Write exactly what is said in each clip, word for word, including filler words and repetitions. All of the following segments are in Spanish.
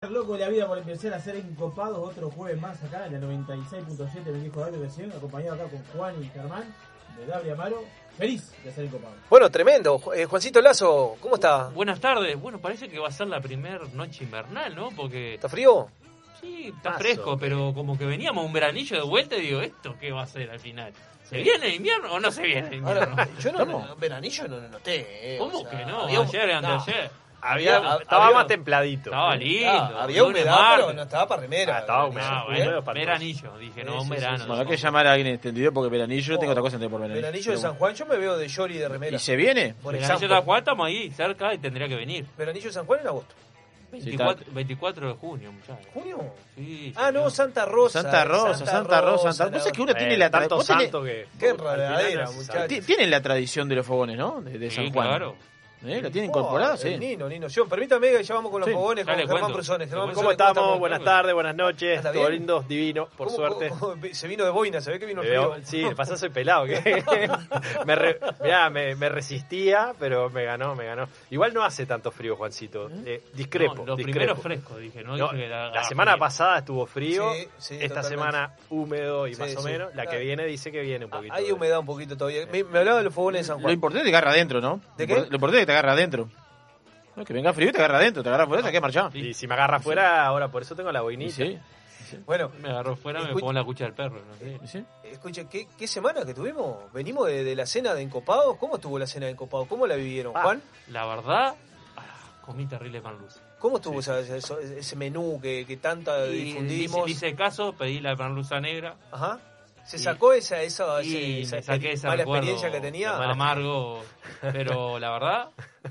Loco de la vida por empezar a ser encopados otro jueves más acá en la noventa y seis punto siete, me dijo David recién, acompañado acá con Juan y Germán, de Gabriel Amaro, feliz de ser encopado. Bueno, tremendo. Eh, Juancito Lazo, ¿cómo está? Buenas tardes. Bueno, parece que va a ser la primera noche invernal, ¿no? Porque... ¿Está frío? Sí, está Paso, fresco, pero como que veníamos un veranillo de vuelta y digo, ¿esto qué va a ser al final? ¿Se viene el invierno o no se viene el invierno? Ahora, yo no, no, veranillo no lo noté. Eh, ¿Cómo o sea, que no? había un- Ayer, no. anteayer. Había, Había- estaba había- más templadito. Estaba lindo. Ah, había lunes, humedad, martes. pero no estaba para remera. Ah, estaba Veranillo. Ah, húmedo. bueno, Húmedo para veranillo. Dije, no, Sí, un sí, verano. sí, sí. Bueno, hay que llamar a alguien entendido porque veranillo, yo tengo Oh, otra cosa antes por veranillo. Veranillo de San Juan, yo me veo de short y de remera. ¿Y se viene? Por Veranillo ejemplo, de Juan estamos ahí cerca y tendría que venir. Veranillo de San Juan en agosto. veinticuatro, veinticuatro de junio, muchachos. ¿Junio? Sí, Ah, no, señor. Santa Rosa. Santa Rosa, Santa Rosa, Santa Rosa. Es que uno tiene la tanto tradición. santo que... Qué al final enredadera, es- muchachos. Tienen la tradición de los fogones, ¿no? De, de Sí, San Juan. claro. ¿Eh? ¿La tienen Oh, incorporada? el Sí. Nino, Nino. Yo, permítame que ya vamos con los Sí, fogones, ya con le Germán cuento. Brusones. Germán Le ¿Cómo Brusones, estamos? ¿cómo Buenas Claro. tardes, buenas noches. ¿Está Todo bien? lindo, divino, por ¿Cómo- suerte. cómo- cómo- se vino de boina, se ve que vino Me veo- frío. sí, de pasar soy pelado. Que me, re- mirá, me, me resistía, pero me ganó, me ganó. Igual no hace tanto frío, Juancito. Eh, discrepo, No, lo discrepo. primero fresco, dije, no, No, dije que la haga semana frío. pasada estuvo frío, Sí, sí, esta totalmente. semana húmedo y Sí, más o sí. menos. La que Claro. viene dice que viene un Ah, poquito. hay de- humedad un poquito todavía. Me, me hablaba de los fogones de San Lo Juan. importante es que te agarra adentro, ¿no? ¿De Lo qué? impor- Lo importante es que te agarra adentro. No, que venga frío y te agarra adentro, te agarra afuera, te queda marchado. Y si me agarra afuera, ahora por eso tengo la Y boinita. sí, Bueno, Me agarró fuera, me Escucha- pongo la cucha del perro, no sé. y sí. escuche, ¿qué, qué semana que tuvimos? Venimos de, de la cena de encopados. ¿Cómo estuvo la cena de encopados? ¿Cómo la vivieron, Ah. Juan? La verdad, ah, comí terrible pan luz. ¿Cómo estuvo esa- esa- ese menú que, que tanta Y difundimos? le hice caso, pedí la merluza negra. Ajá. ¿Se Y- sacó esa, esa, Y esa, me esa saqué ese mala recuerdo experiencia que tenía? amargo, pero la verdad,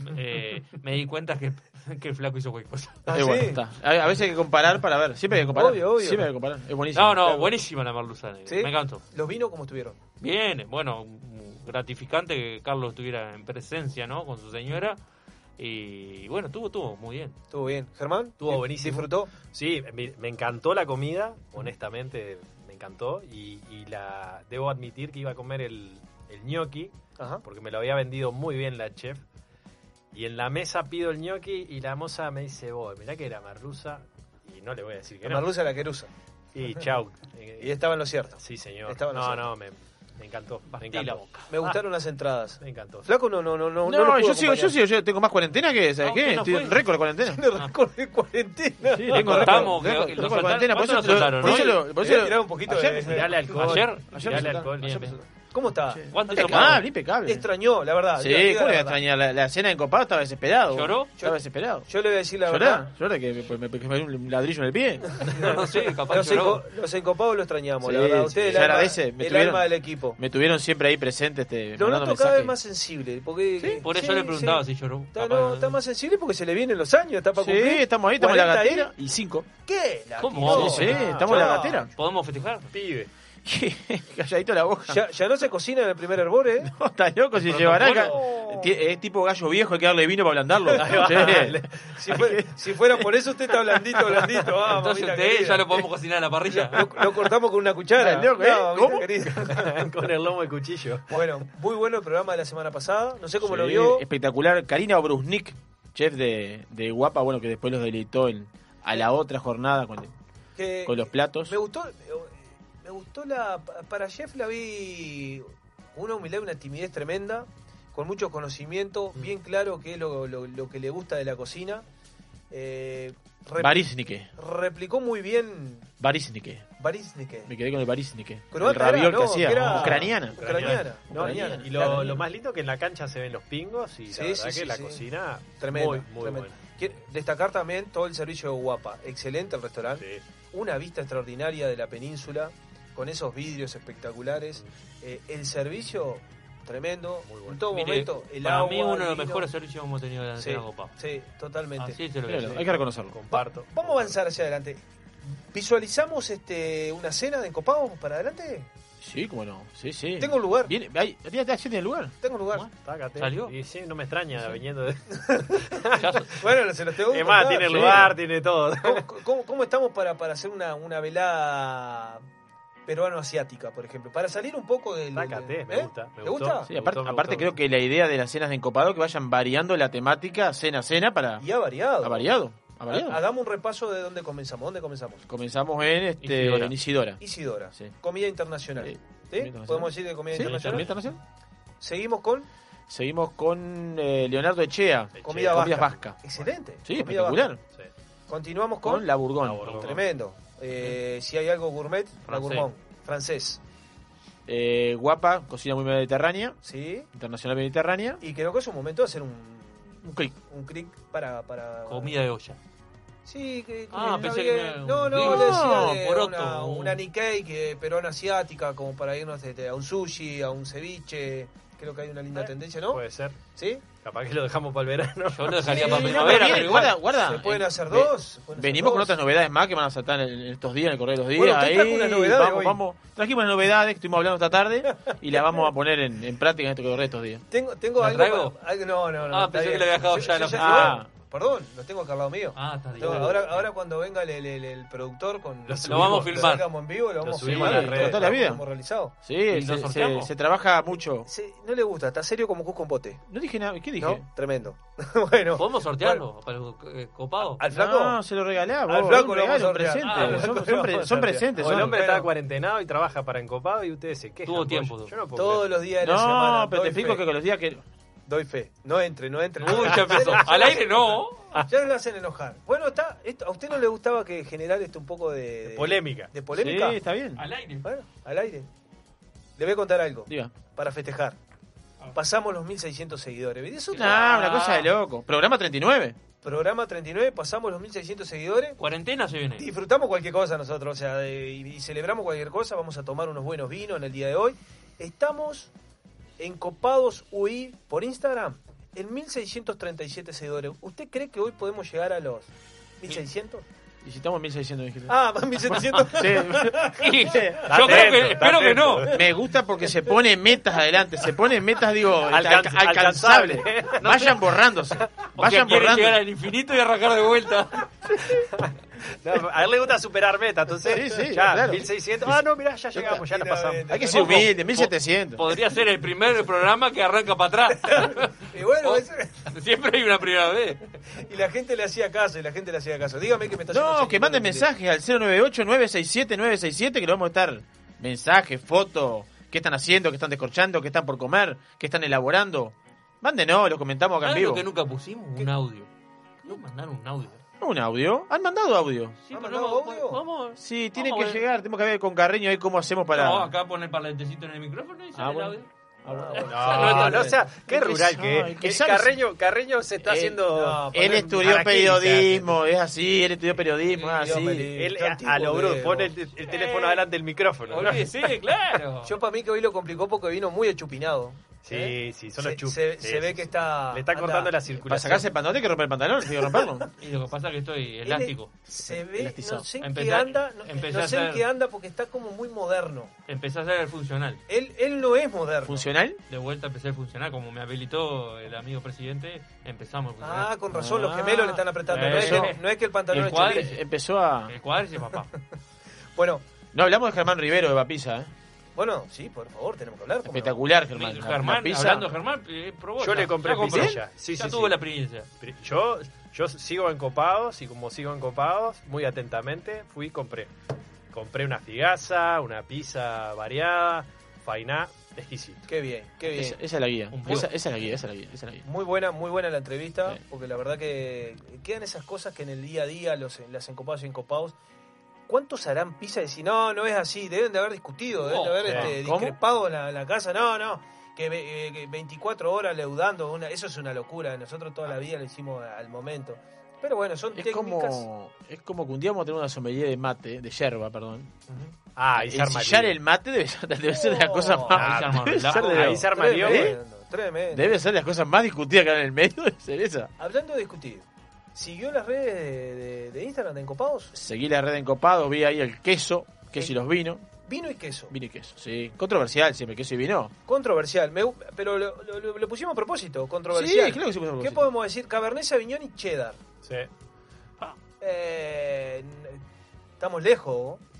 eh, me di cuenta que, que el flaco hizo cualquier cosa. ¿Ah, Es bueno, sí? está. A a veces hay que comparar para ver. Siempre hay que comparar. Obvio, obvio. Siempre hay que comparar. Es buenísimo. No, no, Claro. buenísima la merluza negra, ¿Sí? me encantó. ¿Los vinos cómo estuvieron? Bien, bueno, gratificante que Carlos estuviera en presencia, ¿no? Con su señora. Y bueno, estuvo, estuvo muy bien. ¿Estuvo bien? ¿Germán? Estuvo buenísimo. ¿Disfrutó? Sí, me, me encantó la comida, honestamente me encantó. Y, y la debo admitir que iba a comer el, el gnocchi, Ajá. porque me lo había vendido muy bien la chef. Y en la mesa pido el gnocchi y la moza me dice, vos, mirá que era merluza. Y no le voy a decir que La no. merluza la querusa. Y chau. Y estaba en lo cierto. Sí, señor. estaba en lo No, cierto. no, me, me encantó. Me Bastí la encantó. boca. Me gustaron las entradas. Me encantó. Flaco no, no, no, no. No, no lo pudo yo sigo, yo acompañar. sigo, yo tengo más cuarentena que, ¿sabes Ah, qué? ¿usted no Estoy en fue? récord de cuarentena. Tiene récord de cuarentena. Sí, tengo Contamos récord, que- récord, que lo récord de cuarentena. Por eso, soltaron. ¿Cuánto lo por eso soltaron, lo- por Voy a eso tirar lo- un poquito ayer- de... Tirale alcohol. Ayer, ayer me Tirale soltaron. alcohol. Bien, Ayer me bien. ¿Cómo está? ¿Cuánto hizo Impecable, Pablo? impecable. Extrañó, la verdad. Sí, diga- diga ¿cómo la le verdad. extrañar? La, la cena de encopado estaba desesperado. ¿Lloró? Estaba desesperado. Yo le voy a decir la ¿Llorá? verdad. ¿Llorá que me, me, me, me dio un ladrillo en el pie? No, no sé, capaz Los, lloró. enco- los encopados lo extrañamos, Sí, la verdad. sí, Ustedes se el, alma, agradece. Me el tuvieron- alma del equipo. Me tuvieron siempre ahí presente este, Lo mandando noto cada vez mensajes. más sensible. Porque, Por eso sí, le preguntaba sí. si lloró. Está, Capaz no, no- está más sensible porque se le vienen los años. Está para Sí, cumplir. estamos ahí, estamos en la cuarenta gatera y- y cinco. ¿Qué? La ¿Cómo? tiró. Sí, sí, estamos en la No. gatera. ¿Podemos festejar? Pibe. Calladito la boca. Ya, ya no se cocina en el primer hervor, ¿eh? No, está loco si El llevará acá. protocolo. Ti- Es tipo gallo viejo, hay que darle vino para ablandarlo. Sí. Si, fue- si fuera por eso, usted está blandito, blandito. Ah, Entonces mamita usted querida. ya lo podemos cocinar en la parrilla. Lo, lo cortamos con una cuchara. Está loco, ¿eh? No, mamita ¿Cómo? querida. Con el lomo de cuchillo. Bueno, muy bueno el programa de la semana pasada. No sé cómo Sí, lo vio. espectacular. Karina Obrusnik, chef de, de Guapa, bueno, que después los deleitó en, a la otra jornada con, Que con los platos. me gustó, me gustó la. Para Jeff la vi una humildad y una timidez tremenda, con mucho conocimiento, bien claro qué es lo, lo, lo que le gusta de la cocina. Eh, rep- Barisnike. replicó muy bien Barisnike. Barisnike. Me quedé con el Barisnike. El Croata raviol era, que no, hacía. que era- Ucraniana. Ucraniana. No, y- ucraniana, y lo, claro. lo más lindo que en la cancha se ven los pingos y Sí, la verdad sí, que sí, la sí. cocina Tremendo, muy, muy tremendo. buena. Quiero destacar también todo el servicio de Guapa. Excelente el restaurante. Sí. Una vista extraordinaria de la península, con esos vidrios espectaculares. Eh, el servicio, tremendo. Muy bueno. En todo Mire, momento, el para agua. mí uno de el los vino. mejores servicios que hemos tenido en la Sí, Antena Copa. sí, totalmente. Así se lo voy a Claro, decir. hay que reconocerlo. Comparto. Vamos a avanzar hacia adelante. ¿Visualizamos este una cena de encopado? ¿Vamos para adelante? Sí, cómo no. Sí, sí. Tengo un lugar. Viene, hay, ¿ya ya tiene el lugar? Tengo un lugar. Bueno, Tácate. ¿Salió? Y sí, no me extraña viniendo de... ya- Bueno, se los tengo que Es más, contar. tiene Sí. lugar, tiene todo. ¿Cómo, cómo- cómo estamos para, para hacer una, una velada peruano-asiática, por ejemplo? Para salir un poco del... Tácate, ¿eh? me gusta. Me ¿Te gustó. gusta? Sí, Me aparte, gustó, me aparte gustó. creo que la idea de las cenas de encopado que vayan variando la temática cena a cena para... Y ha variado. Ha variado. ¿A Mariano? Hagamos un repaso de dónde comenzamos. ¿Dónde comenzamos? Comenzamos en, este, Isidora. en Isidora. Isidora. Sí. Comida internacional. Sí. ¿Sí? Comida internacional. ¿Podemos decir de comida ¿Sí? internacional? ¿Comida internacional? Seguimos con Seguimos con eh, Leonardo Echea. comida Comidas vasca. vasca. Excelente. Sí, Comida espectacular. vasca. Continuamos con, Con la Bourgogne. La Bourgogne. tremendo. Eh, si hay algo gourmet, la Francés. gourmand. Francés. Eh, guapa, cocina muy mediterránea, ¿Sí? internacional mediterránea. Y creo que es un momento de hacer un, Un clic. un clic para, para... Comida de olla. Sí, que, que Ah, está pensé que bien. era un No, no, clic. le decía No, de poroto, una, un- una Nikkei que peruana asiática, como para irnos de- de- a un sushi, a un ceviche. Creo que hay una linda Eh, tendencia, ¿no? Puede ser. ¿Sí? Capaz que lo dejamos para el verano. Yo lo dejaría Sí, para no, primavera, bien, pero igual. guarda, guarda. Se pueden Eh, hacer ve- dos. se pueden hacer Venimos con dos. otras novedades más que van a saltar en, en estos días, en el correr de los días. Bueno, usted trajo ahí, unas novedades vamos, hoy. vamos. Trajimos unas novedades que estuvimos hablando esta tarde y las vamos a poner en, en práctica en este correr de estos días. Tengo, tengo ¿La algo, traigo? para- algo- No, no, no. Ah, está pensé que bien. le había dejado Yo- ya yo la- Ah. Perdón, lo tengo acá al lado mío. Ah, está bien. Tengo- ahora, ahora cuando venga el, el- el- el productor con Lo Lo vamos a lo filmar. sacamos en vivo, lo vamos a subimos filmar a las redes. todo Toda la vida. Como realizado. Sí, ¿Y se, lo se, sorteamos? se trabaja mucho. Sí, no le gusta, está serio como Cusco en bote. No dije nada, ¿qué dije? ¿No? Tremendo. Bueno. ¿Podemos sortearlo para el eh, copado? Al flaco. No, se lo regalamos. Al flaco un lo vamos a regalo, un sortear. presente. Ah, al son, flaco son lo pre- vamos a son sortear. presentes. O el son- hombre Bueno. está cuarentenado y trabaja para Encopado y ustedes se quejan. Tuvo pues, tiempo. Yo no puedo Todos creer. los días de la semana. No, pero doy te explico fe, que los días que... Doy fe. No entre, no entre. Uy, ya empezó. Al aire no. Ya no lo hacen enojar. Bueno, está. Esto, ¿a usted no le gustaba que generar esto un poco de, de- Polémica. De polémica. Sí, está bien. Al aire. Bueno, al aire. Le voy a contar algo Diga. para festejar. Pasamos los mil seiscientos seguidores. ¿Ves? Eso No, una cosa de loco. Programa treinta y nueve. Programa treinta y nueve, pasamos los mil seiscientos seguidores. Cuarentena se viene. Disfrutamos cualquier cosa nosotros, o sea, de- y, y celebramos cualquier cosa. Vamos a tomar unos buenos vinos en el día de hoy. Estamos en Copados U I por Instagram en mil seiscientos treinta y siete seguidores. ¿Usted cree que hoy podemos llegar a los mil seiscientos? Y si estamos en mil seiscientos, dijiste. Ah, más mil setecientos. Sí. Y yo creo atento, que, está espero que atento. no. Me gusta porque se pone metas adelante. Se pone metas, digo, Alcan- alca- alcanzables. alcanzable. Vayan borrándose. O sea, Vayan quiere borrando. llegar al infinito y arrancar de vuelta. No, a él le gusta superar meta, entonces Sí, sí, ya, claro. mil seiscientos. Ah, no, mirá, ya llegamos, ya la pasamos. Hay que ser humilde, mil setecientos. Podría ser el primer programa que arranca para atrás. Y bueno, eso- Siempre hay una primera vez. y la gente le hacía caso, y la gente le hacía caso. Dígame que me está haciendo No, que seguidores, manden mire. mensajes al cero nueve ocho nueve seis siete nueve seis siete que lo vamos a estar. Mensajes, fotos, qué están haciendo, qué están descorchando, qué están por comer, qué están elaborando. Mándenos, lo comentamos acá en ¿Sabes lo vivo. que nunca pusimos? Un audio. No mandaron un audio. ¿Un audio? ¿Han mandado audio? Sí, ¿Han pero mandado no, audio? vamos. Sí, tienen Vamos que a ver. llegar. Tenemos que ver con Carreño ahí cómo hacemos para... No, acá pone el parlantecito en el micrófono y sale Ah, el bueno. audio. Ah, bueno. No, no, o sea, qué Es que rural sabe, que es. que Que sabe- Carreño, Carreño se está Eh, haciendo... no, Él poner estudió Araquiri, periodismo, es así, él estudió periodismo, es Dios así. me libre. Él Qué antiguo a lo que bruto es, pone vos. el, el teléfono Eh, delante del micrófono. ¿no? Olvídese, claro. Yo para mí que hoy lo complicó porque vino muy achupinado. Sí, ¿Eh? sí, son se, los chup. se, Sí, se sí, ve sí. que está... Le está anda- cortando la Para circulación. sacarse el pantalón, tiene que romper el pantalón, tiene que romperlo. Y lo que pasa es que estoy Él elástico. Se ve, Elastizado. no sé en Empecé- qué anda, no, empecé no a sé en hacer- qué anda porque está como muy moderno. Empecé a hacer el funcional. Él, él no es moderno. ¿Funcional? De vuelta empecé el funcional. Como me habilitó el amigo presidente, empezamos el funcional. Ah, con razón, los Ah, gemelos le están apretando. No es, eso. que, no es que el pantalón El es cuadro- chupín. Empezó a... El cuadro y papá. Bueno, No, hablamos de Germán Rivero de Bapisa, ¿eh? bueno, sí, por favor, tenemos que hablar. ¿cómo no? Espectacular, Germán. La- Germán, la pizza. hablando de Germán, eh, probó. Yo ya, le compré ya compró. pizza ya. Sí, ya sí, tuvo sí. la experiencia. Yo, yo sigo en Copados y como sigo en Copados, muy atentamente fui y compré. Compré una figaza, una pizza variada, fainá, exquisito. Qué bien, qué bien. Esa, esa es la guía. Un poco. Esa, esa es la guía, esa es la guía, esa es la guía. Muy buena, muy buena la entrevista, Sí. porque la verdad que quedan esas cosas que en el día a día, los, las encopados y encopados, ¿cuántos harán pizza y decir, no, no es así? Deben de haber discutido, deben de No, haber sí. este, ¿Cómo? discrepado en la, en la casa. No, no, que, ve- eh, que veinticuatro horas leudando, una, eso es una locura. Nosotros toda la vida lo hicimos al momento. Pero bueno, son Es técnicas. como, es como que un día vamos a tener una sommelier de mate, de yerba, perdón. Ujú. Ah, ahí El se arma sillar lío. el mate debe ser, debe ser de las Oh, cosas ahí más... se arma debe, la- ser de, ahí se arma lío. Tremendo, tremendo. debe ser de las cosas más discutidas que hay en el medio, debe ser esa. Hablando de discutir, ¿siguió las redes de, de- de Instagram de Encopados? Seguí la red en Copados, vi ahí el queso, queso y los vinos. Vino y queso. Vino y queso, sí. Controversial siempre, queso y vino. Controversial, me gu- pero lo, lo- lo- lo pusimos a propósito, controversial. Sí, claro que sí. por ¿Qué supuesto. podemos decir? Cabernet Sauvignon y cheddar. Sí. Eh, n- estamos lejos, ¿no?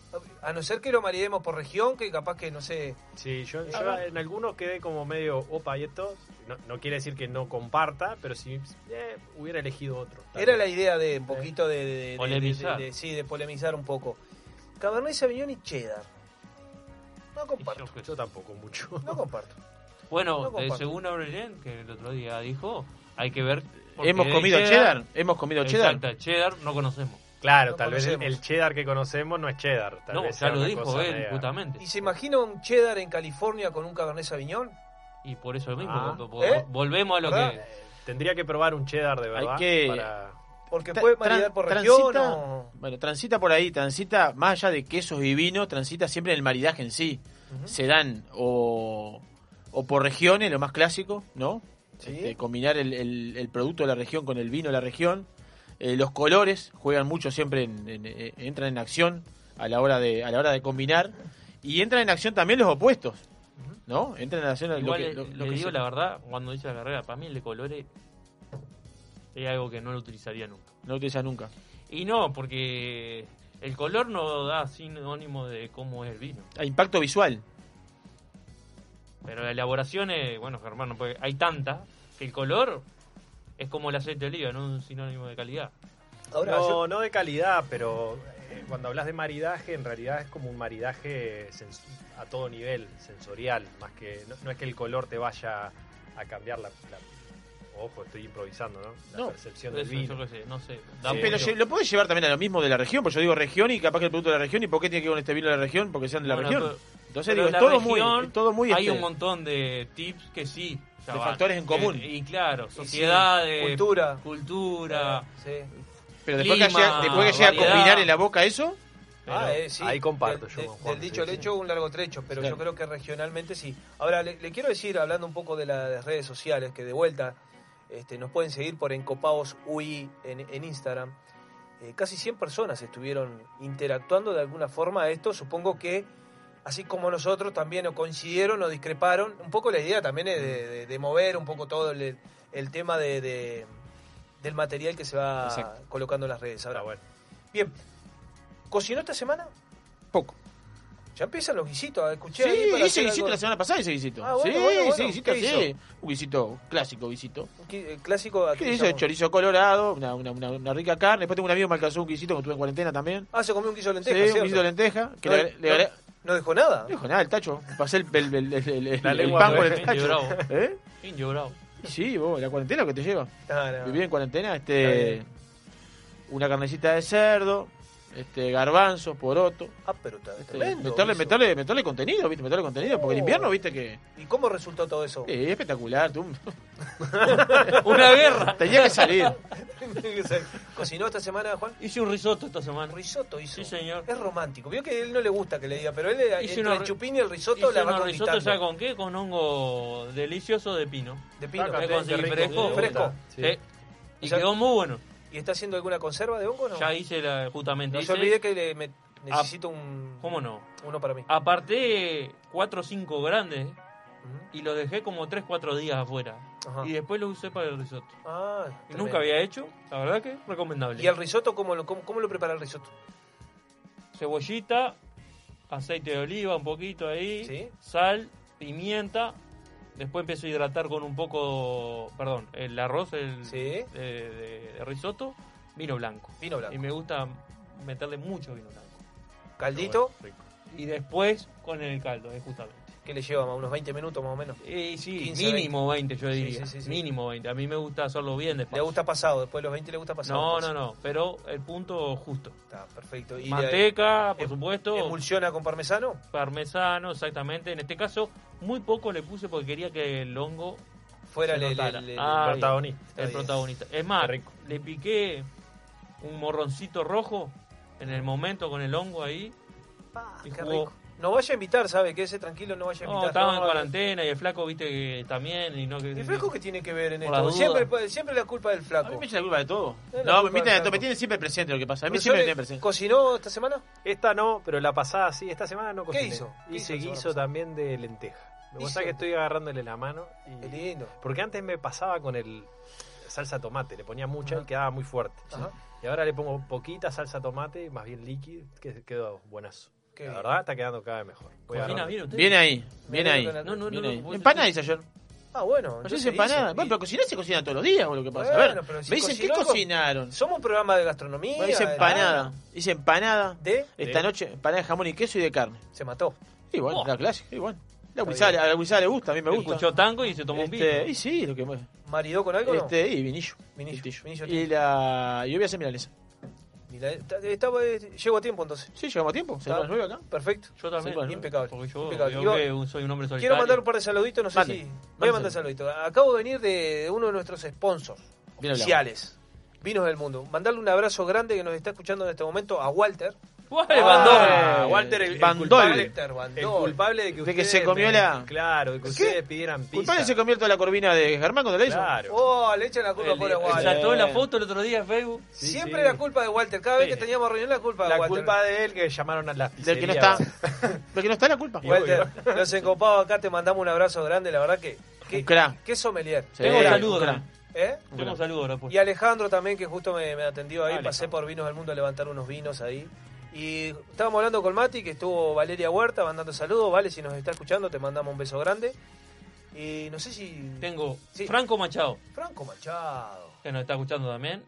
A no ser que lo maridemos por región, que capaz que, no sé... Sí, yo, A yo ver. en algunos quedé como medio opa y esto. No, no quiere decir que no comparta, pero si eh, hubiera elegido otro. tal Era vez. la idea de un poquito de... de- de- Polemizar. de- de- sí, de polemizar un poco. Cabernet Sauvignon y cheddar. No comparto. yo qué sé. Yo tampoco mucho. No comparto. Bueno, No de comparto. según Aurelien, que el otro día dijo, hay que ver. porque ¿Hemos de comido cheddar? ¿Hemos comido cheddar? Exacto, cheddar no conocemos. Claro, No tal vez el, conocemos. el cheddar que conocemos no es cheddar. Tal No, vez ya sea lo una dijo cosa él, media- justamente. ¿Y se imagina un cheddar en California con un Cabernet Sauvignon? Y por eso mismo, Ah. vo- vo- ¿Eh? volvemos a lo ¿Verdad? que... Tendría que probar un cheddar de verdad. que- para... Porque Tra- puede tran- maridar por región transita, o... Bueno, transita por ahí, transita, más allá de quesos y vinos, transita siempre en el maridaje en sí. Ujú. Se dan o, o por regiones, lo más clásico, ¿no? Sí. Este, combinar el, el- el producto de la región con el vino de la región. Eh, los colores juegan mucho siempre, en- en- eh, entran en acción a la hora de a la hora de combinar. Y entran en acción también los opuestos, ¿no? Entran en acción lo Igual que, le, lo- lo le que digo se- la verdad, cuando hice la carrera, para mí el de colores es algo que no lo utilizaría nunca. no lo utilizas nunca. Y no, porque el color no da sinónimo de cómo es el vino. A impacto visual. Pero la elaboración es, bueno, Germán, no puede- hay tanta que el color es como el aceite de oliva, no un sinónimo de calidad. Ahora, no, yo- no de calidad, pero eh, cuando hablas de maridaje, en realidad es como un maridaje sens- a todo nivel, sensorial, más que no, no es que el color te vaya a cambiar la, la- ojo, estoy improvisando, ¿no? La No, percepción del Eso, vino. yo qué sé, no sé. da Sí, Pero mucho. lle- lo puedes llevar también a lo mismo de la región, porque yo digo región y capaz que el producto de la región, ¿y por qué tiene que ver con este vino de la región? Porque sean de la Bueno, región. pero- Entonces pero digo, es la todo muy, región es todo muy hay este, un montón de tips que sí. ya De van. factores en común. Eh, Y, claro, sí, sociedades, cultura. cultura. Sí. pero después que, clima, llega- después que llega a variedad. combinar en la boca eso, pero- Ah, eh, sí. ahí comparto Del- yo de- con Juan, Del dicho sí, al sí. hecho, un largo trecho, pero Claro. yo creo que regionalmente sí. Ahora, le, le quiero decir, hablando un poco de la- de las redes sociales, que de vuelta este, nos pueden seguir por Encopados U I en, en Instagram. Eh, casi cien personas estuvieron interactuando de alguna forma a esto. Supongo que, así como nosotros, también o coincidieron o discreparon. Un poco la idea también es de, de- de mover un poco todo el, el tema de, de- del material que se va Exacto. colocando en las redes. Ahora, Ahora, bueno. bien, ¿cocinó esta semana? poco. Ya empiezan los guisitos, escuché Sí, ahí para hice hacer guisito algo- la semana pasada, hice guisito. Ah, bueno, sí, bueno, bueno. sí, guisito, ¿Qué sí. hizo? Un guisito clásico, guisito. Un qui- el clásico ¿Qué aquí hizo? llamamos- Chorizo colorado, una, una, una, una rica carne. Después tengo un amigo que me alcanzó un guisito cuando estuve en cuarentena también. Ah, se comió un guiso de Sí, lenteja, un ¿cierto? guisito de lenteja. Que no, le, le, no- le- no dejó nada. no dijo nada, el tacho. Pasé el, el, el, el, el- el- La el lengua pan por por el Indio tacho. bravo. ¿Eh? Indio bravo. Y sí, vos, la cuarentena lo que te lleva. Ah, no. Vivir en cuarentena, Está este, bien. una carnecita de cerdo, este, garbanzos, poroto. Ah, pero está Este, tremendo. meterle, guiso. meterle, meterle contenido, ¿viste? Meterle contenido, porque en Oh. invierno, viste que ¿Y cómo resultó todo eso? eh, es espectacular. Tú, Una guerra. tenía que salir. ¿Cocinó esta semana, Juan? Hice un risotto esta semana. Un risotto hizo. Sí, señor. Es romántico. Vio que a él no le gusta que le diga, pero él le- Hice entre una el re- chupín y el risotto Hice la va unos risotto, conquistando. ¿sabe con qué? Con hongo delicioso de pino. De pino. Taca, Me qué conseguí rico, fresco. sí, Fresco. Sí. Sí. Y O sea- quedó muy bueno. ¿Y está haciendo alguna conserva de hongo o no? Ya hice la, justamente. No se hice- olvide que le, me- necesito un... ¿Cómo no? Uno para mí. Aparté cuatro o cinco grandes Ujú. y los dejé como tres cuatro días afuera. Ajá. Y después los usé para el risotto. Ah, Y tremendo. nunca había hecho, la verdad que recomendable. ¿Y el risotto cómo lo, cómo, cómo lo prepara el risotto? Cebollita, aceite de oliva, un poquito ahí, Sí. sal, pimienta. Después empiezo a hidratar con un poco, perdón, el arroz el Sí. de, de- de risotto, vino blanco. Vino blanco. Y me gusta meterle mucho vino blanco. Caldito, Rico. Y después con el caldo, eh, justamente. que le lleva unos veinte minutos más o menos. Y sí, quince, mínimo veinte, yo Sí, diría. sí, sí, sí. Mínimo veinte. A mí me gusta hacerlo bien Le despacio. gusta pasado, después de los veinte le gusta pasado. No, pues. no, no, pero el punto justo. Está perfecto. ¿Y Manteca, por em- supuesto, emulsiona con parmesano? parmesano, exactamente. En este caso, muy poco le puse porque quería que el hongo Fuera se el, el, notara. el- el- Ah, bien. Protagonista. Está el bien. protagonista. Es más, Qué rico. le piqué un morroncito rojo en el momento con el hongo ahí. Ah, y qué jugó. rico. No vaya a invitar, ¿sabe? Quédese tranquilo, no vaya a No, invitar. estaba en No, cuarentena y el flaco, viste, que también. Y no, que, ¿Y Fresco qué tiene que ver en Por la esto? duda. Siempre, siempre la culpa del A mí flaco. me echa la culpa de todo. Es la No, culpa me, del tienen, flaco. me tienen siempre presente lo que pasa. A mí Profesor, siempre me tienen presente. ¿Cocinó esta semana? Esta no, pero la pasada sí. Esta semana no cociné. hizo? ¿Qué Hice hizo la semana guiso pasada? también de lenteja. Me Hizo gusta que lenteja. estoy agarrándole la mano. Qué Y... lindo. Porque antes me pasaba con el salsa tomate. Le ponía mucha Ajá. y quedaba muy fuerte. Ajá. Y ahora le pongo poquita salsa tomate, más bien líquida, que quedó buenazo. Qué La bien. verdad está quedando cada vez mejor. Voy a Cocina agarrar- bien usted. Viene ahí, viene Mirá ahí. lo que la- No, no, Viene no, ahí. vos- Empanada hice ayer. Ah, bueno. Ayer entonces hice empanada. dice- Bueno, pero cocinar se cocina todos los días, o lo que pasa. a Bueno, ver, pero si me dicen, ¿qué cocinó algo- cocinaron? Somos un programa de gastronomía. Bueno, hice de- empanada. Hice empanada. ¿De? Esta ¿De? noche, empanada de jamón y queso y de carne. Se mató. Y bueno, Oh. la clásica, y bueno. La Está guisada, bien. a la guisada le gusta, a mí me gusta. Escuchó tango y se tomó un vino. Este, y sí, lo que mueve. ¿Maridó con algo? Este, y vinillo. Vinillo, Vinillo. vinillo Y la. Yo voy a hacer milanesa. no? Y la- está- estaba- llego a tiempo entonces. Sí, llegamos a tiempo. Se Está. las nueve acá. Perfecto. Yo también. Sí, bueno, impecable, Porque yo, impecable. yo Iba- que un- soy un hombre solitario. Quiero mandar un par de saluditos, no sé Mande, si. Voy mande a mandar saluditos. Acabo de venir de, de uno de nuestros sponsors Bien hablado. oficiales, Vinos del Mundo. Mandarle un abrazo grande que nos está escuchando en este momento a Walter. Vale, Ah, Bandol. Ah, Walter, el, el Bandol. culpable, Walter Bandol. el culpable de que, De que ustedes se comió me- la- Claro, de que ¿Qué? ustedes pidieran pizza. Culpable se comió toda la corvina de Germán cuando la hizo. Claro. Oh, le echan la culpa El- por el- Walter. saltó en la foto el otro día en Facebook. Sí, Siempre sí. la culpa de Walter. Cada vez Sí. que teníamos reunión, la culpa de La Walter. culpa de él que llamaron a la Del pizzería. que no está. Del que no está la culpa. Walter, los encopados acá te mandamos un abrazo grande. La verdad que. Un que crack. Qué sommelier. Sí, Tengo un saludos crack. también. ¿Eh? Tengo saludos ahora pues. Y Alejandro también, que justo me, me atendió ahí. Dale, Pasé Alejandro. por Vinos del Mundo a levantar unos vinos ahí. Y estábamos hablando con Mati, que estuvo Valeria Huerta mandando saludos. Vale, si nos está escuchando, te mandamos un beso grande. Y no sé si. Tengo Sí. Franco Machado, Franco Machado. que nos está escuchando también.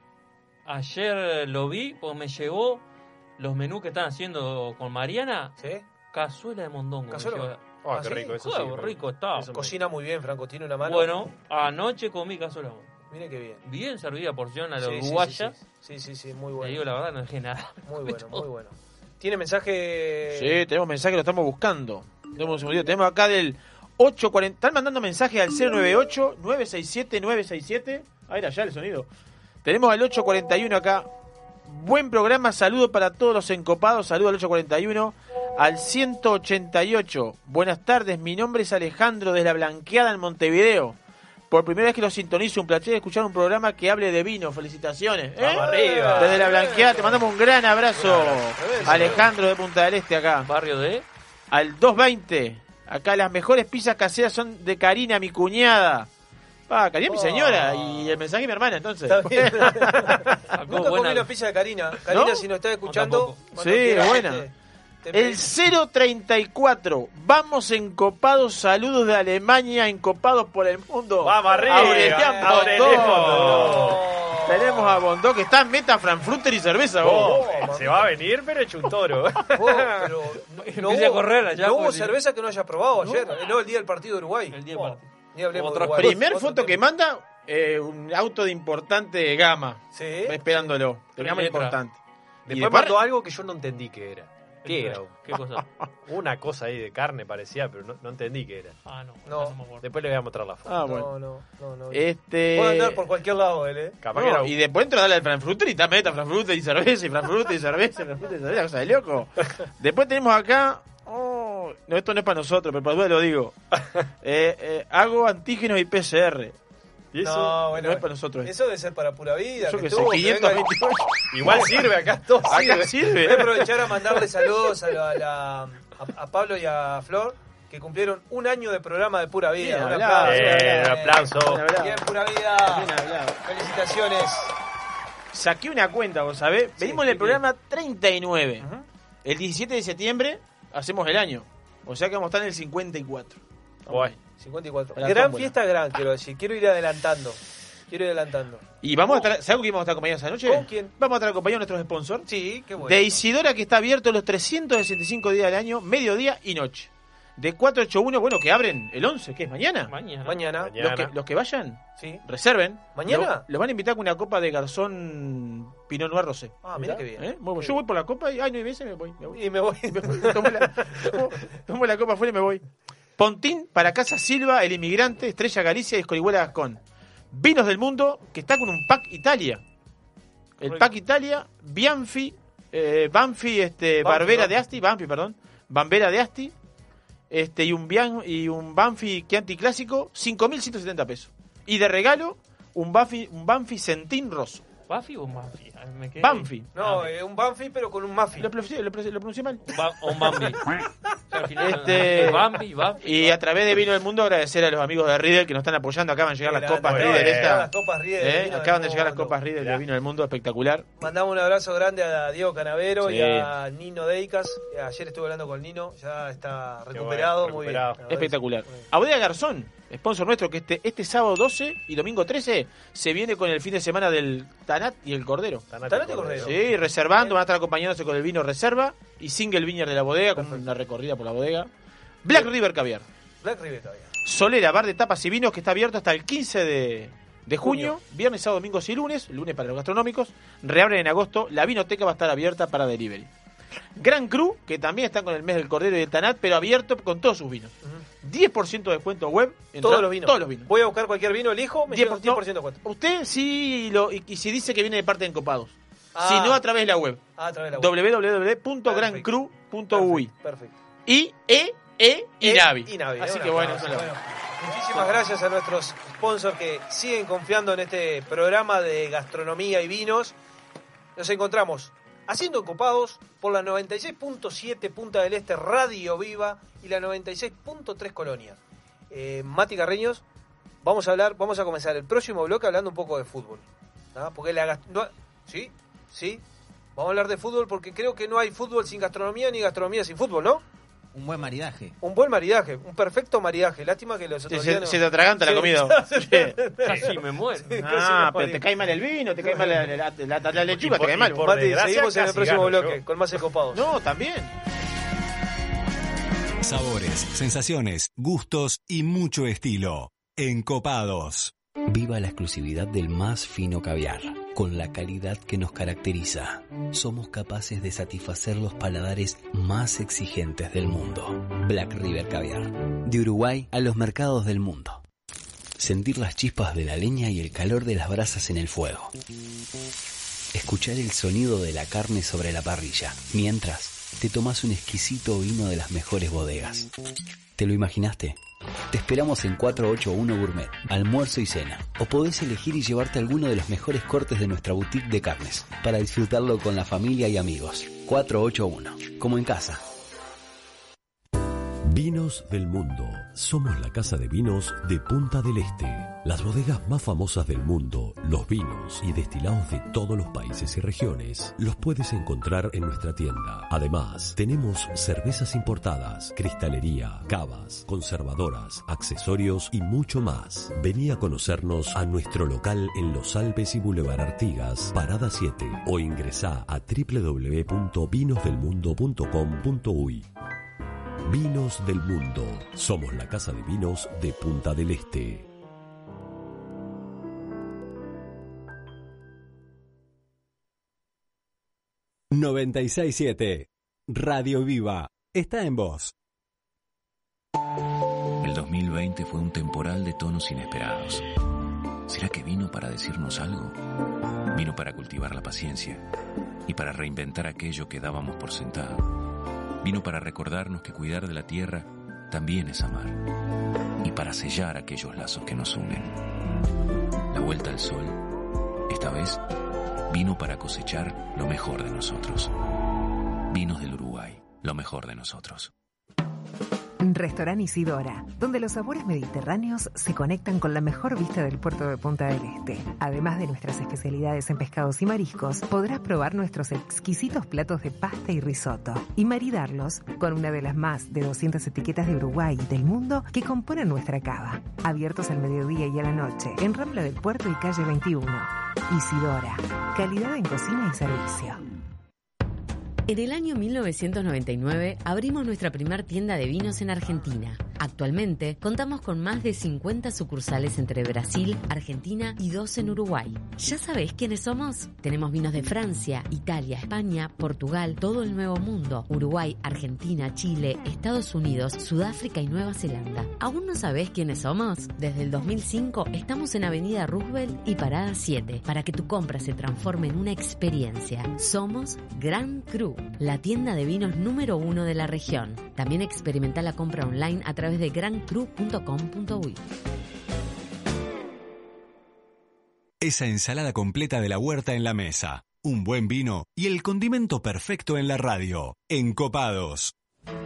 Ayer lo vi, pues me llegó los menús que están haciendo con Mariana. ¿Sí? Cazuela de mondongo. me Cazuela. llegó. Oh, ¿Ah, qué sí? rico, eso Joder, sí. me- rico está. eso me- Cocina muy bien, Franco. Tiene una mano. Bueno, anoche comí cazuela de mondongo. Mire qué bien. Bien servida porción a la Sí, sí, uruguaya. Sí, sí, sí, sí, muy Te bueno. digo la verdad, no dejé nada. Muy bueno, muy bueno. ¿Tiene mensaje? Sí, tenemos mensaje, lo estamos buscando. Tenemos un segundito. Tenemos acá del ocho cuarenta. Están mandando mensajes al cero nueve ocho, nueve seis siete, nueve seis siete. Ah, era ya el sonido. Tenemos al ocho cuarenta y uno acá. Buen programa, saludo para todos los encopados. Saludo al ocho cuarenta y uno. Al ciento ochenta y ocho. Buenas tardes, mi nombre es Alejandro desde La Blanqueada en Montevideo. Por primera vez que lo sintonizo, un placer escuchar un programa que hable de vino. Felicitaciones. ¿eh? Vamos arriba. Desde La Blanqueada te mandamos un gran abrazo. Un abrazo. Alejandro de Punta del Este acá. Barrio de. Al dos veinte. Acá las mejores pizzas caseras son de Karina, mi cuñada. Ah, Karina, mi señora. Y el mensaje de mi hermana, entonces. Está bien. Sacó Nunca comí buena- la pizza de Karina. Karina, ¿No? si nos estás escuchando. tampoco. cuando Sí, quieras, buena. te- te El pedís- cero treinta y cuatro. Vamos encopados. Saludos de Alemania. Encopados por el mundo. Vamos arriba. Aurelian Aurelian Bondó. Bondó. Tenemos a Bondó que está en meta Frankfurter y cerveza. Oh, vos. se va a venir, pero hecho un toro. Oh, pero no, Empiece a correr allá, no hubo porque si- cerveza que no haya probado ayer. eh, No, el día del partido de Uruguay. El día Oh, del partido. Ni hablemos Otro de Uruguay. Primer Otro foto que tema. manda. eh, un auto de importante gama. Sí. Esperándolo. De gama Letra. importante. Y Después después- mandó algo que yo no entendí qué era. ¿Qué era? ¿Qué cosa? Una cosa ahí de carne parecía, pero no, no entendí qué era. Ah, no. No. No me acuerdo. Después le voy a mostrar la foto. Ah, No, bueno. no, no, no. Este... Puede andar por cualquier lado él, ¿eh? Capaz No, que era un- y después entra a darle al Frankfurter y está meta Frankfurter y cerveza y Frankfurter y cerveza y Frankfurter y cerveza, cosa de loco. Después tenemos acá, oh, no, esto no es para nosotros, pero para duda lo digo. Eh, eh, hago antígenos y P C R. ¿Y eso? No, bueno. no es para nosotros. Eso debe ser para pura vida. Yo que que sé, estuvo, que quinientos venga- veintiocho. Igual sirve acá todo. Acá sirve. Voy a sirve. aprovechar a mandarle saludos a, la- a la- a- a Pablo y a Flor, que cumplieron un año de programa de Pura Vida. Bien Un hablado. aplauso. Eh, un aplauso. Bien hablado. Bien, Pura Vida. Bien hablado. Felicitaciones. Saqué una cuenta, vos sabés. Venimos en el ¿qué programa treinta y nueve. Ujú. El diecisiete de septiembre hacemos el año. O sea que vamos a estar en el cincuenta y cuatro. Guay. cincuenta y cuatro. La Gran tómbola. fiesta, gran, quiero decir. Quiero ir adelantando. Quiero ir adelantando. Y vamos a estar, ¿sabes con quién vamos a estar acompañados esa noche? ¿Con quién? Vamos a estar acompañados de nuestros sponsors. Sí, qué bueno. De Isidora, que está abierto los trescientos sesenta y cinco días del año, mediodía y noche. De cuatro ochenta y uno, bueno, que abren el once, que es mañana. Mañana. Mañana. Mañana. Los que, los que vayan, Sí. reserven. ¿Mañana? Lo- Los van a invitar con una copa de garzón Pinot Noir Rosé. Ah, mira qué bien. ¿Eh? Bueno, yo voy por la copa y, ay, nueve veces me voy. Me voy. Y me voy. Me voy. Tomo, la, tomo- tomo la copa afuera y me voy. Pontín para Casa Silva, El Inmigrante, Estrella Galicia y Escorihuela Gascón. Vinos del Mundo, que está con un pack Italia. El Rico. pack Italia, Bianfi, eh, Banfi, este, Banfi, Barbera ¿no? de Asti, Banfi, perdón, Bambera de Asti, este, y un Bian, y un Banfi Chianti clásico, cinco mil ciento setenta pesos. Y de regalo, un Banfi, un Banfi Centín Rosso. ¿Buffy o Mafia? Me quedé. Banfi. No, Ah, eh, un Banfi, pero con un muffin. Lo pronuncié, lo pronuncié- lo pronuncié mal. Un ba- o un Bambi. Al final, Este- Bambi, Bambi. Y a través de Vino del Mundo agradecer a los amigos de Riedel que nos están apoyando. Acaban de llegar las Grande, copas grande, Riedel. grande, esta- las copas Riedel, ¿eh? Vino del Acaban de llegar las Mundo. copas Riedel de Ya. Vino del Mundo, espectacular. Mandamos un abrazo grande a Diego Canavero Sí. y a Nino Deicas. Ayer estuve hablando con Nino, ya está Qué recuperado, bueno, muy recuperado. bien. Espectacular. Muy bien. A Bodega Garzón, sponsor nuestro, que este, este sábado doce y domingo trece se viene con el fin de semana del Tanat y el Cordero. Tanate Tanate Cordero. Sí, reservando, van a estar acompañándose con el vino reserva y single vineyard de la bodega, con una recorrida por la bodega. Black River Caviar. Black River todavía. Solera, bar de tapas y vinos, que está abierto hasta el quince de, de junio, Junio. viernes, sábado, domingos y lunes, lunes para los gastronómicos, reabren en agosto, la vinoteca va a estar abierta para delivery. Gran Cru, que también están con el mes del Cordero y el Tanat, pero abierto con todos sus vinos. Ujú. diez por ciento de descuento web. en Todos tra- los vinos. Todos los vinos. Voy a buscar cualquier vino, elijo, me diez llevo por- diez por ciento de cuenta. Usted sí, lo, y, y si dice que viene de parte de Encopados. Ah. Si no, a través de la web. Ah, a través de la web. w w w punto gran cru punto u i. Perfecto, perfecto. Y E, E y Eh, Navi. y Navi, Así un que bueno, aplauso. eso es lo- Bueno, muchísimas gracias a nuestros sponsors que siguen confiando en este programa de gastronomía y vinos. Nos encontramos haciendo Encopados por la noventa y seis punto siete Punta del Este Radio Viva y la noventa y seis punto tres Colonia. Eh, Mati Carreños, vamos a hablar, vamos a comenzar el próximo bloque hablando un poco de fútbol. ¿Ah? Porque la gast- no- sí, sí, vamos a hablar de fútbol porque creo que no hay fútbol sin gastronomía ni gastronomía sin fútbol, ¿no? Un buen maridaje. Un buen maridaje, un perfecto maridaje. Lástima que los Se, otros se- días no- se te atraganta la Sí, comida. sí. Sí. Casi me muero. Casi Ah, me pero morí. te cae mal el vino, te cae mal la, la, la- la- la lechuga, te por- cae y mal. por- Mati, desgracia, seguimos en el casi próximo gano bloque yo. con más Encopados. No, también. Sabores, sensaciones, gustos y mucho estilo. Encopados. Viva la exclusividad del más fino caviar, con la calidad que nos caracteriza. Somos capaces de satisfacer los paladares más exigentes del mundo. Black River Caviar. De Uruguay a los mercados del mundo. Sentir las chispas de la leña y el calor de las brasas en el fuego. Escuchar el sonido de la carne sobre la parrilla, mientras te tomas un exquisito vino de las mejores bodegas. ¿Te lo imaginaste? Te esperamos en cuatrocientos ochenta y uno Gourmet, almuerzo y cena. O podés elegir y llevarte alguno de los mejores cortes de nuestra boutique de carnes, para disfrutarlo con la familia y amigos. cuatrocientos ochenta y uno, como en casa. Vinos del Mundo. Somos la casa de vinos de Punta del Este. Las bodegas más famosas del mundo, los vinos y destilados de todos los países y regiones, los puedes encontrar en nuestra tienda. Además, tenemos cervezas importadas, cristalería, cavas, conservadoras, accesorios y mucho más. Vení a conocernos a nuestro local en Los Alpes y Boulevard Artigas, Parada siete, o ingresá a w w w punto vinos del mundo punto com punto u i. Vinos del Mundo. Somos la casa de vinos de Punta del Este. noventa y seis punto siete. Radio Viva. Está en vos. El dos mil veinte fue un temporal de tonos inesperados. ¿Será que vino para decirnos algo? Vino para cultivar la paciencia y para reinventar aquello que dábamos por sentado. Vino para recordarnos que cuidar de la tierra también es amar y para sellar aquellos lazos que nos unen. La vuelta al sol, esta vez, vino para cosechar lo mejor de nosotros. Vinos del Uruguay, lo mejor de nosotros. Restaurant Isidora, donde los sabores mediterráneos se conectan con la mejor vista del puerto de Punta del Este. Además de nuestras especialidades en pescados y mariscos, podrás probar nuestros exquisitos platos de pasta y risotto y maridarlos con una de las más de doscientas etiquetas de Uruguay y del mundo que componen nuestra cava. Abiertos al mediodía y a la noche, en Rambla del Puerto y calle veintiuno. Isidora, calidad en cocina y servicio. En el año mil novecientos noventa y nueve abrimos nuestra primer tienda de vinos en Argentina. Actualmente contamos con más de cincuenta sucursales entre Brasil, Argentina y dos en Uruguay. ¿Ya sabés quiénes somos? Tenemos vinos de Francia, Italia, España, Portugal, todo el Nuevo Mundo, Uruguay, Argentina, Chile, Estados Unidos, Sudáfrica y Nueva Zelanda. ¿Aún no sabés quiénes somos? Desde el dos mil cinco estamos en Avenida Roosevelt y Parada siete para que tu compra se transforme en una experiencia. Somos Grand Cru, la tienda de vinos número uno de la región. También experimenta la compra online a través de grand cru punto com punto u i. Esa ensalada completa de la huerta en la mesa. un buen vino y el condimento perfecto en la radio. Encopados.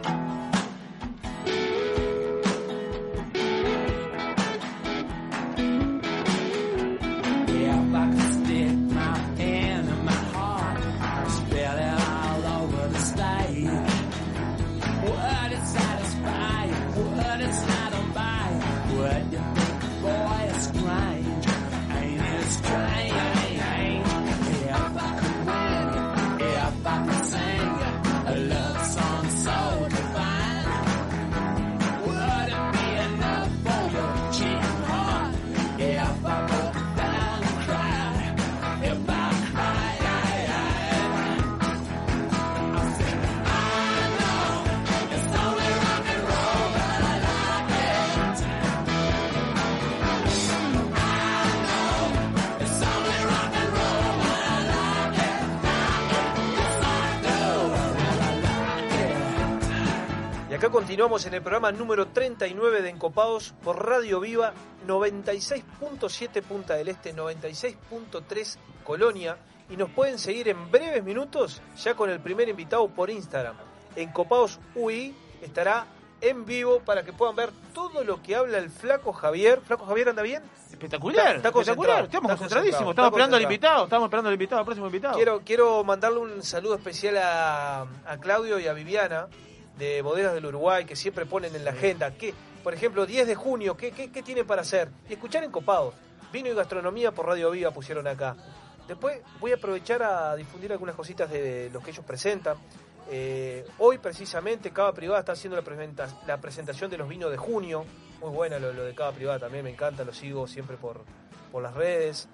Acá continuamos en el programa número treinta y nueve de Encopados por Radio Viva, noventa y seis punto siete Punta del Este, noventa y seis punto tres Colonia, y nos pueden seguir en breves minutos ya con el primer invitado por Instagram. Encopados U I estará en vivo para que puedan ver todo lo que habla el Flaco Javier. ¿Flaco Javier anda bien? Espectacular, está, está espectacular. Estamos está concentradísimos, estamos esperando al invitado, estamos esperando al invitado, al próximo invitado. Quiero, quiero mandarle un saludo especial a, a Claudio y a Viviana de Bodegas del Uruguay, que siempre ponen en la agenda, que, por ejemplo, diez de junio, ¿qué, qué, qué tienen para hacer? Y escuchar Encopados. Vino y gastronomía por Radio Viva pusieron acá. Después voy a aprovechar a difundir algunas cositas de los que ellos presentan. Eh, hoy, precisamente, Cava Privada está haciendo la, presenta- la presentación de los vinos de junio. Muy buena lo, lo de Cava Privada también, me encanta, lo sigo siempre por, por las redes.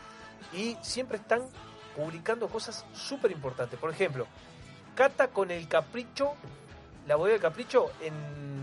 Y siempre están publicando cosas súper importantes. Por ejemplo, Cata con el Capricho, la bodega del Capricho en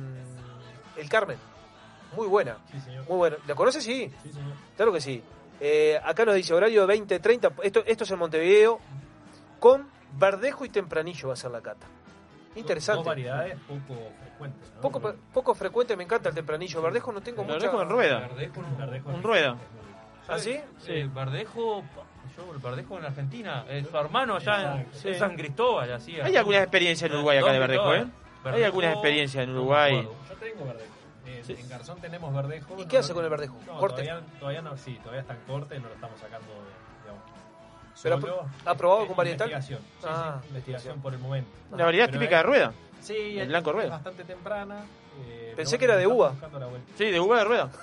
El Carmen. Muy buena. Sí, señor. Muy buena. ¿La conoces? Sí. Sí, señor. Claro que sí. Eh, acá nos dice horario veinte treinta. Esto, esto es en Montevideo. Con verdejo y tempranillo va a ser la cata. Interesante. Dos variedades poco frecuentes, ¿no? Poco, poco frecuente, me encanta el tempranillo. Verdejo no tengo mucha... Verdejo en rueda. Verdejo, no. Verdejo En es- rueda. ¿Ah, sí? Sí, el Verdejo, yo el Verdejo en Argentina, eh, su hermano allá en, Exacto. en San Cristóbal hacía. Hay alguna experiencia en Uruguay acá de Verdejo, ¿eh? Hay alguna experiencia en Uruguay. Yo tengo verdejo. En, Sí. en Garzón tenemos verdejo. ¿Y qué hace con el verdejo? No, ¿Corte? Todavía, todavía no, sí, todavía está en corte, no lo estamos sacando, digamos. Pero solo, ¿ha probado eh, con varietal? Investigación. Sí, Ah, sí, investigación por el momento. La variedad Pero típica es- de rueda. Sí, El es, blanco es rueda. bastante temprana. eh, Pensé pero que era de estamos uva. buscando la vuelta. Sí, de uva de rueda.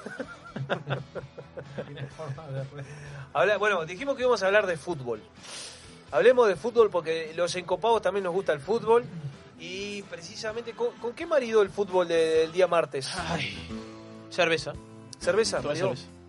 Tiene forma de rueda. Habla, bueno, dijimos que íbamos a hablar de fútbol. Hablemos de fútbol porque los encopados también nos gusta el fútbol. Y precisamente, ¿con, con qué marido el fútbol de- del día martes? Ay, cerveza. ¿Cerveza? Toda marido? cerveza.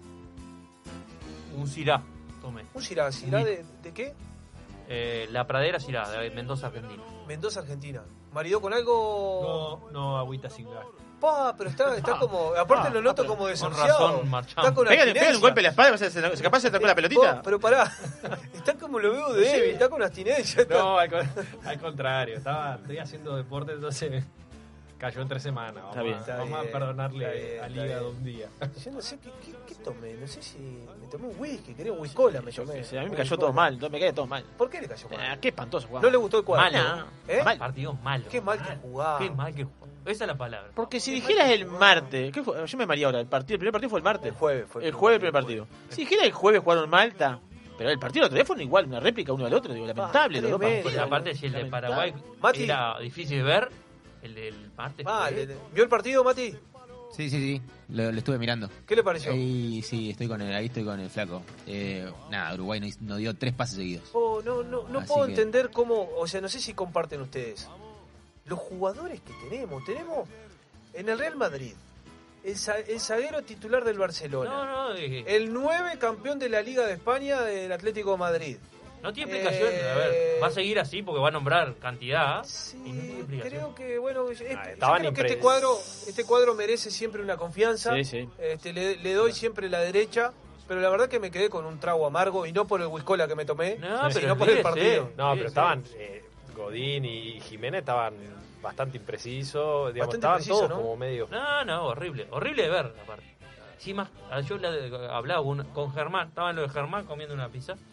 Un Syrah, tomé. ¿Un Syrah? ¿Syrah de, de qué? Eh, la Pradera Syrah, de Mendoza, Argentina. Mendoza, Argentina. ¿Marido con algo? No, no agüita sin gas. Pa, pero está, está como... Aparte lo noto como Con desahuciado. razón, marchamos. Está con Pégale, abstinencia. pégale un golpe en la espalda, se, se, se capaz se tocó la pelotita. Oh, pero pará, está como lo veo débil, está con abstinencia. está- No, al, con- al contrario. Estaba, estoy haciendo deporte, entonces cayó en tres semanas. Vamos, Está bien, a, está vamos bien, a perdonarle está bien, al está hígado bien. un día. Yo no sé qué, qué, qué tomé, no sé si me tomé un whisky, quería un whiscola, me Yo tomé. qué sé, a mí me Un cayó whiscola. todo mal, todo- me cae todo mal. ¿Por qué le cayó mal? Ah, qué espantoso, guau. No le gustó el cuadro. Malo. ¿Eh? Mal. Partido malo. Qué mal que jugaba. Qué mal que Esa es la palabra. Porque si dijeras el martes, ¿qué fue? Yo me maría ahora, el partido, el primer partido fue el martes. El jueves fue El jueves el primer partido. Si dijeras el jueves jugaron Malta, pero el partido del otro día fue igual, una réplica uno al otro, digo, lamentable. los dos tremendo. partidos. Aparte, si el de Paraguay Mati. era difícil de ver, el del martes. Ah, fue- le- le- ¿vio el partido, Mati? Sí, sí, sí, lo, lo estuve mirando. ¿Qué le pareció? Ahí sí, estoy con el, ahí estoy con el flaco. Eh, nada, Uruguay no, hizo- no dio tres pases seguidos. Oh, no, no, no Así puedo que- entender cómo, o sea, no sé si comparten ustedes. Los jugadores que tenemos, tenemos en el Real Madrid, el, za- el zaguero titular del Barcelona, No, no, eh, el nueve campeón de la Liga de España del Atlético de Madrid. no tiene explicación. A ver, va a seguir así porque va a nombrar cantidad. Sí, y no tiene explicación. creo que, bueno, es- Ah, yo estaban creo que este impre- cuadro, este cuadro merece siempre una confianza. Sí, sí. Este, le, le doy siempre la derecha, pero la verdad que me quedé con un trago amargo y no por el whiscola que me tomé, No, sino pero por el fíjese. partido. No, Sí, pero sí. estaban. eh, Godín y Jiménez estaban bastante imprecisos. Digamos, Bastante estaban impreciso, todos ¿no? como medio. No, no, horrible. Horrible de ver, aparte. Encima, yo la- hablaba con, con Germán, estaba en lo de Germán comiendo una pizza.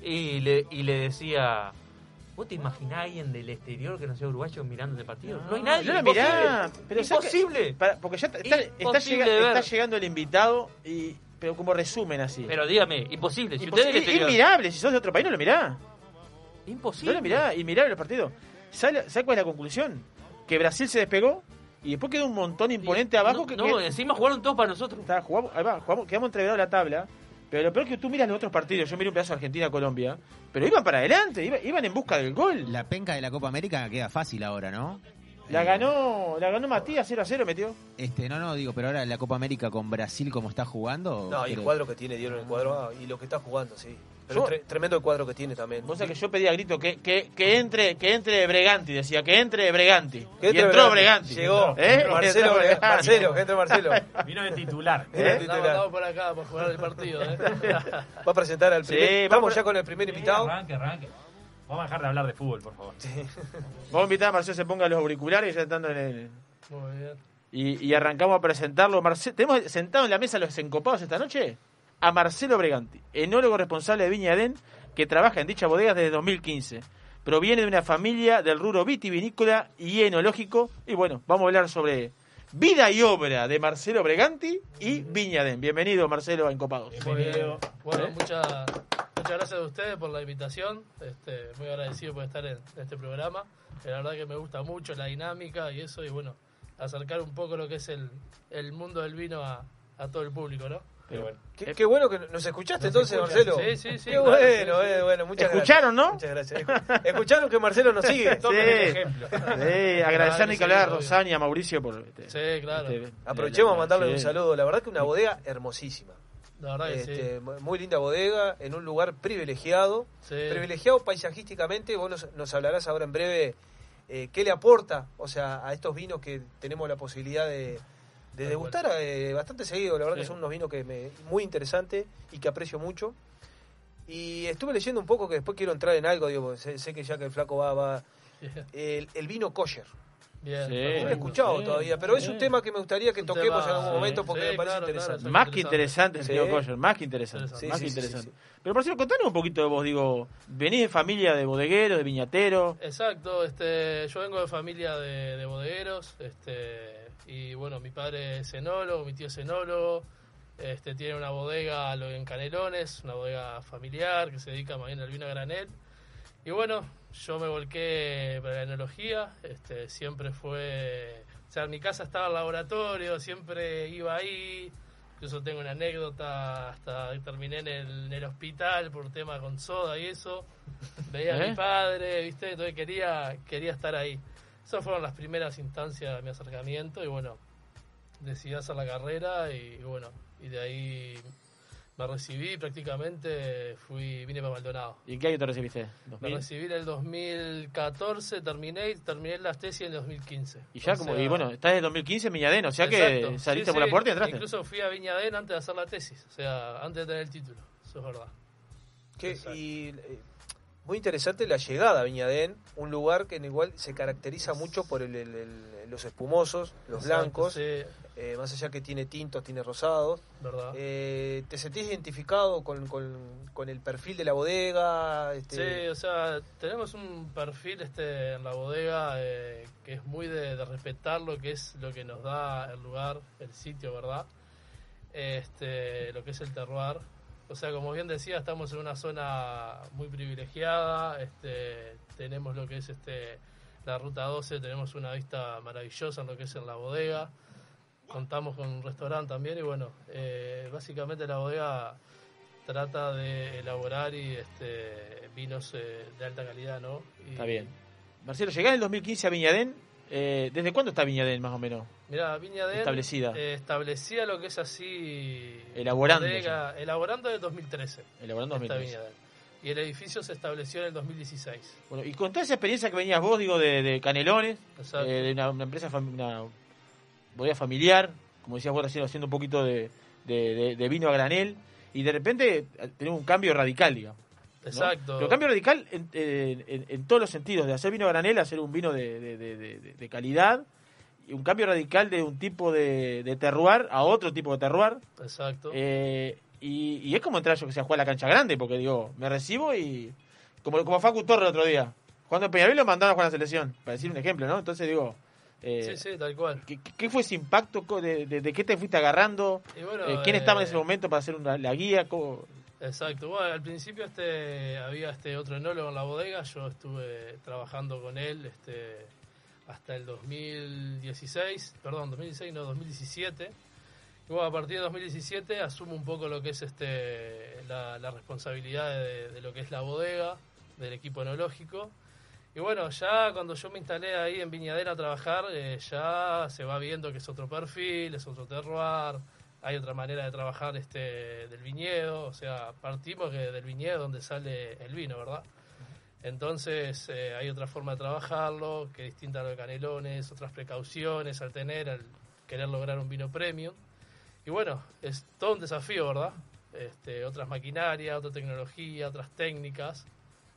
Y le, y le decía, ¿vos te imaginás a alguien del exterior que no sea uruguayo mirando este partido? No hay nadie. Yo la imposible. mirá, pero imposible. Que, para, porque ya está, está, está, llega, está llegando el invitado, y pero como resumen así. Pero dígame, imposible. Si Impos- ustedes es inmirable, si sos de otro país no lo mirá. Imposible. No lo mirá, inmirable los partidos. ¿Sabes cuál es la conclusión? Que Brasil se despegó y después quedó un montón imponente Sí, abajo. no, que, no, que, encima jugaron todos para nosotros. Está, jugamos, ahí va, jugamos, quedamos entreverados la tabla. Pero lo peor es que tú miras los otros partidos. Yo miré un pedazo de Argentina-Colombia. Pero iban para adelante, iban, iban en busca del gol. La penca de la Copa América queda fácil ahora, ¿no? La Eh, ganó la ganó Matías cero a cero, metió. Este, no, no, digo, pero ahora la Copa América con Brasil, como está jugando. No, y el creo- cuadro que tiene, dieron el cuadro ah, y lo que está jugando, sí. Pero Yo- tre- tremendo el cuadro que tiene también. Vos sabés que yo pedí a grito que, que, que entre que entre Breganti, decía que entre Breganti. Que Y entre entró Breganti. Breganti. Llegó. ¿Eh? Marcelo, Entró Breganti. Marcelo, que entre Marcelo. Vino de titular. Vino de Estamos, titular. estamos por acá para jugar el partido, ¿eh? Va a presentar al Sí, primer. vamos Vamos ya con el primer invitado. Arranque, arranque. Vamos a dejar de hablar de fútbol, por favor. Vamos a invitar a Marcelo se ponga los auriculares ya estando en el. Muy bien. Y, y arrancamos a presentarlo. Marce- Tenemos sentado en la mesa los encopados esta noche a Marcelo Breganti, enólogo responsable de Viña Edén, que trabaja en dicha bodega desde dos mil quince. Proviene de una familia del rubro vitivinícola y enológico. Y bueno, vamos a hablar sobre vida y obra de Marcelo Breganti y Viña Edén. Bienvenido, Marcelo, a Encopados. Muy bien. Bueno, ¿Eh? muchas muchas gracias a ustedes por la invitación. Este, muy agradecido por estar en, en este programa. La verdad que me gusta mucho la dinámica y eso, y bueno, acercar un poco lo que es el, el mundo del vino a, a todo el público, ¿no? Pero bueno. Qué, qué bueno que nos escuchaste Nos entonces, escuchan. Marcelo. Sí, sí, sí, Qué claro, bueno, sí, sí. eh, bueno, muchas ¿Escucharon, gracias. no? Muchas gracias. Escu- Escucharon que Marcelo nos sigue. Sí, sí, agradecer a sí, Nicolás, obvio. Rosani y a Mauricio por. Este, Sí, claro. este, Aprovechemos a mandarle sí. un saludo. La verdad que una bodega hermosísima. La verdad que Este, sí. Muy linda bodega, en un lugar privilegiado. Sí. Privilegiado paisajísticamente. Vos nos, nos hablarás ahora en breve eh, qué le aporta, o sea, a estos vinos que tenemos la posibilidad de, de Tal degustar eh, bastante seguido. La verdad Sí. que son unos vinos que me, muy interesantes y que aprecio mucho. Y estuve leyendo un poco, que después quiero entrar en algo, digo, porque sé, sé que ya que el flaco va, va el, el vino kosher. Bien. Sí. No lo he perfecto. escuchado Sí, todavía, pero es sí. un tema que me gustaría que Un toquemos tema- en algún sí, momento porque sí, me parece claro, interesante. claro, Más que interesante, Sí. señor Coyer, más que interesante. Sí, más sí, que sí, interesante. sí, sí. Pero Marcelo, contanos un poquito de vos, digo, venís de familia de bodegueros, de viñateros. Exacto, este, yo vengo de familia de, de bodegueros, este, y bueno, mi padre es enólogo, mi tío es enólogo, este, tiene una bodega lo- en Canelones, una bodega familiar que se dedica más bien al vino a granel. Y bueno, yo me volqué para la enología, este, siempre fue, o sea, en mi casa estaba el laboratorio, siempre iba ahí. Incluso tengo una anécdota, hasta que terminé en el, en el hospital por tema con soda y eso. Veía a ¿Eh? mi padre, ¿viste? Entonces quería, quería estar ahí. Esas fueron las primeras instancias de mi acercamiento y bueno, decidí hacer la carrera y bueno, y de ahí me recibí prácticamente, fui vine para Maldonado. ¿Y en qué año te recibiste? ¿dos Me mil? recibí en el dos mil catorce, terminé y terminé las tesis en el dos mil quince. Y ya O como, sea, y bueno, estás en el dos mil quince en Viñadén, o sea que exacto. saliste Sí, por la sí. puerta y entraste. Incluso fui a Viña Edén antes de hacer la tesis, o sea, antes de tener el título, eso es verdad. Que- Exacto. y eh, muy interesante la llegada a Viñadén, un lugar que en igual se caracteriza mucho por el- el- el- los espumosos, los Exacto, blancos, sí, eh, más allá que tiene tintos, tiene rosados. verdad. Eh, ¿Te sentís identificado con, con- con el perfil de la bodega? Este, Sí, o sea, tenemos un perfil este en la bodega eh, que es muy de, de respetar lo que es lo que nos da el lugar, el sitio, ¿verdad? Este, lo que es el terroir. O sea, como bien decía, estamos en una zona muy privilegiada, este, tenemos lo que es este la ruta doce, tenemos una vista maravillosa en lo que es en la bodega, contamos con un restaurante también y bueno, eh, básicamente la bodega trata de elaborar y este vinos eh, de alta calidad, ¿no? Y, Está bien. Marcelo, llegás en el dos mil quince a Viñadén. Eh, ¿Desde cuándo está Viñadén, más o menos? Mira, Viña Edén Establecida. eh, establecía lo que es así Elaborando bodega, elaborando en el dos mil trece. Elaborando en Está dos mil trece. Viña Edén. Y el edificio se estableció en el dos mil dieciséis. Bueno, y contá esa experiencia que venías vos, digo, de, de Canelones, Exacto. eh, de una, una empresa, fam- una bodega familiar, como decías vos recién, haciendo un poquito de, de, de- de vino a granel, y de repente eh, tenemos un cambio radical, digamos. ¿no? Exacto. Pero cambio radical en, en- en- en todos los sentidos, de hacer vino a granel a hacer un vino de, de- de- de- de calidad, y un cambio radical de un tipo de, de terroir a otro tipo de terroir. Exacto. Eh, y, y es como entrar yo que sea a jugar a la cancha grande, porque digo, me recibo y como, como Facu Torre el otro día, jugando en Peñarol lo mandaron a jugar a la selección, para decir un ejemplo, ¿no? Entonces digo, eh, Sí, sí, tal cual. ¿qué, qué fue ese impacto? ¿De, de, de qué te fuiste agarrando? Y bueno, Eh, ¿Quién eh, estaba en ese momento para hacer una, la guía? ¿Cómo? Exacto. Bueno, al principio este había este otro enólogo en la bodega. Yo estuve trabajando con él este hasta el dos mil dieciséis, perdón, dos mil dieciséis, no, dos mil diecisiete. Y bueno, a partir de dos mil diecisiete asumo un poco lo que es este la, la responsabilidad de, de lo que es la bodega, del equipo enológico. Y bueno, ya cuando yo me instalé ahí en Viñadera a trabajar, eh, ya se va viendo que es otro perfil, es otro terroir, hay otra manera de trabajar este del viñedo, o sea, partimos que del viñedo donde sale el vino, ¿verdad? Entonces eh, hay otra forma de trabajarlo, que es distinta a los canelones, otras precauciones al tener, al querer lograr un vino premium. Y bueno, es todo un desafío, ¿verdad? Este, otras maquinarias, otra tecnología, otras técnicas,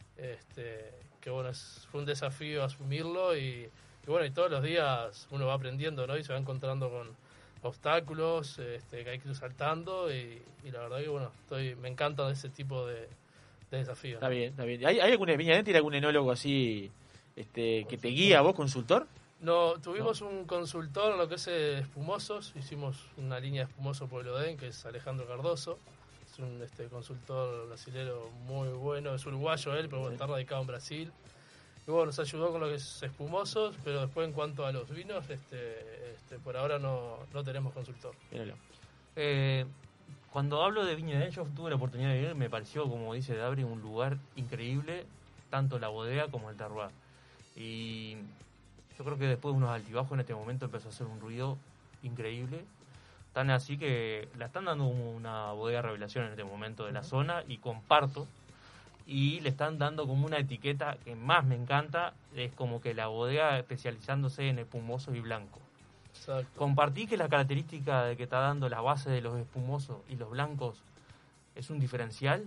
este, que bueno, es, fue un desafío asumirlo y, y bueno, y todos los días uno va aprendiendo, ¿no? Y se va encontrando con obstáculos este, que hay que ir saltando y, y la verdad que bueno, estoy, me encanta ese tipo de, de desafíos. Está bien, está bien. ¿Hay, hay algún Viña tiene algún enólogo así este, que te guía, vos, consultor? No, tuvimos no. un consultor en lo que es eh, espumosos, hicimos una línea de espumoso por el Odén, que es Alejandro Cardoso, es un este, consultor brasilero muy bueno, es uruguayo él, pero bueno, está radicado en Brasil. Y bueno, nos ayudó con lo que es espumosos, pero después en cuanto a los vinos, este, este, por ahora no, no tenemos consultor. Eh, cuando hablo de Viña de yo tuve la oportunidad de ir, me pareció, como dice Dabri, un lugar increíble, tanto la bodega como el terroir. Y yo creo que después de unos altibajos en este momento empezó a hacer un ruido increíble, tan así que la están dando como una bodega revelación en este momento de la zona y comparto. Y le están dando como una etiqueta que más me encanta, es como que la bodega especializándose en espumosos y blancos. Exacto. Compartí que la característica de que está dando la base de los espumosos y los blancos es un diferencial.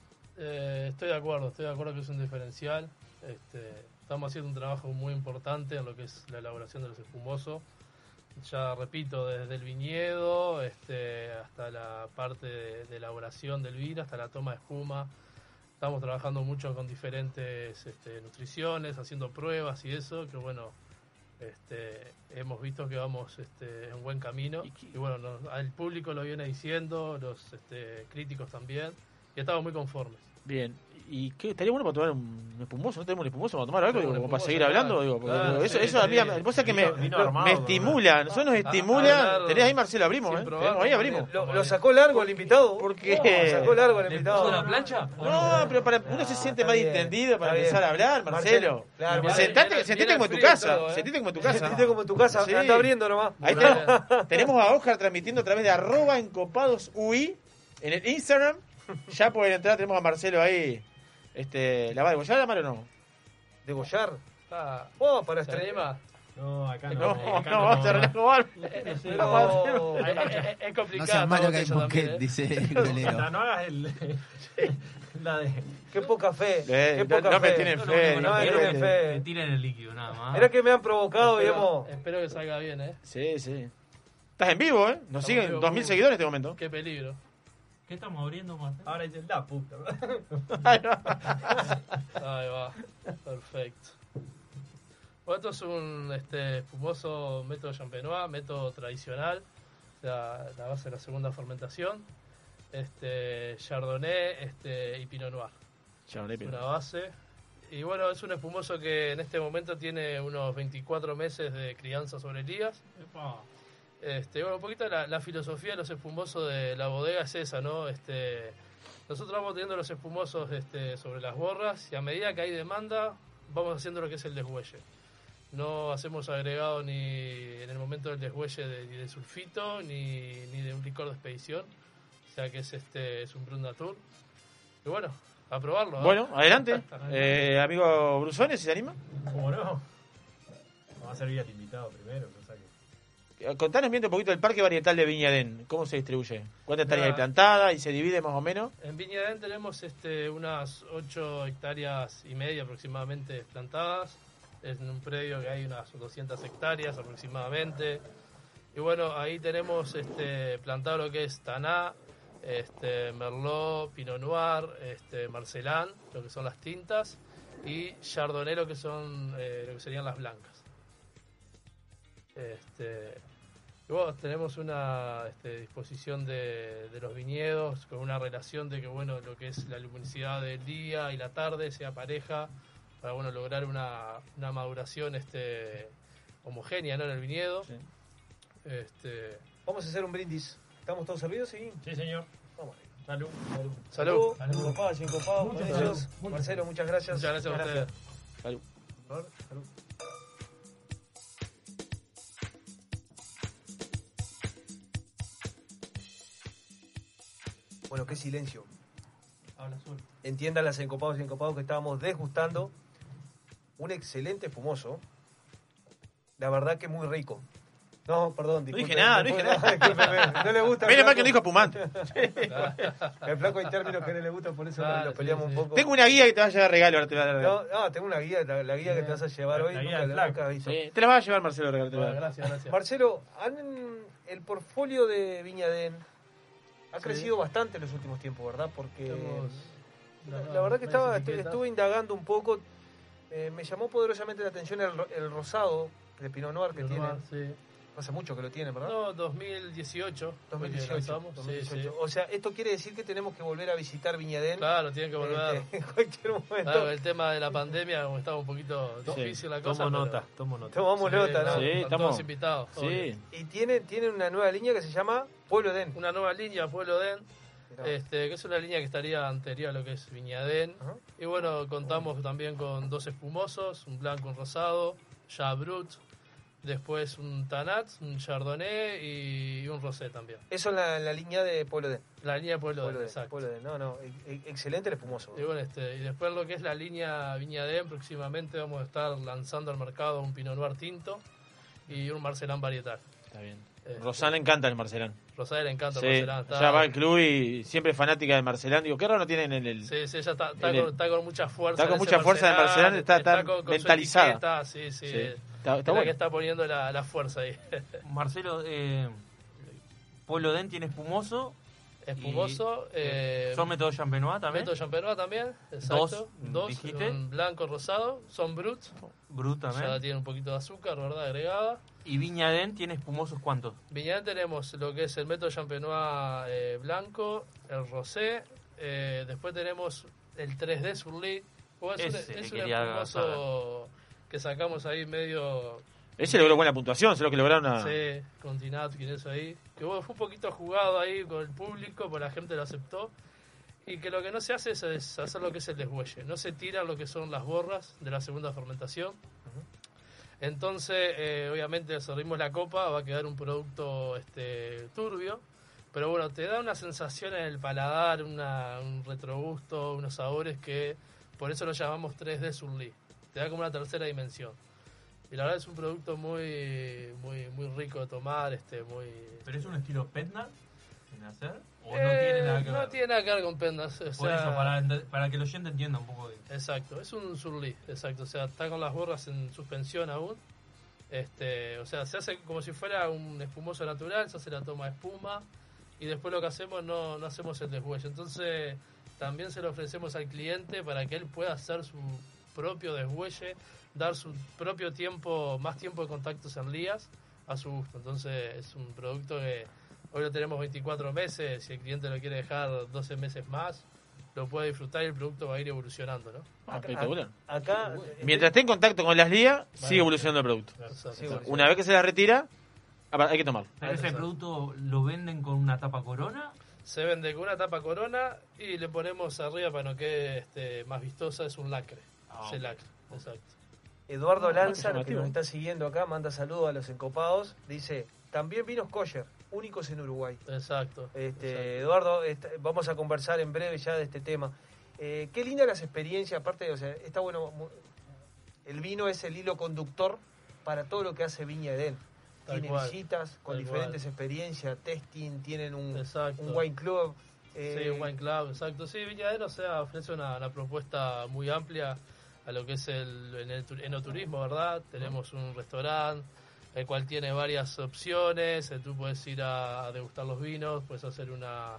Eh, estoy de acuerdo, estoy de acuerdo que es un diferencial. Este, estamos haciendo un trabajo muy importante en lo que es la elaboración de los espumosos. Ya repito, desde el viñedo este, hasta la parte de, de elaboración del vino, hasta la toma de espuma. Estamos trabajando mucho con diferentes este, nutriciones, haciendo pruebas y eso, que bueno, este, hemos visto que vamos este, en buen camino. Y bueno, nos, el público lo viene diciendo, los este, críticos también, y estamos muy conformes. Bien. ¿Y qué? ¿Estaría bueno para tomar un espumoso? ¿No tenemos un espumoso para tomar algo? Digo, como para seguir claro, hablando. Digo, porque, claro, digo, eso, sí, eso a mí, sí. cosa que me, Vino armado, me estimula. Nosotros nos estimula. hablar Tenés ahí, Marcelo, abrimos, ¿eh? probar, Tenemos ahí, abrimos. Lo, lo sacó largo el invitado. Porque Lo sacó largo el ¿Le invitado. puso la plancha? No, pero para uno se siente más bien, distendido para está bien. empezar a hablar, Marcelo. Claro, Viene- Sentate, viene- sentate viene como en tu frío casa. todo, ¿eh? Sentate como en tu casa. Sentiste como en tu casa, Sí. anda abriendo nomás. Ahí tenemos, tenemos a Oscar transmitiendo a través de arroba encopados U I en el Instagram. Ya pueden entrar, tenemos a Marcelo ahí. Este, ¿la va a degollar la mano o no? ¿Degollar? Ah, Oh, para ¿se estrenar. anima? No, acá No, no. no, acá vamos a cerrar como al- Pero- Es, es- es No complicado. seas malo todo que hay eso Ponquet, también, ¿eh? dice el golero. No, no hagas el. la de. Qué poca fe. Eh, Qué no- poca no me fe. tienen No, fe. no, No me ni- tienen ni- fe. Le tiran el líquido nada más. Mirá que me han provocado y Espero, hemos... espero que salga bien, ¿eh? Sí, sí. Estás en vivo, ¿eh? Nos Estamos siguen en vivo. dos mil seguidores en este momento. Qué peligro. ¿Qué estamos abriendo, Marcelo? Ahora dice la puta. Ahí va. Perfecto. Bueno, esto es un este, espumoso método champenois, método tradicional, o sea, la base de la segunda fermentación. Este, Chardonnay este, y Pinot Noir. Chardonnay, Una Pinot. base. Y bueno, es un espumoso que en este momento tiene unos veinticuatro meses de crianza sobre lías. Este, bueno, un poquito la, la filosofía de los espumosos de la bodega es esa, ¿no? Este, nosotros vamos teniendo los espumosos este, sobre las borras y a medida que hay demanda vamos haciendo lo que es el deshuelle. No hacemos agregado ni en el momento del deshuelle de, ni de sulfito ni, ni de un licor de expedición. O sea que es este es un Brut Natur. Y bueno, a probarlo. ¿eh? Bueno, adelante. Eh, amigo Brusone, si se anima. ¿Cómo no? Vamos a servir al invitado primero. Cosa que... Eh, Contanos bien un poquito del parque varietal de Viñadén. ¿Cómo se distribuye? ¿Cuántas hectáreas hay Nada. plantadas y se divide más o menos? En Viñadén tenemos este, unas ocho hectáreas y media aproximadamente plantadas. En un predio que hay unas doscientas hectáreas aproximadamente. Y bueno, ahí tenemos este, plantado lo que es taná, este, Merlot, Pinot Noir, este, Marcelán, lo que son las tintas, y Chardonnay, lo que son eh, lo que serían las blancas. Este, y bueno, tenemos una este, disposición de, de los viñedos con una relación de que bueno, lo que es la luminosidad del día y la tarde sea pareja para bueno, lograr una, una maduración este, homogénea, ¿no?, en el viñedo. Sí. Este, Vamos a hacer un brindis. ¿Estamos todos servidos? Sí. Sí, señor. Vamos. Salud. Salud. Salud. Salud. Copado, sin copado. Muchas Con gracias. ellos. Muchas Marcelo, muchas gracias. Muchas gracias a ustedes. Salud. Salud. Bueno, qué silencio. Habla suelto. Entiendan las encopados y encopados que estábamos desgustando. Un excelente espumoso. La verdad que muy rico. No, perdón, No disculpe. dije nada, no dije nada. Discúlpeme, no le gusta. Menos mal que el no dijo espumante. flaco. El flaco hay términos que no le gustan, por eso Claro, lo peleamos sí, un sí. poco. Tengo una guía que te va a llevar regalo, ahora te va a dar regalo. No, no, tengo una guía, la, la guía que te vas a llevar hoy. La guía nunca del la- flaco. nunca he visto. Sí, te la vas a llevar Marcelo regalo. te va a Bueno, dar. gracias, gracias. Marcelo, han- el portfolio de Viñadén ha Sí. crecido bastante en los últimos tiempos, ¿verdad? Porque Tenemos la, una- la verdad que varias estaba, etiquetas. estuve indagando un poco. Eh, me llamó poderosamente la atención el, ro- el rosado de Pinot Noir que Normal, tiene. sí. Hace mucho que lo tienen, ¿verdad? No, dos mil dieciocho. dos mil dieciocho. lanzamos, dos mil sí, dieciocho. sí. O sea, esto quiere decir que tenemos que volver a visitar Viñadén. Claro, tienen que volver. este, en cualquier momento. Claro, el tema de la pandemia, como estaba un poquito difícil la cosa. Tomo pero- nota, tomo nota. Tomamos Sí, nota, ¿no? Sí, están estamos- todos invitados. obvio. Sí. Y tienen, tienen una nueva línea que se llama Pueblo Edén. Una nueva línea, Pueblo Den, Mirá. este, que es una línea que estaría anterior a lo que es Viñadén. Ajá. Y bueno, contamos también con dos espumosos, un blanco, un rosado, ya Brut, después un Tanat, un Chardonnay y un Rosé también. Eso es la, la línea de Pueblo Edén. La línea de Pueblo, Pueblo Den, Edén, exacto. Pueblo Edén. No, no, e- e- excelente el espumoso. Y bueno, este, y después lo que es la línea Viñadén, próximamente vamos a estar lanzando al mercado un Pinot Noir tinto y un Marcelán varietal. Está bien. Este, Rosana le encanta el Marcelán. Rosada le encanta Sí, el Marcelán. está- ya va al club y siempre es fanática de Marcelán. Digo, qué raro no tienen en el... Sí, sí, ella está, está en el- con, está con mucha fuerza. Está con en ese mucha fuerza en el Marcelán, está tan con- con su mentalizada. etiqueta, sí, sí. Sí, es está, está la bueno. que está poniendo la, la fuerza ahí. Marcelo, eh, Pueblo Den tiene espumoso. Espumoso. y, eh, son método champenois también. Método Champenois también, exacto. Dos, Dos, dijiste. un blanco rosado, son Brut. Brut también. Ya tiene un poquito de azúcar, ¿verdad? Agregada. Y Viñadén tiene espumosos cuántos. Viñadén tenemos lo que es el método Champenois eh, blanco, el rosé. eh, después tenemos el tres D Surly. Bueno, es Ese un, que es un quería espumoso que sacamos ahí medio. Ese logró buena puntuación, sé lo que lograron a... Sí, con Tinatkin, eso ahí. Que bueno, fue un poquito jugado ahí con el público, pues la gente lo aceptó. Y que lo que no se hace es, es hacer lo que es el deshuelle. No se tira lo que son las borras de la segunda fermentación. Entonces, eh, obviamente, servimos la copa, va a quedar un producto este, turbio. Pero bueno, te da una sensación en el paladar, una, un retrogusto, unos sabores que por eso lo llamamos tres D Surly. Te da como una tercera dimensión. Y la verdad es un producto muy muy muy rico de tomar, este muy ¿Pero es un estilo Petnat en hacer? ¿O Eh, no tiene nada que ver? no tiene nada que ver con pendas. O Por sea, eso, para, ente- para que el oyente entienda un poco de... Exacto, es un surly, exacto. O sea, está con las borras en suspensión aún. Este, o sea, se hace como si fuera un espumoso natural, se hace la toma de espuma y después lo que hacemos no, no hacemos el deshuelle. Entonces, también se lo ofrecemos al cliente para que él pueda hacer su propio deshuelle, dar su propio tiempo, más tiempo de contactos en lías a su gusto. Entonces, es un producto que hoy lo tenemos veinticuatro meses, si el cliente lo quiere dejar doce meses más, lo puede disfrutar y el producto va a ir evolucionando, ¿no? Ah, espectacular. Acá, Mientras esté en contacto con las lías, sigue evolucionando el producto. Exacto. Una vez que se las retira, apa- hay que tomarlo. ¿Pero ese producto lo venden con una tapa corona? Se vende con una tapa corona y le ponemos arriba para no quede este, más vistosa, es un lacre. Ah, es el ok. lacre, exacto. Eduardo Ah, Lanza, qué lo que llamativo. nos está siguiendo acá, manda saludos a los encopados. Dice, también vinos kosher, únicos en Uruguay. Exacto. Este, exacto. Eduardo, est- vamos a conversar en breve ya de este tema. Eh, qué lindas las experiencias, aparte, o sea, está bueno, mu- el vino es el hilo conductor para todo lo que hace Viña Edén. Tal Tiene cual, visitas con tal diferentes experiencias, testing, tienen un, Exacto. un wine club. eh, Sí, un wine club, exacto. Sí, Viñadero, o sea, ofrece una, una propuesta muy amplia a lo que es el, en el tu- enoturismo, ¿verdad? Tenemos un restaurante, el cual tiene varias opciones. eh, Tú puedes ir a, a degustar los vinos, puedes hacer una,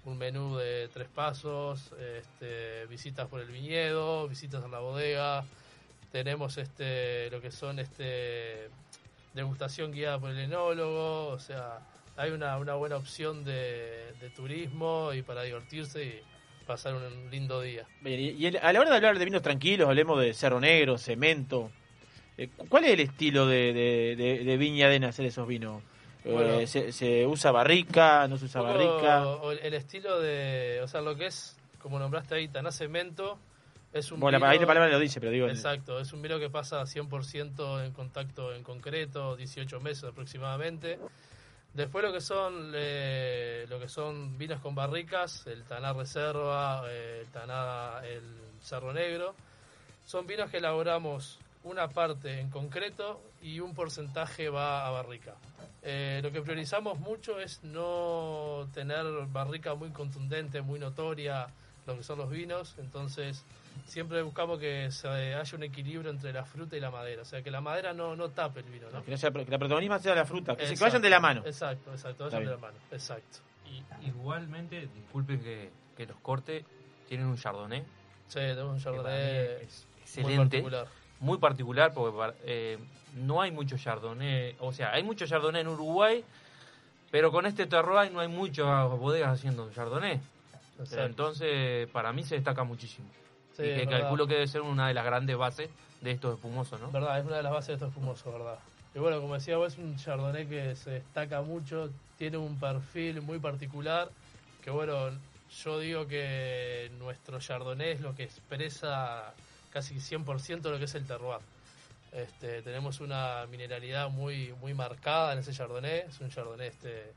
un menú de tres pasos, este, visitas por el viñedo, visitas a la bodega. Tenemos este lo que son este degustación guiada por el enólogo. O sea, hay una, una buena opción de, de turismo y para divertirse y pasar un lindo día. Bien, y, y a la hora de hablar de vinos tranquilos, hablemos de Cerro Negro, Cemento. Eh, ¿Cuál es el estilo de, de, de, de Viña Den hacer esos vinos? Bueno, eh, ¿se, ¿Se usa barrica? ¿No se usa barrica? O el estilo de, o sea, lo que es, como nombraste ahí, Taná Cemento, es un bueno, vino... ahí la palabra lo dice, pero digo... Exacto, es un vino que pasa cien por ciento en contacto en concreto, dieciocho meses aproximadamente. Después lo que son eh, lo que son vinos con barricas, el Taná Reserva, eh, el Taná el Cerro Negro, son vinos que elaboramos una parte en concreto y un porcentaje va a barrica. Eh, lo que priorizamos mucho es no tener barrica muy contundente, muy notoria, lo que son los vinos, entonces siempre buscamos que se haya un equilibrio entre la fruta y la madera, o sea, que la madera no, no tape el vino, ¿no? Que, no sea, que la protagonista sea la fruta, que, se, que Exacto, vayan de la mano. Exacto, exacto, vayan de la mano, exacto. Y, igualmente, disculpen que, que los corte, tienen un chardonnay. Sí, tenemos un chardonnay es excelente, muy particular. Muy particular porque eh, no hay mucho chardonnay, o sea, hay mucho chardonnay en Uruguay, pero con este terroir no hay muchas bodegas haciendo chardonnay. Exacto. Entonces, para mí se destaca muchísimo. Sí, y que calculo que debe ser una de las grandes bases de estos espumosos, ¿no? Verdad, es una de las bases de estos espumosos, ¿verdad? Y bueno, como decía vos, es un chardonnay que se destaca mucho, tiene un perfil muy particular, que bueno, yo digo que nuestro chardonnay es lo que expresa casi cien por ciento lo que es el terroir. Este, tenemos una mineralidad muy muy marcada en ese chardonnay, es un chardonnay este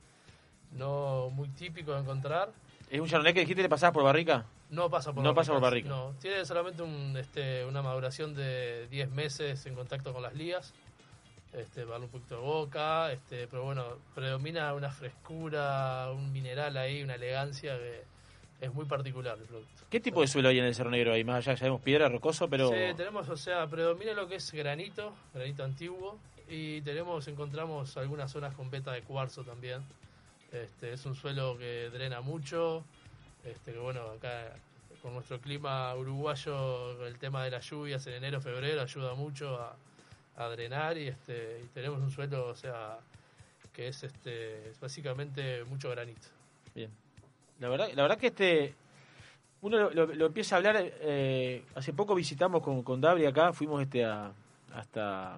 no muy típico de encontrar. ¿Es un chardonnay que dijiste le pasabas por barrica? No pasa por no barrica. pasa por barrica. No, tiene solamente un, este, una maduración de diez meses en contacto con las lías. Este, vale un poquito de boca, este, pero bueno, predomina una frescura, un mineral ahí, una elegancia que es muy particular el producto. ¿Qué tipo de suelo hay en el Cerro Negro ahí? Más allá, ya vemos piedra, rocoso, pero... Sí, tenemos, o sea, predomina lo que es granito, granito antiguo, y tenemos, encontramos algunas zonas con veta de cuarzo también. Este, es un suelo que drena mucho, este, que bueno, acá con nuestro clima uruguayo, el tema de las lluvias en enero, febrero, ayuda mucho a, a drenar y, este, y tenemos un suelo, o sea, que es, este, es básicamente mucho granito. Bien. La verdad, la verdad que este uno lo, lo, lo empieza a hablar. Eh, hace poco visitamos con, con Dabri acá, fuimos este a, hasta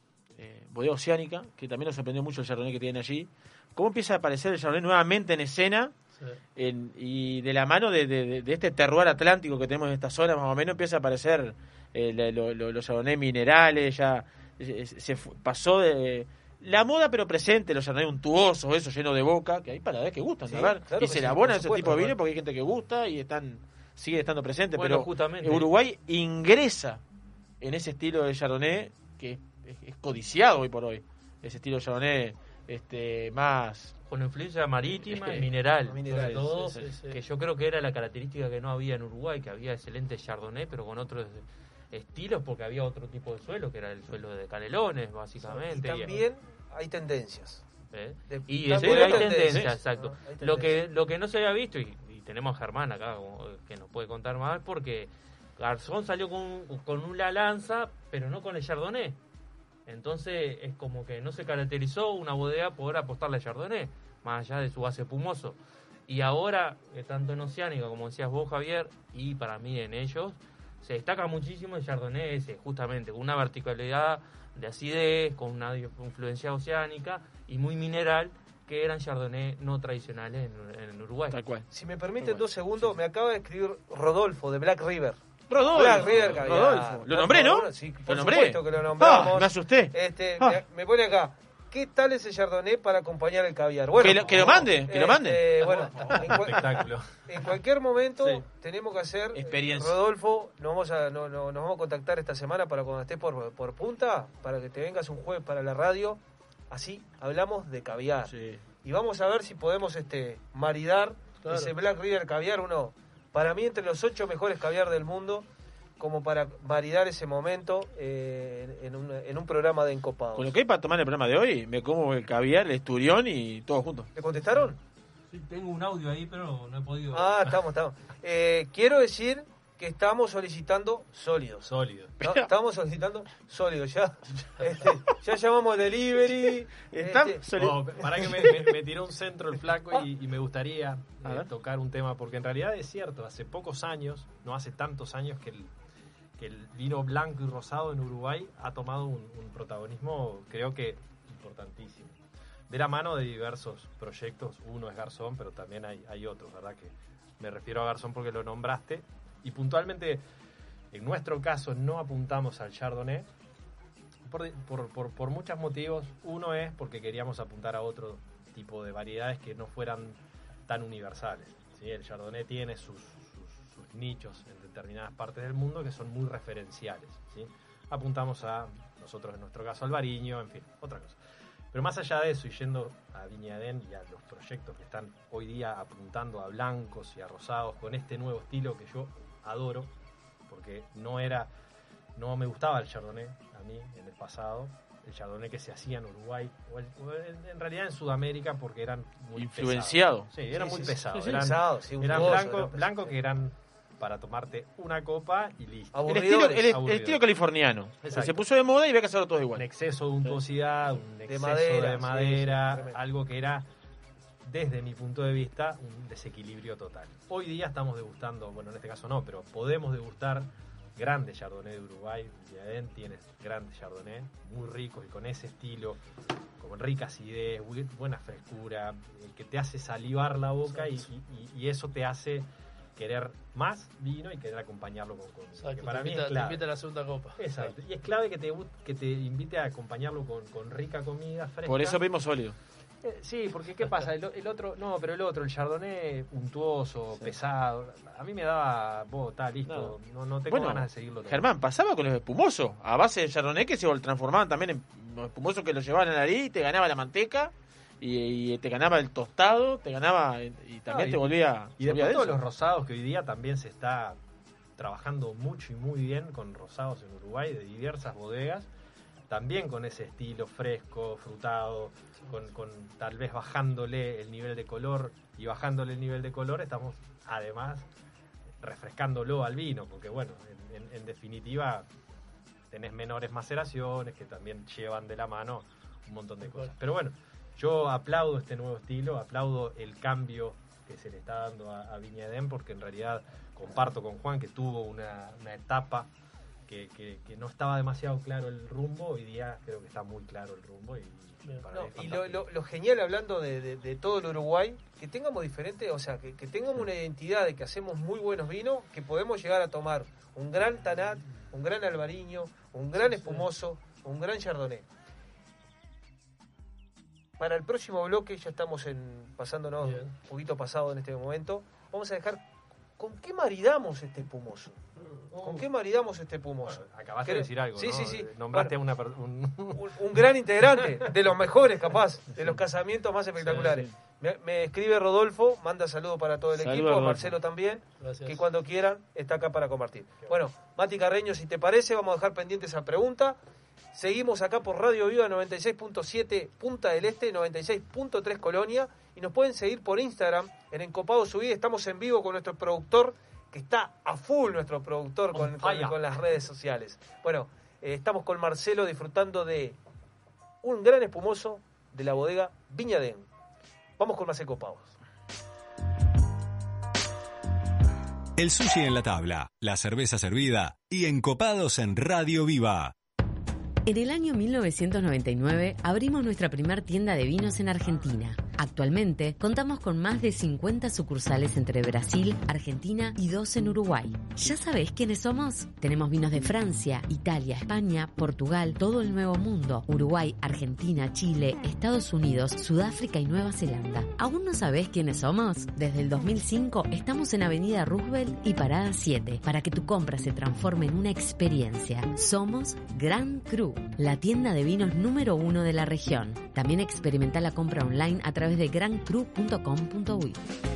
eh, Bodega Oceánica, que también nos sorprendió mucho el chardonnay que tienen allí. Cómo empieza a aparecer el chardonnay nuevamente en escena, sí. en, y de la mano de, de, de este terroir atlántico que tenemos en esta zona, más o menos empieza a aparecer eh, lo, lo, los chardonnay minerales, ya se, se pasó de... La moda, pero presente, los chardonnay untuosos, eso lleno de boca, que hay paladares que gustan, sí, ¿verdad? Claro, y se elaboran ese tipo de vino porque hay gente que gusta y están sigue estando presente. Bueno, pero justamente Uruguay ingresa en ese estilo de chardonnay que es, es, es codiciado hoy por hoy. Ese estilo de chardonnay este, más... con influencia marítima y mineral, mineral sobre todo, sí, sí, sí. Que yo creo que era la característica que no había en Uruguay, que había excelente chardonnay, pero con otros estilos, porque había otro tipo de suelo, que era el suelo de Canelones, básicamente. Y también hay tendencias. ¿Eh? De, y después hay tendencias, tendencias exacto. ¿no? Hay tendencias. Lo que lo que no se había visto, y, y tenemos a Germán acá como, que nos puede contar más, porque Garzón salió con, con una lanza, pero no con el chardonnay. Entonces es como que no se caracterizó una bodega por apostarle al chardonnay, más allá de su base espumoso. Y ahora, tanto en Oceánica, como decías vos, Javier, y para mí en ellos, se destaca muchísimo el chardonnay ese, justamente, con una verticalidad de acidez, con una influencia oceánica y muy mineral, que eran chardonnay no tradicionales en, en Uruguay. Tal cual. Si me permiten dos segundos, sí, sí. Me acaba de escribir Rodolfo de Black River. Rodolfo, Black River, que Rodolfo. Había, Lo nombré, ¿no? Bueno, sí, lo por nombré. supuesto que lo nombramos. Ah, me asusté. Este, ah. me, me pone acá. ¿Qué tal ese chardonnay para acompañar el caviar? Bueno, que, lo, que lo mande, que eh, lo mande. Eh, bueno, en, cu- espectáculo. En cualquier momento sí. tenemos que hacer experiencia. Rodolfo, nos vamos a no, no, nos vamos a contactar esta semana para cuando estés por, por Punta, para que te vengas un jueves para la radio, así hablamos de caviar. Sí. Y vamos a ver si podemos este maridar claro. ese Black River caviar, uno para mí entre los ocho mejores caviar del mundo, como para maridar ese momento eh, en, un, en un programa de encopados. Con lo que hay para tomar el programa de hoy, me como el caviar, el esturión y todo junto. ¿Te contestaron? Sí, tengo un audio ahí, pero no he podido... Ah, estamos, estamos. Eh, quiero decir que estamos solicitando sólidos. Sólidos. No, estamos solicitando sólidos. Ya, este, ya llamamos delivery. Este, oh, para que me, me, me tiró un centro el flaco y, y me gustaría eh, tocar un tema, porque en realidad es cierto, hace pocos años, no hace tantos años que el, que el vino blanco y rosado en Uruguay ha tomado un, un protagonismo, creo que importantísimo. De la mano de diversos proyectos, uno es Garzón, pero también hay, hay otros, ¿verdad? Que me refiero a Garzón porque lo nombraste. Y puntualmente, en nuestro caso, no apuntamos al Chardonnay por, por, por, por muchos motivos. Uno es porque queríamos apuntar a otro tipo de variedades que no fueran tan universales, ¿sí? El Chardonnay tiene sus, sus, sus nichos en determinadas partes del mundo que son muy referenciales, ¿sí? Apuntamos a, nosotros en nuestro caso, al Bariño, en fin, otra cosa. Pero más allá de eso, y yendo a Viña Edén y a los proyectos que están hoy día apuntando a blancos y a rosados con este nuevo estilo que yo adoro, porque no era, no me gustaba el Chardonnay a mí en el pasado, el Chardonnay que se hacía en Uruguay, o, el, o en, en realidad en Sudamérica, porque eran muy influenciado. Pesados. Sí, eran sí, muy sí, pesados. sí, eran pesado, sí, eran gozo, blancos era blanco que eran para tomarte una copa y listo. El estilo, el, el estilo californiano. Exacto. Se puso de moda y había que hacerlo todo igual. Un exceso de untuosidad, un de exceso madera, de madera, sí, sí, algo que era, desde mi punto de vista, un desequilibrio total. Hoy día estamos degustando, bueno, en este caso no, pero podemos degustar grandes Chardonnay de Uruguay. Viña Edén tiene grandes Chardonnay, muy ricos y con ese estilo, con rica acidez, buena frescura, que te hace salivar la boca y, y, y eso te hace querer más vino y querer acompañarlo con, con Exacto, que para te mí invita, es clave. te invita a la segunda copa. Exacto, y es clave que te, que te invite a acompañarlo con, con rica comida fresca. Por eso vimos sólido. Eh, sí, porque ¿qué pasa? El, el otro, no, pero el otro, el Chardonnay untuoso, sí, pesado, a mí me daba, vos, está listo, no, no, no tengo bueno, ganas de seguirlo todo. Germán, pasaba con los espumosos, a base de Chardonnay que se transformaban también en los espumosos que los llevaban a la nariz, te ganaba la manteca y, y te ganaba el tostado, te ganaba y también no, y, te volvía. Y después todos los rosados que hoy día también se está trabajando mucho y muy bien con rosados en Uruguay de diversas bodegas, también con ese estilo fresco, frutado, con, con tal vez bajándole el nivel de color, y bajándole el nivel de color estamos además refrescándolo al vino, porque bueno, en, en, en definitiva tenés menores maceraciones que también llevan de la mano un montón de cosas. Pero bueno, yo aplaudo este nuevo estilo, aplaudo el cambio que se le está dando a, a Viña Edén, porque en realidad comparto con Juan que tuvo una, una etapa Que, que, que no estaba demasiado claro el rumbo. Hoy día creo que está muy claro el rumbo y, para no, mí es y lo, lo, lo genial, hablando de, de, de todo el Uruguay, que tengamos diferentes, o sea, que, que tengamos una identidad de que hacemos muy buenos vinos, que podemos llegar a tomar un gran Tanat, un gran Albariño, un gran espumoso, un gran Chardonnay. Para el próximo bloque, ya estamos en pasándonos Bien. un poquito pasado en este momento, vamos a dejar con qué maridamos este espumoso. ¿Con qué maridamos este espumoso? Bueno, acabaste de decir algo, sí, ¿no? Sí, sí, Nombraste bueno, a una un... un, un gran integrante, de los mejores capaz, de los casamientos más espectaculares. Sí, sí. Me, me escribe Rodolfo, manda saludos para todo el Saludos, equipo, a Marcelo también, Gracias. Que cuando quieran está acá para compartir. Bueno, Mati Carreño, si te parece, vamos a dejar pendiente esa pregunta. Seguimos acá por Radio Viva noventa y seis punto siete Punta del Este, noventa y seis punto tres Colonia, y nos pueden seguir por Instagram en Encopado Subida. Estamos en vivo con nuestro productor, que está a full nuestro productor con, con, con las redes sociales. Bueno, eh, estamos con Marcelo disfrutando de un gran espumoso de la bodega Viña Edén. Vamos con más Encopados. El sushi en la tabla, la cerveza servida y Encopados en Radio Viva. En el año mil novecientos noventa y nueve abrimos nuestra primer tienda de vinos en Argentina. Actualmente contamos con más de cincuenta sucursales entre Brasil, Argentina y dos en Uruguay. ¿Ya sabés quiénes somos? Tenemos vinos de Francia, Italia, España, Portugal, todo el Nuevo Mundo, Uruguay, Argentina, Chile, Estados Unidos, Sudáfrica y Nueva Zelanda. ¿Aún no sabés quiénes somos? Desde el dos mil cinco estamos en Avenida Roosevelt y Parada siete para que tu compra se transforme en una experiencia. Somos Grand Cru, la tienda de vinos número uno de la región. También experimenta la compra online a través de grand cru punto com punto uy.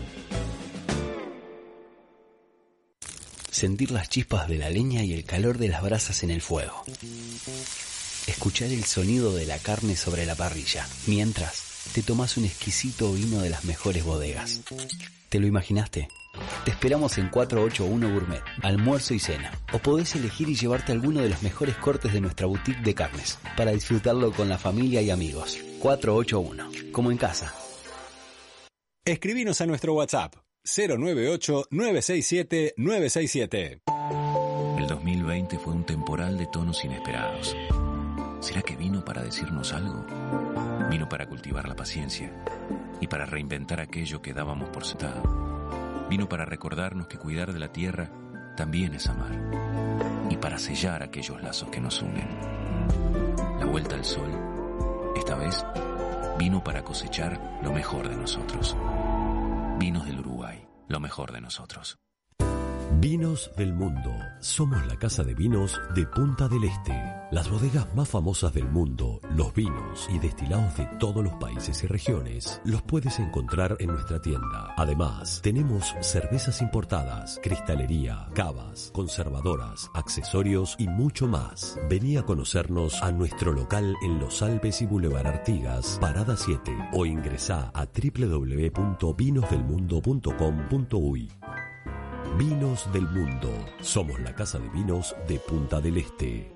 Sentir las chispas de la leña y el calor de las brasas en el fuego. Escuchar el sonido de la carne sobre la parrilla, mientras te tomás un exquisito vino de las mejores bodegas. ¿Te lo imaginaste? Te esperamos en cuatrocientos ochenta y uno Gourmet, almuerzo y cena. O podés elegir y llevarte alguno de los mejores cortes de nuestra boutique de carnes, para disfrutarlo con la familia y amigos. cuatrocientos ochenta y uno, como en casa. Escribinos a nuestro WhatsApp cero nueve ocho nueve seis siete nueve seis siete. El dos mil veinte fue un temporal de tonos inesperados. ¿Será que vino para decirnos algo? Vino para cultivar la paciencia y para reinventar aquello que dábamos por sentado. Vino para recordarnos que cuidar de la tierra también es amar y para sellar aquellos lazos que nos unen. La vuelta al sol, esta vez, vino para cosechar lo mejor de nosotros. Vinos del Uruguay, lo mejor de nosotros. Vinos del mundo. Somos la casa de vinos de Punta del Este. Las bodegas más famosas del mundo, los vinos y destilados de todos los países y regiones, los puedes encontrar en nuestra tienda. Además, tenemos cervezas importadas, cristalería, cavas, conservadoras, accesorios y mucho más. Vení a conocernos a nuestro local en Los Alpes y Boulevard Artigas, Parada siete, o ingresá a doble u doble u doble u punto vinos del mundo punto com punto uy. Vinos del Mundo. Somos la casa de vinos de Punta del Este.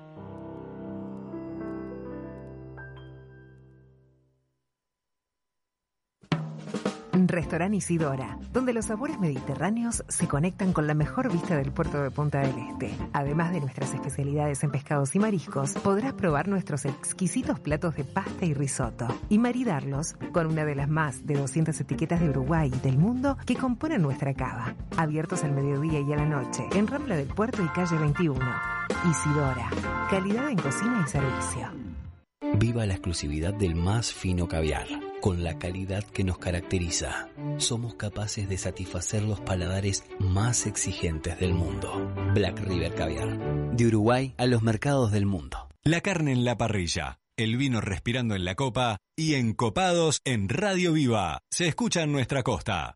Restaurante Isidora, donde los sabores mediterráneos se conectan con la mejor vista del puerto de Punta del Este. Además de nuestras especialidades en pescados y mariscos, podrás probar nuestros exquisitos platos de pasta y risotto y maridarlos con una de las más de doscientas etiquetas de Uruguay y del mundo que componen nuestra cava. Abiertos al mediodía y a la noche, en Rambla del Puerto y calle veintiuno. Isidora, calidad en cocina y servicio. Viva la exclusividad del más fino caviar, con la calidad que nos caracteriza. Somos capaces de satisfacer los paladares más exigentes del mundo. Black River Caviar, de Uruguay a los mercados del mundo. La carne en la parrilla, el vino respirando en la copa y encopados en Radio Viva. Se escucha en nuestra costa.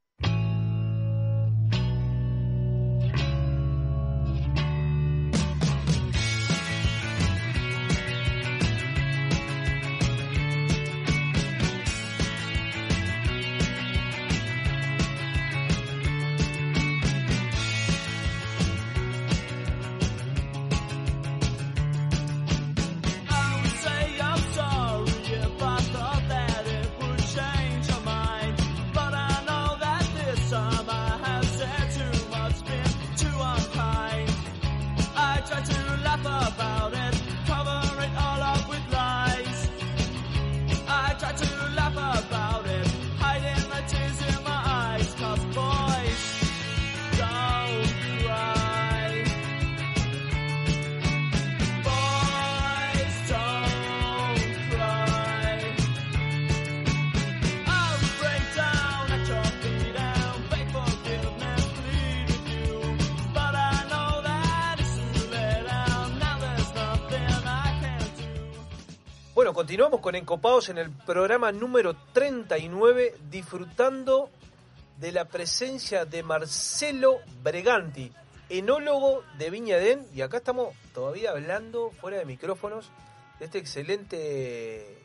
Bueno, continuamos con Encopados en el programa número treinta y nueve, disfrutando de la presencia de Marcelo Breganti, enólogo de Viña Edén, y acá estamos todavía hablando fuera de micrófonos de este excelente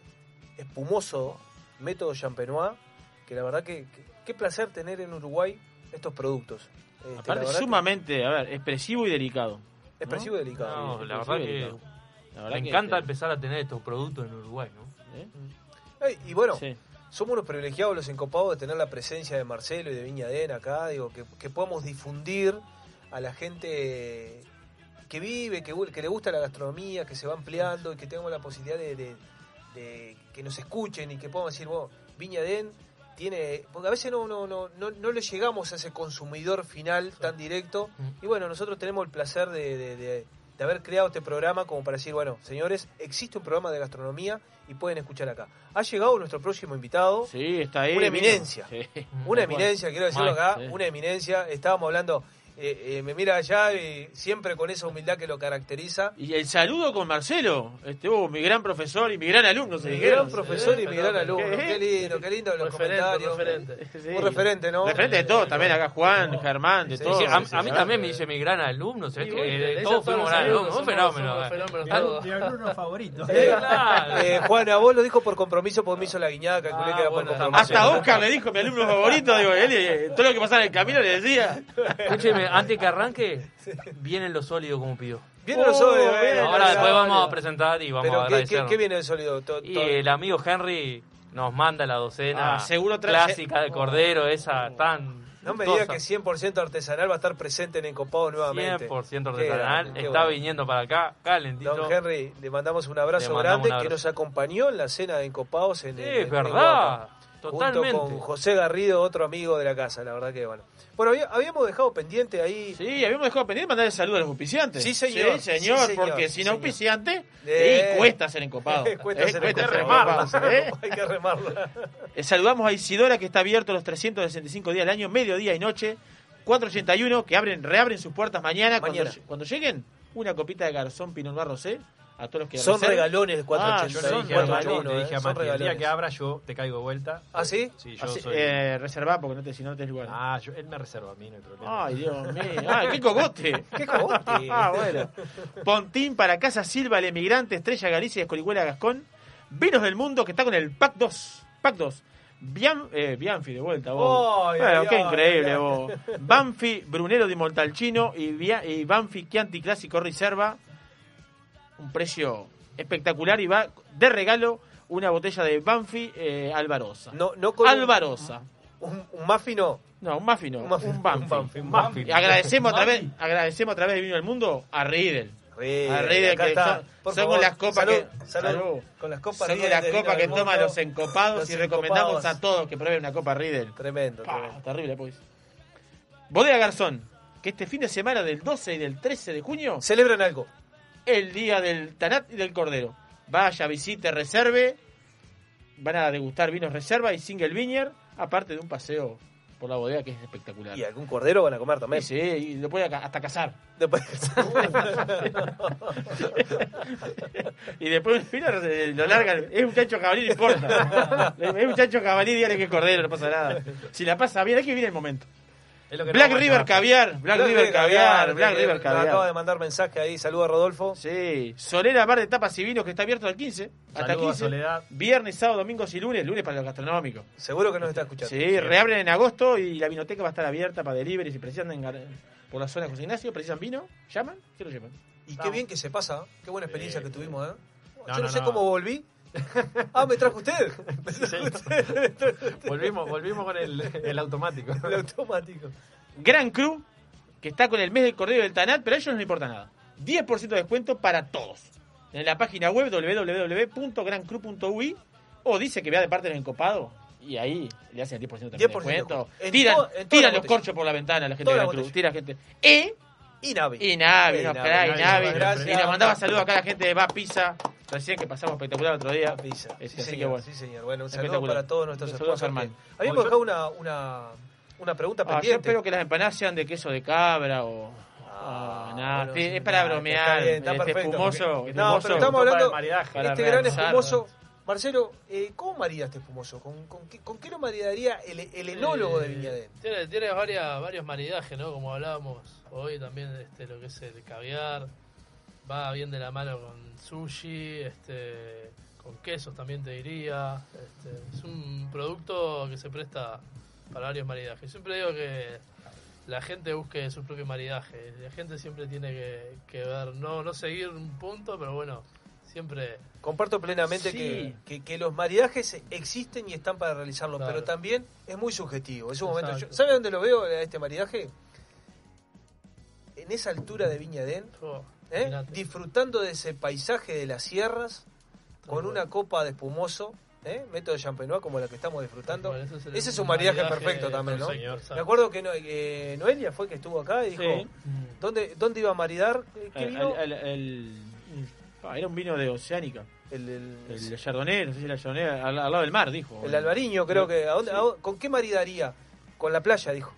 espumoso método Champenois, que la verdad que, que qué placer tener en Uruguay estos productos. Este, Aparte la sumamente, que... a ver, expresivo y delicado. Expresivo ¿no? y delicado. No, la verdad que la verdad me que encanta este... empezar a tener estos productos en Uruguay, ¿no? ¿Eh? Eh, y bueno, sí. Somos unos privilegiados los encopados de tener la presencia de Marcelo y de Viña Edén acá, digo, que, que podamos difundir a la gente que vive, que, que le gusta la gastronomía, que se va ampliando y que tengamos la posibilidad de, de, de que nos escuchen y que podamos decir, bueno, Viña Edén tiene, porque a veces no no no no, no le llegamos a ese consumidor final tan directo, y bueno, nosotros tenemos el placer de, de, de, de haber creado este programa como para decir, bueno, señores, existe un programa de gastronomía y pueden escuchar acá. Ha llegado nuestro próximo invitado. Sí, está ahí. Una eminencia. Sí. Una eminencia, quiero decirlo acá, sí. Una eminencia. Estábamos hablando eh, eh, me mira allá y siempre con esa humildad que lo caracteriza. Y el saludo con Marcelo, este, oh, mi gran profesor y mi gran alumno, se Mi dijeron. gran profesor y mi gran alumno. ¿Qué? Qué lindo, qué lindo los Referente, comentarios. referente. Sí. Un referente, ¿no? Referente de todos, también acá Juan, Germán, de Sí, todos. Sí, a, Sí, a mí sí, también sí. me dice mi gran alumno, ¿sabes? Y Que bueno, eh, le todos dicen fuimos todos gran los alumnos, un alumnos, fenómeno. somos eh. fenómenos Tan- todos. Mi alumno favorito. Sí, claro. Eh, Juan, a vos lo dijo por compromiso porque me hizo la guiñada, calculé Ah, que era bueno, por está compromiso. Hasta Oscar le dijo mi alumno favorito, digo, él, eh, todo lo que pasaba en el camino le decía. Escúcheme, antes que arranque, vienen los sólidos como pido. Viene los sólidos, Oh, bien, bien. Ahora después dale. vamos a presentar y vamos Pero a ¿qué, agradecer. qué, qué viene del sólido? To- Y to- el amigo Henry nos manda la docena Ah, seguro trae- clásica de cordero, esa tan... No me digas gustosa. que cien por ciento artesanal va a estar presente en Encopado nuevamente. cien por ciento Qué artesanal, grande, qué está bueno. viniendo para acá, calentito. Don Henry, le mandamos un abrazo Le mandamos grande un que abrazo. nos acompañó en la cena de Encopados en Sí, el- es en verdad, Guapa, totalmente. Junto con José Garrido, otro amigo de la casa, la verdad que bueno. Bueno, había- habíamos dejado pendiente ahí. Sí, habíamos dejado pendiente mandarle saludos a los auspiciantes. Sí, señor. Sí, señor, Sí, señor. porque Sí, sin señor. auspiciante, Eh. sí, cuesta ser encopado. Cuesta Eh, ser cuesta ser remarla, encopado, ¿eh? hay que remarla. Eh, Saludamos a Isidora, que está abierto los trescientos sesenta y cinco días al año, mediodía y noche. cuatrocientos ochenta y uno, que abren, reabren sus puertas mañana. Mañana. Cuando, cuando lleguen, una copita de garzón Pinot Noir Rosé. A todos los que Son reserven. regalones de Ah, cuatrocientos ochenta y uno. Yo le dije a cuatro Mati, ochenta y uno, le dije a eh, son Mati, el día regalones. que abra yo te caigo de vuelta. ¿Ah, sí? Sí, yo Así, soy... eh, reservá, porque no te, si no, no tenés lugar. Ah, yo, él me reserva a mí, no hay problema. Ay, Dios mío. Ay, qué cogote. Qué cogote. Ah, bueno. Pontín para Casa Silva, el emigrante, Estrella Galicia y Escorihuela Gascón. Vinos del Mundo, que está con el Pack dos. Pack dos. Bian, eh, Bianfi de vuelta, vos. Ay, bueno, ay, qué ay, increíble, ay. vos. Banfi, Brunero di Montalcino y, Bia- y Banfi Chianti Clásico Riserva. Un precio espectacular y va de regalo una botella de Banfi eh, Alvarosa. No, no con un- Alvarosa. Un, un muffin no. No, un Muffin no, Un un, muffin, Banfi. un Banfi, un Y Banfi. agradecemos otra vez, Banfi. agradecemos otra vez de Vino del Mundo a Riedel. Riedel, a Riedel, acá que está. son, Por son favor, con las copas salud, que salud. salud. Con las copas Son con Riedel las de Vino copas que del toman Mundo. los encopados Los y recomendamos encopados. a todos que prueben una copa Riedel. Tremendo, Pa, tremendo. terrible, pues. Bodega Garzón, que este fin de semana del doce y del trece de junio celebran algo. El día del Tanat y del Cordero. Vaya, visite, reserve. Van a degustar vinos reserva y single vineyard, aparte de un paseo por la bodega que es espectacular. Y algún cordero van a comer también. Sí, sí, y lo puede ca- hasta cazar. Después- Y después el vino eh, lo largan. Es un chancho cabalí, no importa. Es un chancho cabalí, dígale que es cordero, no pasa nada. Si la pasa bien, hay que viene el momento. Es lo que Black no vamos a River llevar. Caviar, Black, River Caviar, Black que River nos acaba de Caviar. mandar mensaje ahí. Saluda a Rodolfo. Sí, Solera Bar de Tapas y Vinos, que está abierto al quince. Hasta el Saludos a quince. Soledad. Viernes, sábado, domingos y lunes. Lunes para los gastronómicos. Seguro que nos está escuchando. Sí, reabren en agosto y la vinoteca va a estar abierta para delivery. Si precisan en Gar- por la zona de José Ignacio, precisan vino, llaman, se lo llevan. Y qué bien que se pasa. ¿Eh? Qué buena experiencia que tuvimos. ¿eh? No, Yo no, no, sé no. cómo volví. Ah, me trajo usted. Volvimos, volvimos con el, el automático. El automático. Gran Cru, que está con el mes del Cordero del Tanat, pero a ellos no les importa nada. diez por ciento de descuento para todos. En la página web doble u doble u doble u punto gran cru punto u i o dice que vea de parte del encopado y ahí le hacen el diez por ciento también de diez por ciento de descuento. descuento. En Tiran, to- en toda tiran la los botella. corchos por la ventana la gente Toda de la Gran Cru. botella. Tira gente. E Y Navi. y Navi, Y nos Navi, cae, Navi, Navi. gracias. Y nos mandaba saludos acá a la gente de Va Pizza. Recién que pasamos espectacular el otro día. Pizza. Este, Sí, así señor, que bueno. sí, señor. Bueno, un saludo Espectacular. para todos nuestros Un saludo a sponsors. Germán. que- Habíamos Oye, dejado una, una, una pregunta Ah, yo pendiente. espero que las empanadas sean de queso de cabra o. Ah, Ah, nada, bueno, sí, sí, es para está bromear. bien, está este perfecto. espumoso. No, espumoso. pero estamos Copa de hablando maridaje. Para este gran realizar, espumoso. Marcelo, eh, ¿cómo marida este espumoso? ¿Con, con, qué, ¿Con qué lo maridaría el, el enólogo de Eh, Viñadén? Tiene, tiene varias, varios maridajes, ¿no? Como hablábamos hoy también, este, lo que es el caviar. Va bien de la mano con sushi, este, con quesos también te diría. Este, es un producto que se presta para varios maridajes. Siempre digo que la gente busque su propio maridaje. La gente siempre tiene que, que ver, no, no seguir un punto, pero bueno, siempre... Comparto plenamente Sí. que, que, que los maridajes existen y están para realizarlos, Claro. pero también es muy subjetivo. Es un momento. Exacto. Yo- ¿Sabe dónde lo veo a este maridaje? En esa altura de Viñadén, Oh, ¿eh? imaginate. Disfrutando de ese paisaje de las sierras, con Tal una cual. copa de espumoso, ¿eh? método champenois como la que estamos disfrutando. Tal cual, ese es el- Ese es un un maridaje maridaje perfecto también, ¿no? perfecto. Me acuerdo que no- eh, Noelia fue que estuvo acá y dijo, Sí. ¿dónde, ¿dónde iba a maridar? ¿Qué, qué El- vino? el- el- el- ah, era un vino de Oceánica. El, el, El Chardonnay, no sé si era Chardonnay, al, al lado del mar, dijo. el albariño, creo Sí. que. ¿a dónde- Sí. a dónde- ¿Con qué maridaría? Con la playa, dijo. Sí.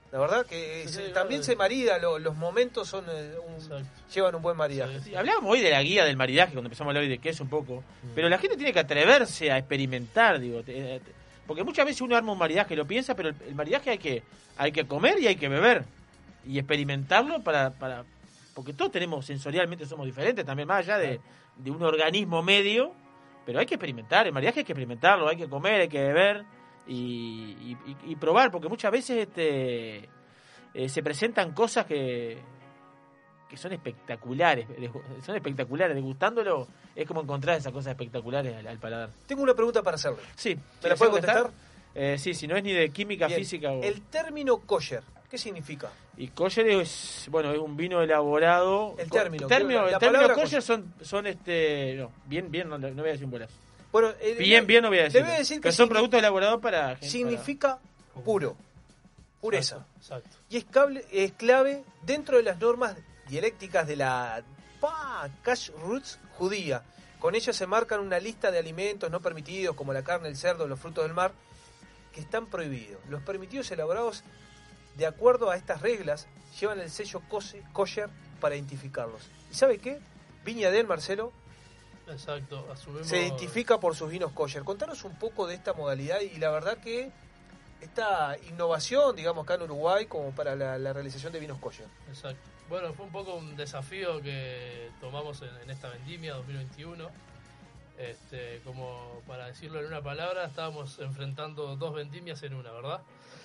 La verdad que Sí, se- sí, también claro. se marida, lo- los momentos son eh, un- llevan un buen maridaje. Sí, hablábamos hoy de la guía del maridaje, cuando empezamos a hablar hoy de queso un poco, pero la gente tiene que atreverse a experimentar, digo, te- te- porque muchas veces uno arma un maridaje, lo piensa, pero el, el maridaje hay que hay que comer y hay que beber y experimentarlo para, para porque todos tenemos sensorialmente somos diferentes también, más allá de, de un organismo medio, pero hay que experimentar, el maridaje hay que experimentarlo, hay que comer, hay que beber y, y, y- y probar, porque muchas veces este eh, se presentan cosas que que son espectaculares, son espectaculares, degustándolo es como encontrar esas cosas espectaculares al, al paladar. Tengo una pregunta para hacerle. Sí, ¿Me la puede contestar? Eh, sí, si no es ni de química, Bien. física o... El término kosher, ¿qué significa? Y kosher es, bueno, es un vino elaborado... El co- término, término, la- el la término palabra kosher kosher. son, son este... No, bien, bien, no, no voy a decir un bolazo. Bueno, el- Bien, bien no voy a decir. le voy a decir Pero que son signi- productos elaborados para... gente- Significa puro, pureza. Exacto. Y es, cable- es clave dentro de las normas dialécticas de la pa, Kashrut judía. Con ellas se marcan una lista de alimentos no permitidos, como la carne, el cerdo, los frutos del mar, que están prohibidos. Los permitidos elaborados de acuerdo a estas reglas llevan el sello kose- kosher para identificarlos. ¿Y sabe qué? Viña del Marcelo Exacto, asumimos... se identifica por sus vinos kosher. Contanos un poco de esta modalidad y la verdad que esta innovación, digamos, acá en Uruguay como para la, la realización de vinos kosher. Exacto. Bueno, fue un poco un desafío que tomamos en, en esta vendimia dos mil veintiuno. Este, como para decirlo en una palabra, estábamos enfrentando dos vendimias en una, ¿verdad?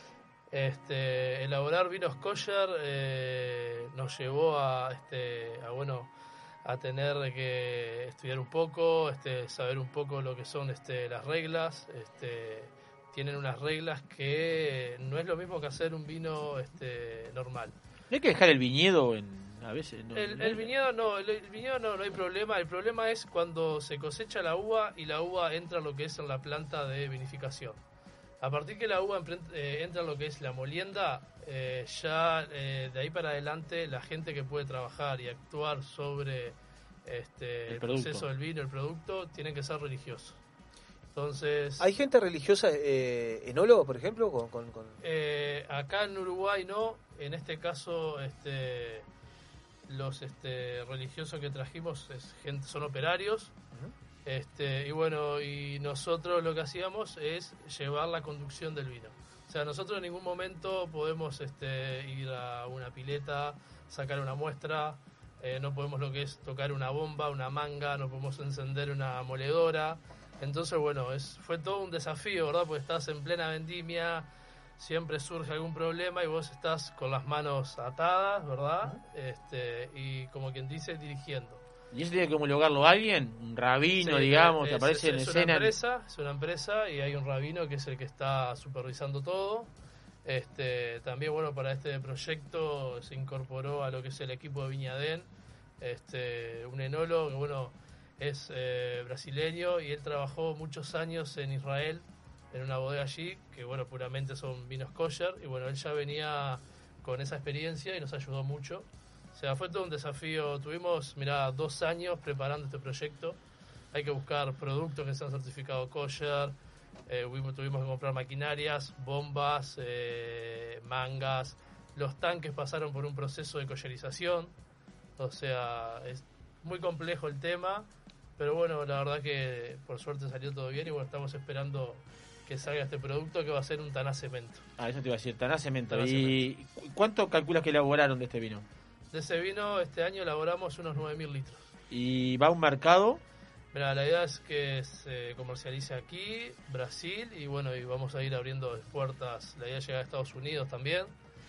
Este, elaborar vinos kosher eh, nos llevó a, este, a bueno, a tener que estudiar un poco, este, saber un poco lo que son este, las reglas. Este, tienen unas reglas que no es lo mismo que hacer un vino este, normal. No hay que dejar el viñedo en... A veces no, El, no- el viñedo no, el, el viñedo no, no hay problema. El problema es cuando se cosecha la uva y la uva entra lo que es en la planta de vinificación. A partir que la uva empre- eh, entra lo que es la molienda, eh, ya eh, de ahí para adelante la gente que puede trabajar y actuar sobre este, El el, producto. proceso del vino, el producto, tienen que ser religiosos. Entonces, ¿Hay gente religiosa, eh, enólogo, por ejemplo? Con, con- con- eh, acá en Uruguay no, en este caso este, los este, religiosos que trajimos es gente, son operarios. Este, y bueno, y nosotros lo que hacíamos es llevar la conducción del vino. O sea, nosotros en ningún momento podemos este, ir a una pileta, sacar una muestra, eh, no podemos lo que es tocar una bomba, una manga, no podemos encender una moledora. Entonces, bueno, es, fue todo un desafío, ¿verdad? Porque estás en plena vendimia, siempre surge algún problema y vos estás con las manos atadas, ¿verdad? Este, y como quien dice, dirigiendo. ¿Y eso tiene que homologarlo alguien? Un rabino, Sí, digamos, es- que aparece es- en es escena. Una empresa, es una empresa y hay un rabino que es el que está supervisando todo. Este, también, bueno, para este proyecto se incorporó a lo que es el equipo de Viñadén, este, un enólogo que, bueno, es eh, brasileño y él trabajó muchos años en Israel, en una bodega allí, que, bueno, puramente son vinos kosher. Y, bueno, él ya venía con esa experiencia y nos ayudó mucho. O sea, fue todo un desafío. Tuvimos, mirá, dos años preparando este proyecto. Hay que buscar productos que sean certificados kosher. Eh, hubo- tuvimos que comprar maquinarias, bombas, eh, mangas. Los tanques pasaron por un proceso de kosherización. O sea, es muy complejo el tema. Pero bueno, la verdad que por suerte salió todo bien. Y bueno, estamos esperando que salga este producto que va a ser un taná cemento. Ah, eso te iba a decir, taná cemento. Taná ¿Y cu- cuánto calculas que elaboraron de este vino? De ese vino, este año elaboramos unos nueve mil litros. ¿Y va a un mercado? Mira, la idea es que se comercialice aquí, Brasil, y bueno, y vamos a ir abriendo puertas. La idea es llegar a Estados Unidos también.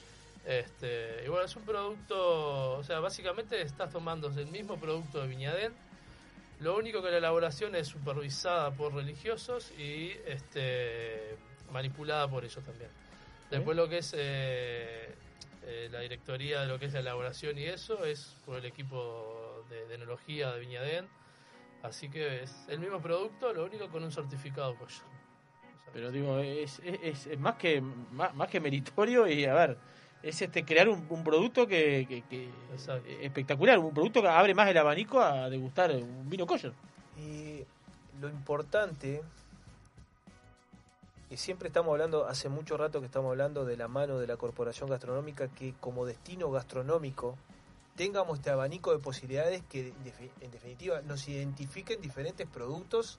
Este, y bueno, es un producto, o sea, básicamente estás tomando el mismo producto de Viñadén. Lo único que la elaboración es supervisada por religiosos y este, manipulada por ellos también. Después lo que es eh, eh, la directoría de lo que es la elaboración y eso es por el equipo de, de enología de Viñadén. Así que es el mismo producto, lo único con un certificado kosher. Pero digo, es, es, es- es más que más, más que meritorio y a ver, es este crear un, un producto que, que- que espectacular, un producto que abre más el abanico a degustar un vino kosher. Y lo importante Y siempre estamos hablando, hace mucho rato que estamos hablando de la mano de la Corporación Gastronómica, que como destino gastronómico tengamos este abanico de posibilidades que en definitiva nos identifiquen diferentes productos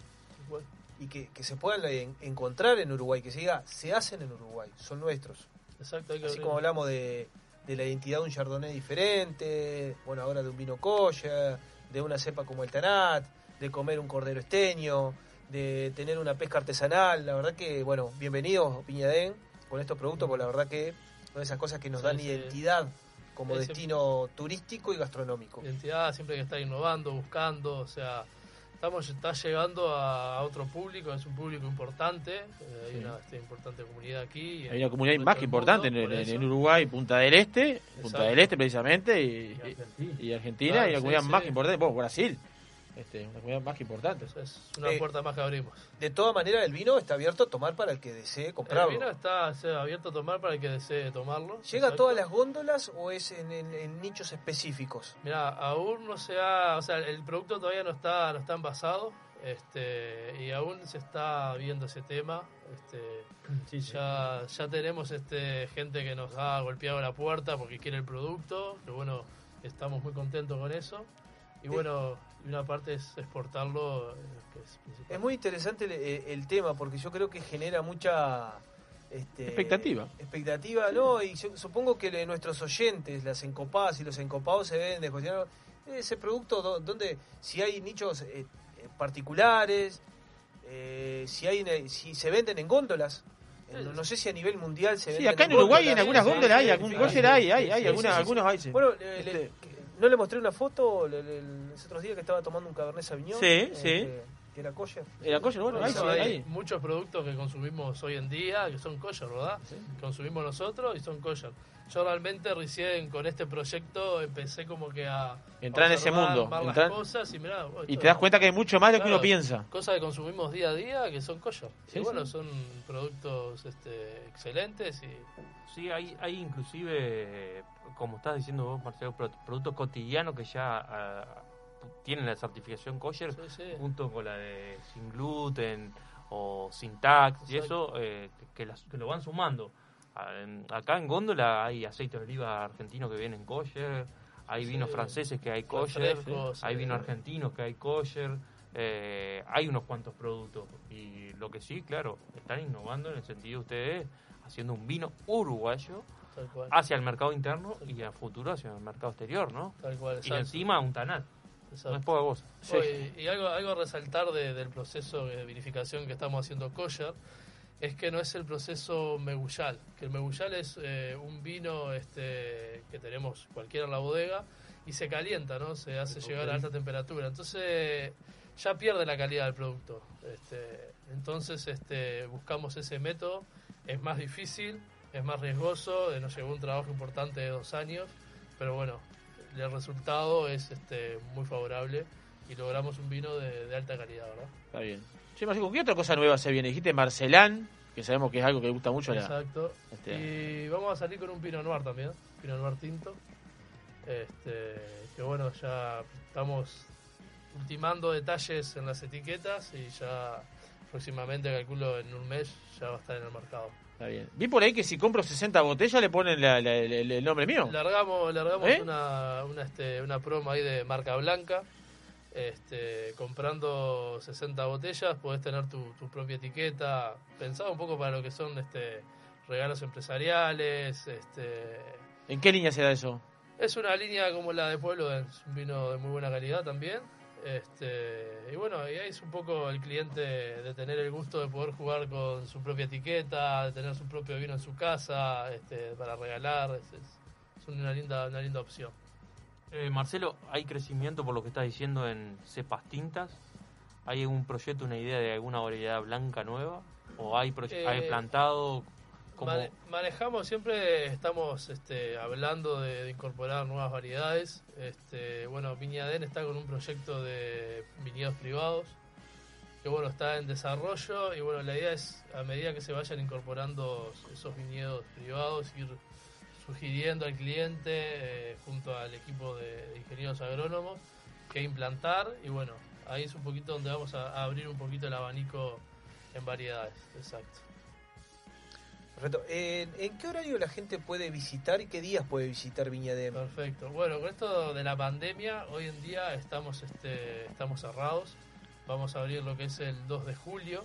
y que, que se puedan en, encontrar en Uruguay, que se diga, se hacen en Uruguay, son nuestros. Exacto, hay que Así abrir. como hablamos de, de la identidad de un chardonnay diferente, bueno, ahora de un vino kosher, de una cepa como el Tanat, de comer un cordero esteño, de tener una pesca artesanal. La verdad que, bueno, bienvenidos Viñadén con estos productos, porque la verdad que son esas cosas que nos Sí, dan sí. identidad como Sí, sí. destino turístico y gastronómico. Identidad, siempre hay que estar innovando, buscando, o sea, estamos está llegando a, a otro público, es un público importante, eh, hay Sí. una este, importante comunidad aquí. Hay una comunidad más que importante en, en- en Uruguay, Punta del Este, Punta Exacto. del Este precisamente, y, y Argentina, y, Argentina, Claro, y la sí, comunidad sí. más que importante, bueno, Brasil, este, una comunidad más que importante. Es una Eh, puerta más que abrimos. De todas maneras, el vino está abierto a tomar para el que desee comprarlo. El vino está o sea, abierto a tomar para el que desee tomarlo. ¿Llega a Exacto. todas las góndolas o es en, en- en nichos específicos? Mira, aún no se ha, o sea, el producto todavía no está, no está envasado, este, y aún se está viendo ese tema. Este, ya, ya tenemos este gente que nos ha golpeado la puerta porque quiere el producto, que bueno, estamos muy contentos con eso. Y bueno, y una parte es exportarlo, eh, que es principal. Es muy interesante el, el tema porque yo creo que genera mucha este, Expectativa. expectativa, ¿no? Y yo supongo que le- nuestros oyentes, las encopadas y los encopados se deben de cuestionar ese producto, do- donde si hay nichos eh, eh, particulares, eh, si hay en- si se venden en góndolas. Eh, No, no sé si a nivel mundial se Sí, venden acá en Uruguay en góndolas. algunas Sí, góndolas sí, hay, algún sí, kosher sí, hay, hay, sí, hay, sí, algunas- sí, sí. algunos hay, sí. Bueno, le- Este- le- no le mostré una foto le- le- los otros días que estaba tomando un Cabernet Sauvignon. Sí, eh, sí. Que, que era kosher. Era kosher, bueno, ahí sí, hay ahí. muchos productos que consumimos hoy en día que son kosher, ¿verdad? Consumimos nosotros y son kosher. Yo realmente recién con este proyecto empecé como que a Entrar en ese observar mundo, más entrar- las cosas y, mirá, oh, Y esto- te das cuenta que hay mucho más de lo que Claro, uno piensa. Cosas que consumimos día a día que son kosher. Sí, y bueno, sí. son productos este, excelentes y Sí, hay, hay inclusive, como estás diciendo vos, Marcelo, pro- productos cotidianos que ya ah, tienen la certificación kosher, Sí, sí. junto con la de sin gluten o sin tax y Exacto. eso, eh, que, las- que lo van sumando. Ah, en- Acá en Góndola hay aceite de oliva argentino que vienen kosher, hay Sí. vinos franceses que hay kosher, Refrescos, hay eh. vinos argentinos que hay kosher, eh, hay unos cuantos productos. Y lo que sí, claro, están innovando en el sentido ustedes haciendo un vino uruguayo tal cual. hacia el mercado interno y a futuro hacia el mercado exterior, ¿no? Tal cual, Y exacto. encima un tanat. Exacto. No es poca cosa. Oh, y, y algo, algo a resaltar de- del proceso de vinificación que estamos haciendo kosher es que no es el proceso meguyal, que el meguyal es eh, un vino este, que tenemos cualquiera en la bodega y se calienta, ¿no? Se hace llegar a alta temperatura. Entonces ya pierde la calidad del producto. Este, entonces este, buscamos ese método. Es más difícil, es más riesgoso, eh, nos llevó un trabajo importante de dos años, pero bueno, el resultado es este, muy favorable y logramos un vino de, de alta calidad, ¿verdad? Está bien. Che, Marcelo, ¿qué otra cosa nueva se viene? Dijiste Marcelán, que sabemos que es algo que le gusta mucho a la... Exacto. este- Y vamos a salir con un Pinot Noir también, Pinot Noir tinto. Este, que bueno, ya estamos ultimando detalles en las etiquetas y ya próximamente, calculo en un mes, ya va a estar en el mercado. Está bien. Vi por ahí que si compro sesenta botellas le ponen la- la- el, el nombre mío. Largamos, largamos ¿Eh? una, una, este, una promo ahí de marca blanca. Este, comprando sesenta botellas podés tener tu, tu propia etiqueta, pensado un poco para lo que son este, regalos empresariales. Este, ¿En qué línea se da eso? es una línea como la de Pueblo, es un vino de muy buena calidad también. Este, y bueno, y ahí es un poco el cliente de tener el gusto de poder jugar con su propia etiqueta, de tener su propio vino en su casa, este, para regalar. Es, es- es una linda, una linda opción. Eh, Marcelo, ¿hay crecimiento por lo que estás diciendo en cepas tintas? ¿Hay algún proyecto, una idea de alguna variedad blanca nueva? ¿O hay, proye- Eh, hay plantado como... Mane- manejamos, siempre estamos este, hablando de, de incorporar nuevas variedades. Este, bueno, Viñadén está con un proyecto de viñedos privados que bueno, está en desarrollo y bueno, la idea es a medida que se vayan incorporando esos viñedos privados ir sugiriendo al cliente eh, junto al equipo de, de ingenieros agrónomos que implantar y bueno, ahí es un poquito donde vamos a, a abrir un poquito el abanico en variedades, exacto. Perfecto. ¿En, ¿En qué horario la gente puede visitar y qué días puede visitar Viña Edén? Perfecto. Bueno, con esto de la pandemia, hoy en día estamos, este, estamos cerrados. Vamos a abrir lo que es el dos de julio.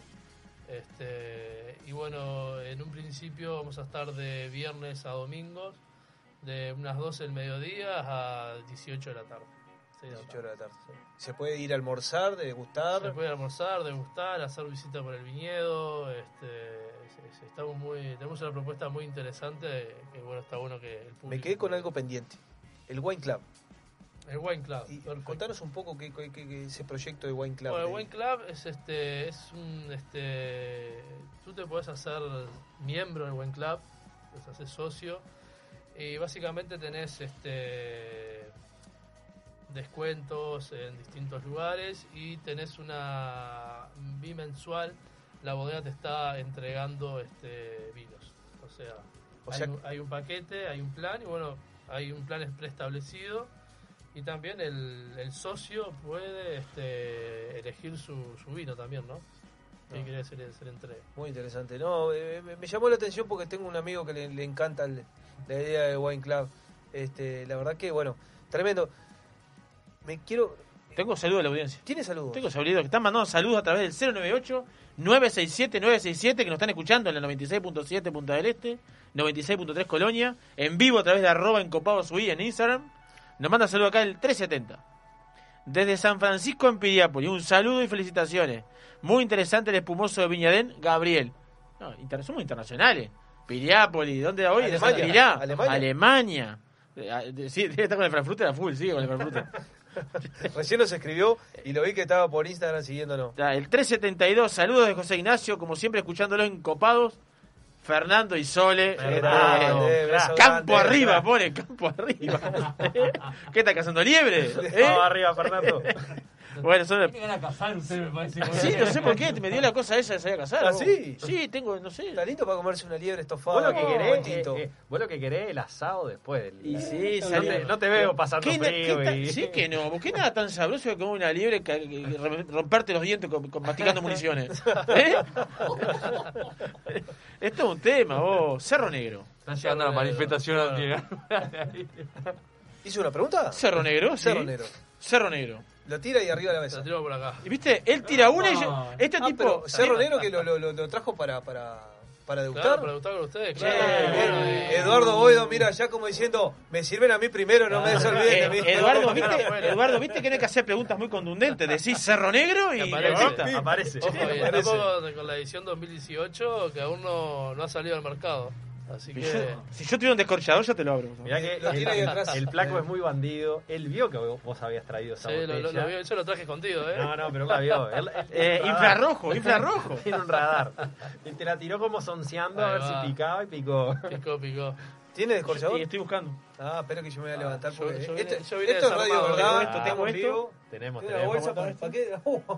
Este, y bueno, en un principio vamos a estar de viernes a domingos, de unas doce del mediodía a dieciocho de la tarde. dieciocho de la tarde. Sí. ¿Se puede ir a almorzar, degustar? Se puede almorzar, degustar, hacer visita por el viñedo. Este, estamos muy, tenemos una propuesta muy interesante que bueno, está bueno que el público... Me quedé con algo pendiente. El Wine Club. El Wine Club. Y contanos un poco qué, qué, qué ese proyecto de Wine Club. Bueno, el Wine Club es este es un este tú te podés hacer miembro del Wine Club, te haces socio y básicamente tenés este descuentos en distintos lugares y tenés una bimensual, la bodega te está entregando este vinos. O sea, o hay, sea un, hay un paquete, hay un plan y bueno, hay un plan preestablecido. Y también el, el socio puede este, elegir su, su vino también, ¿no? ¿Qué no. quiere ser, ser entrega? Muy interesante. No, eh, me, me llamó la atención porque tengo un amigo que le, le encanta el, la idea de Wine Club. Este, la verdad que, bueno, tremendo. Me quiero... Tengo saludos de la audiencia. ¿Tiene saludos? Tengo saludos que están mandando saludos a través del cero nueve ocho, nueve seis siete, nueve seis siete que nos están escuchando en la noventa y seis punto siete Punta del Este, noventa y seis punto tres Colonia, en vivo a través de arroba encopadosui en Instagram. Nos manda saludo acá el trescientos setenta. Desde San Francisco en Piriápolis. Un saludo y felicitaciones. Muy interesante el espumoso de Viña Edén, Gabriel. No, inter- somos internacionales. Piriápolis, ¿dónde va hoy? Alemania. Pirá. Alemania. Alemania. Sí, debe estar con el Frankfurter a full, sigue con el Frankfurter. Recién nos escribió y lo vi que estaba por Instagram siguiéndonos. El trescientos setenta y dos, saludos de José Ignacio, como siempre escuchándolo en Copados. Fernando y Sole, Grande, eh, beso campo grande, arriba, beso. pone, campo arriba. ¿Qué está cazando liebre? ¿Eh? Vamos arriba, Fernando. Bueno, son... Tienen a cazar ustedes, me parece. Sí, no sé por qué, me dio la cosa esa de salir a cazar. ¿Ah, sí? Sí, tengo, no sé. Está lindo para comerse una liebre estofada. Vos lo que con querés, tinto. eh, eh, vos lo que querés el asado después del... Y sí, no, salió- te, no te veo pasando ¿Qué na- frío qué ta- y... Sí que no, ¿por qué nada tan sabroso como una liebre que, que re- romperte los dientes con, con masticando municiones? ¿Eh? Esto es un tema, vos. Cerro Negro. Están llegando a la manifestación anti. ¿Hizo una pregunta? Cerro Negro, sí. Cerro Negro. Cerro Negro. Lo tira y arriba de la mesa. Lo tiro por acá. Y viste, él tira una y yo, este Ah, tipo... pero Cerro Negro que lo, lo, lo, lo trajo para, para, para degustar. Claro, para degustar con ustedes, claro. Che, Bueno, bien. eh, Eduardo Boido, mira, ya como diciendo, me sirven a mí primero, no me olviden de mí. Eh, Eduardo, ¿viste, Eduardo, viste que no hay que hacer preguntas muy contundentes. Decís Cerro Negro y... Aparece, Levanta. aparece. Ojo, y Parece. estamos con la edición dos mil dieciocho que aún no, no ha salido al mercado. Así que... Si yo tuviera un descorchador, yo te lo abro. Mirá que Lo tira ahí el, atrás. el flaco es muy bandido. Él vio que vos habías traído esa Sí, lo, botella. lo, lo vio, yo lo traje escondido, ¿eh? No, no, pero la vio. Él- él- Eh, él- infrarrojo, infrarrojo. Tiene un radar. Y te la tiró como sonceando a Ahí ver va. si picaba y picó. Picó, picó. ¿Tiene descorchador? Sí, estoy buscando. Ah, espero que yo me voy a levantar yo- porque yo vine- esto, yo vine esto es radio, desarmado, ¿verdad? tengo esto, Estamos tengo en esto. vivo. Tenemos, ¿Tiene una tenemos. bolsa para, para qué? Uh.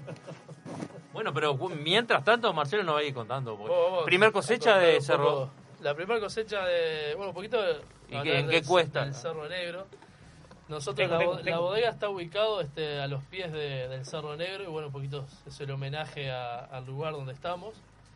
Bueno, pero mientras tanto, Marcelo nos va a ir contando. porque Vos, vos, primer vos, cosecha vos, de vos, Cerro. vos. La primera cosecha de. Bueno, un poquito. de- ¿Y hablar qué- en qué del- cuesta? del Cerro Negro. Nosotros, Tengo, la, tengo, bo- la tengo. bodega está ubicado este, a los pies de- del Cerro Negro y bueno, un poquito es el homenaje a- al lugar donde estamos.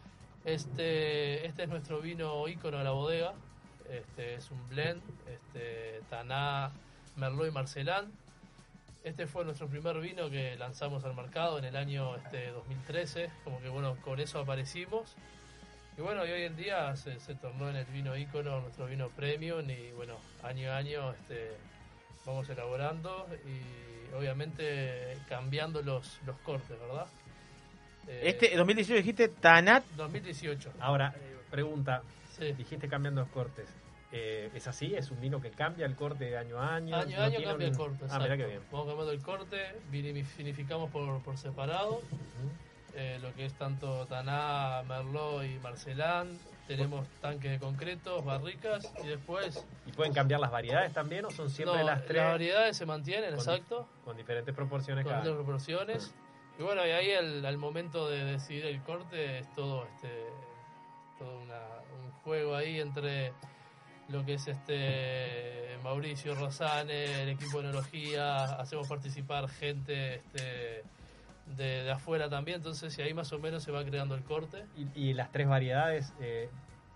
Este, este es nuestro vino ícono de la bodega. Este es un blend, este, Taná, Merlot y Marcelán. Este fue nuestro primer vino que lanzamos al mercado en el año este, dos mil trece. Como que bueno, con eso aparecimos. Y bueno, y hoy en día se, se tornó en el vino ícono, nuestro vino premium. Y bueno, año a año este, vamos elaborando y obviamente cambiando los, los cortes, ¿verdad? Eh, Este, dos mil dieciocho dijiste Tanat. dos mil dieciocho. Ahora, eh, pregunta. Sí. Dijiste cambiando los cortes. Eh, ¿Es así? ¿Es un vino que cambia el corte de año a año? Año a ¿No año tiene cambia un- el corte. Ah, mira exacto. qué bien. Vamos cambiando el corte, vinificados por, por separado. Eh, lo que es tanto Taná, Merlot y Marcelán. Tenemos tanques de concretos, barricas y después... ¿Y pueden cambiar las variedades también o son siempre No, las tres? las variedades se mantienen, con- exacto. Con diferentes proporciones Con cada diferentes proporciones. Y bueno, y ahí al, al momento de decidir el corte es todo este todo una- un juego ahí entre lo que es este Mauricio Rosane, el equipo de enología, hacemos participar gente este, de, de afuera también, entonces y ahí más o menos se va creando el corte. Y, y las tres variedades, eh,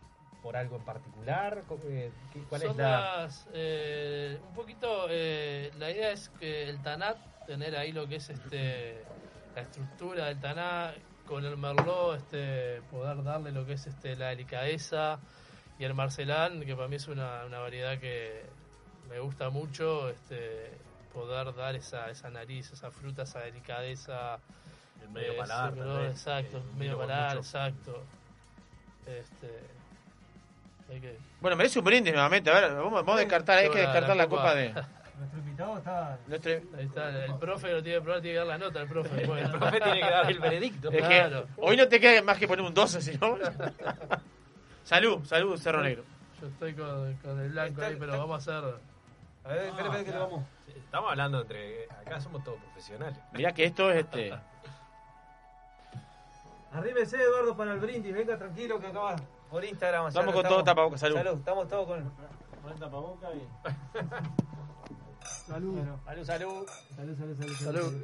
por algo en particular? Eh, ¿qué- ¿Cuál Son es la...? las, eh, un poquito, eh, la idea es que el Tanat, tener ahí lo que es este la estructura del Tanat, con el Merlot este, poder darle lo que es este la delicadeza, y el Marcelán, que para mí es una, una variedad que me gusta mucho, este poder dar esa, esa nariz, esa fruta, esa delicadeza. El medio eh, paladar, sí, tal ¿no? vez. Exacto, Eh, medio vino con paladar, mucho. exacto. Este, hay que... Bueno, merece un brindis nuevamente. A ver, vamos, vamos a descartar, hay que descartar la copa de... Nuestro invitado está... Nuestro... Ahí está, el profe lo tiene que probar, tiene que dar la nota, el profe. El profe tiene que dar el veredicto. Es Claro. que hoy no te queda más que poner un doce, sino... Salud, salud, Cerro Negro. Yo estoy con, con el blanco ahí, pero vamos a hacer... A ver, espera, espera, que le vamos. Estamos hablando entre... Acá somos todos profesionales. Mirá que esto es este... Arrímese, Eduardo, para el brindis. Venga, tranquilo, que acaba por Instagram. Vamos con todo tapabocas, salud. Salud, estamos todos con... Ponen tapabocas y... Salud. Bueno. Salud, salud. Salud, salud, salud. Salud.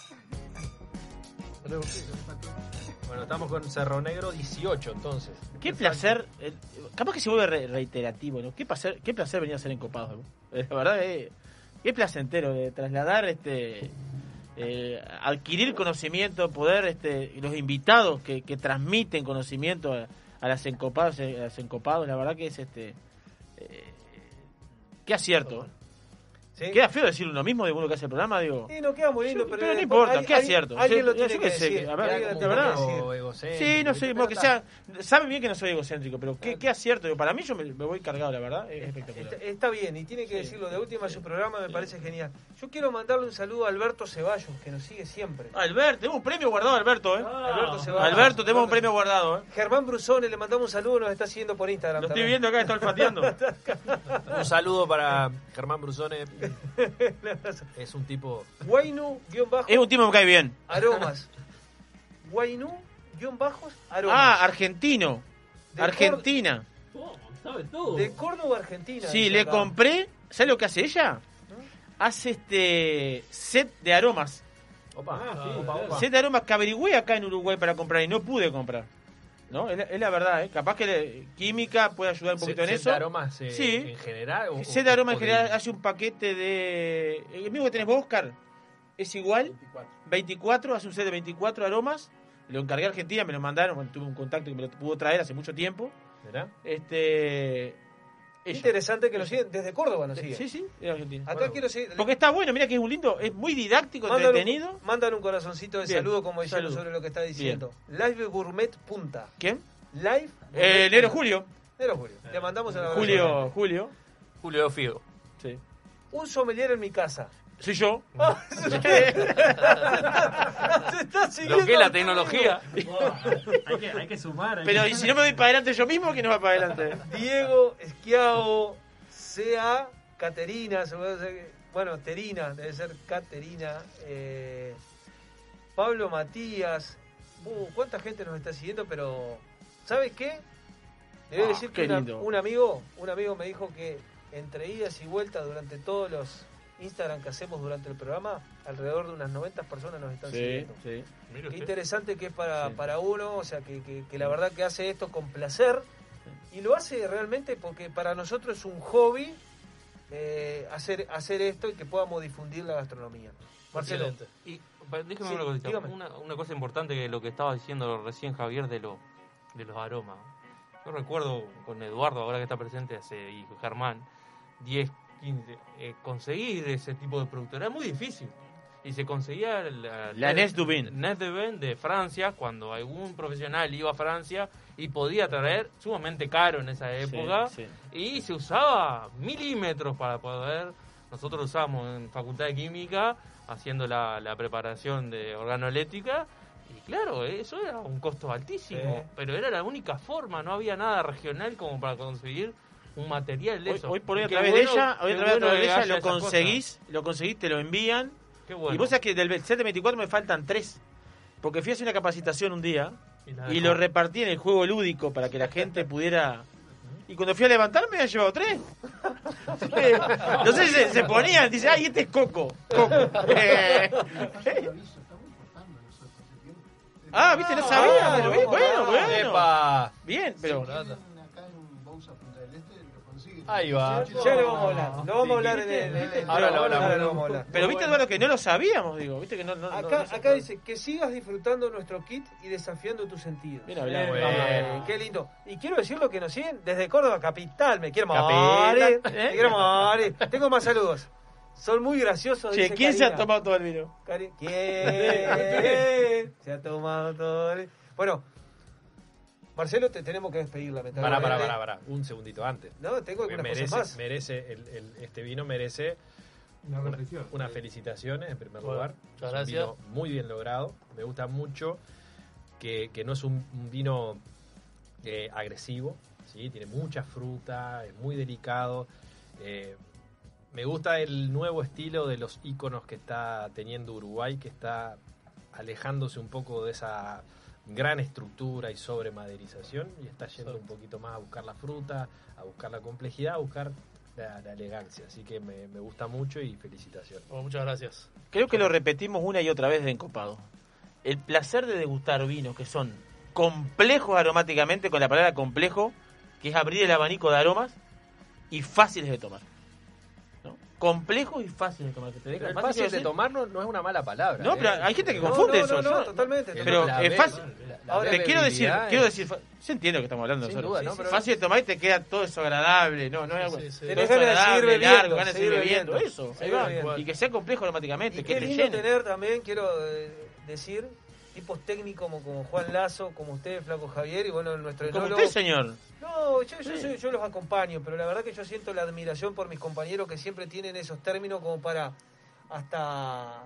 Salud. Bueno, estamos con Cerro Negro dieciocho, entonces. Qué placer, eh, capaz que se vuelve re- reiterativo, ¿no? Qué placer, qué placer venir a ser encopados, ¿no? Eh, La verdad, eh, qué placentero de trasladar, este, eh, adquirir conocimiento, poder, este, los invitados que, que transmiten conocimiento a, a las encopadas, a las encopados, la verdad que es, este, eh, qué acierto. ¿Sí? Queda feo decir uno mismo de uno que hace el programa, digo. Sí, no queda muy lindo, Sí, pero, pero no eh, importa, alguien- qué acierto. Alguien Sí, lo yo tiene qué que sé, decir. a ver, alguien lo de tiene verdad. que decir. O egocéntrico, Sí, no sé, pero porque está- sea, saben bien que no soy egocéntrico, pero qué, qué acierto. Digo, para mí yo me, me voy cargado, la verdad, es espectacular. Está, está bien, y tiene que Sí. decirlo de última su programa, me parece genial. Yo quiero mandarle un saludo a Alberto Ceballos, que nos sigue siempre. Alberto, tenemos un premio guardado, Alberto, ¿eh? Alberto Ceballos. Alberto, tenemos un premio guardado, ¿eh? Germán Brusone, le mandamos un saludo, nos está siguiendo por Instagram. Lo estoy también. viendo acá, está olfateando. Un saludo para Germán Brusone. Es un tipo... Guainu, guión bajo, Es un tipo que me cae bien. aromas. Guainu, guión bajos, aromas. Ah, argentino. De Argentina. Sabe todo. De Córdoba, Argentina. Sí, dice le acá. compré. ¿Sabes lo que hace ella? Hace este set de aromas. Opa, Ah, sí, opa, claro. opa. Set de aromas que averigüé acá en Uruguay para comprar y no pude comprar. ¿No? Es la, es la verdad, ¿eh? Capaz que le- química puede ayudar un poquito en ¿Set eso. de aromas eh, Sí. en general? O, Set de aroma en o de- general hace un paquete de... El mismo que tenés vos, Oscar, es igual. veinticuatro, hace un set de veinticuatro aromas. Lo encargué a Argentina, me lo mandaron. Bueno, tuve un contacto que me lo pudo traer hace mucho tiempo. ¿Será? Este... ella. Interesante que lo siguen, desde Córdoba nos siguen. Sí, sí, es Argentina. Acá Bueno, quiero seguir. Porque está bueno, mira que es un lindo, es muy didáctico, Mándale entretenido. un, mándale un corazoncito de Bien, saludo, como diciendo saludo. sobre lo que está diciendo. Live Gourmet Punta. ¿Quién? Live Eh, Negro Julio. Negro Julio. Le mandamos a Julio, Julio. Julio Figo. Sí. Un sommelier en mi casa. Soy yo. Se está siguiendo. Lo que es la tecnología. hay, que, hay que sumar. hay Pero que- y si no me voy para adelante yo mismo, ¿quién no va para adelante? Diego Esquiavo, C A Caterina, se puede hacer- bueno, Terina, debe ser Caterina. eh, Pablo Matías. Uh, ¿cuánta gente nos está siguiendo? Pero, ¿sabes qué? Le voy a Ah, decir qué que una- lindo. un amigo, un amigo me dijo que entre idas y vueltas durante todos los Instagram que hacemos durante el programa, alrededor de unas noventa personas nos están Sí, siguiendo. sí. Mire Qué usted. interesante que es para, Sí. para uno, o sea, que, que, que la verdad que hace esto con placer y lo hace realmente porque para nosotros es un hobby eh, hacer hacer esto y que podamos difundir la gastronomía. Marcelo, Excelente. Y pa- déjeme Sí, una cosita. dígame. Una, una cosa importante que lo que estaba diciendo recién Javier de, lo, de los aromas. Yo recuerdo con Eduardo, ahora que está presente, hace, y Germán, diez, quince, eh, conseguir ese tipo de producto era muy difícil. Y se conseguía la, La Nes Dubin. Nes Dubin de Francia, cuando algún profesional iba a Francia y podía traer sumamente caro en esa época. Sí, Y se usaba milímetros para poder. Nosotros usamos en Facultad de Química haciendo la, la preparación de organoléctrica. Y claro, eso era un costo altísimo. Sí. Pero era la única forma, no había nada regional como para conseguir un material de Hoy, eso. hoy por hoy a Qué través bueno- de ella, hoy a qué través, a bueno través de que ella haya lo esas cosas. conseguís, lo conseguís, te lo envían. Qué bueno. Y vos sabés que del set de veinticuatro me faltan tres. Porque fui a hacer una capacitación un día Y la y dejó. lo repartí en el juego lúdico para que la gente pudiera. Y cuando fui a levantar me había llevado tres. No sé si se, se ponían, dice, ay, este es Coco. Coco. Eh, Ah, viste, no sabía. Ah, pero bien, bueno, bueno. ¡Epa! Bien, pero. Chocolate. del Este lo consigue. Ahí va. Ya lo vamos a hablar. Lo vamos a hablar en el. en el- Ahora lo hablamos. ahora lo vamos a hablar. Pero viste, Eduardo, que no lo sabíamos, digo. Viste que no. no, no- Acá, no- acá dice que sigas disfrutando nuestro kit y desafiando tus sentidos. Mira, hablamos. Eh, qué lindo. Y quiero decir lo que nos siguen desde Córdoba capital. Me quiero Capital, morir. ¿eh? Me quiero morir. Tengo más saludos. Son muy graciosos. Che, dice ¿quién se Karina. ha tomado todo el vino? Cari- ¿Quién se ha tomado todo el... Bueno, Marcelo, te tenemos que despedir, Pará, lamentablemente. pará, pará, pará. Un segundito antes. No, tengo Porque algunas merece, cosas más. merece el, el- este vino merece Una una- reflexión. unas felicitaciones en primer Bueno, lugar. muchas Es un gracias. vino muy bien logrado. Me gusta mucho que, que no es un, un vino eh, agresivo, ¿sí? Tiene mucha fruta, es muy delicado. Eh, me gusta el nuevo estilo de los íconos que está teniendo Uruguay, que está alejándose un poco de esa gran estructura y sobremaderización y está yendo un poquito más a buscar la fruta, a buscar la complejidad, a buscar la, la elegancia. Así que me, me gusta mucho y felicitaciones. Bueno, muchas gracias. Creo que lo repetimos una y otra vez de Encopado. El placer de degustar vinos que son complejos aromáticamente, con la palabra complejo, que es abrir el abanico de aromas, y fáciles de tomar. ¿No? Complejos y fáciles de tomar. Que te Pero dejan el fácil fácil de decir- tomar no, no es una mala palabra. No, ¿eh? pero hay gente que No, confunde no, eso. no, no, Yo- totalmente. Pero La es ve- fácil. la- la Ahora, Te quiero decir, bebibilidad quiero es- decir, yo entiendo que estamos hablando Sin nosotros. duda, Sí, ¿no? sí, Pero- fácil de tomar y te queda todo eso agradable. No, no es algo. Sí, sí. todo Tenés eso ganas de seguir agradable, bebiendo, largo, ganas de seguir seguir bebiendo. bebiendo. Eso, ahí Seguir va. bebiendo. Y que sea complejo aromáticamente, Y que qué te lindo llene. tener también, quiero eh, decir, tipos técnicos como, como Juan Lazo, como usted, Flaco Javier, y bueno, nuestro Como enólogo. usted, señor. No, yo, yo, yo- yo los acompaño, pero la verdad que yo siento la admiración por mis compañeros que siempre tienen esos términos como para hasta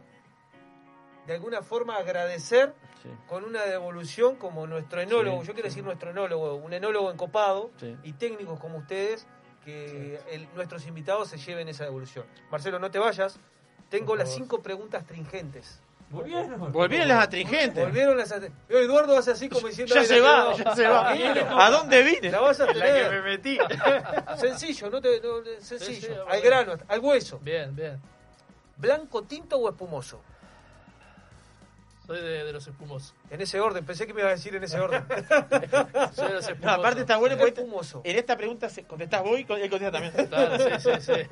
de alguna forma agradecer Sí. con una devolución como nuestro enólogo, Sí, yo quiero sí. decir nuestro enólogo, un enólogo encopado Sí. y técnicos como ustedes, que el- nuestros invitados se lleven esa devolución. Marcelo, no te vayas, tengo Por las favor. cinco preguntas tringentes. ¿Volvieron? Volvieron las astringentes. Volvieron las... ate- Eduardo hace así como diciendo... Ya "Ay, se la va, que ya no". se va. Tranquilo. ¿A dónde vine? La vas a En la que me tener. metí. Sencillo, no te, no, sencillo. Sí, sí, al bueno. grano, al hueso. Bien, bien. ¿Blanco, tinto o espumoso? Soy de, de los espumosos. En ese orden, pensé que me ibas a decir en ese orden. Soy de los espumosos. No, aparte está bueno porque Espumoso. en esta pregunta se- contestás vos y con- él contesta también. Claro, sí, sí, sí.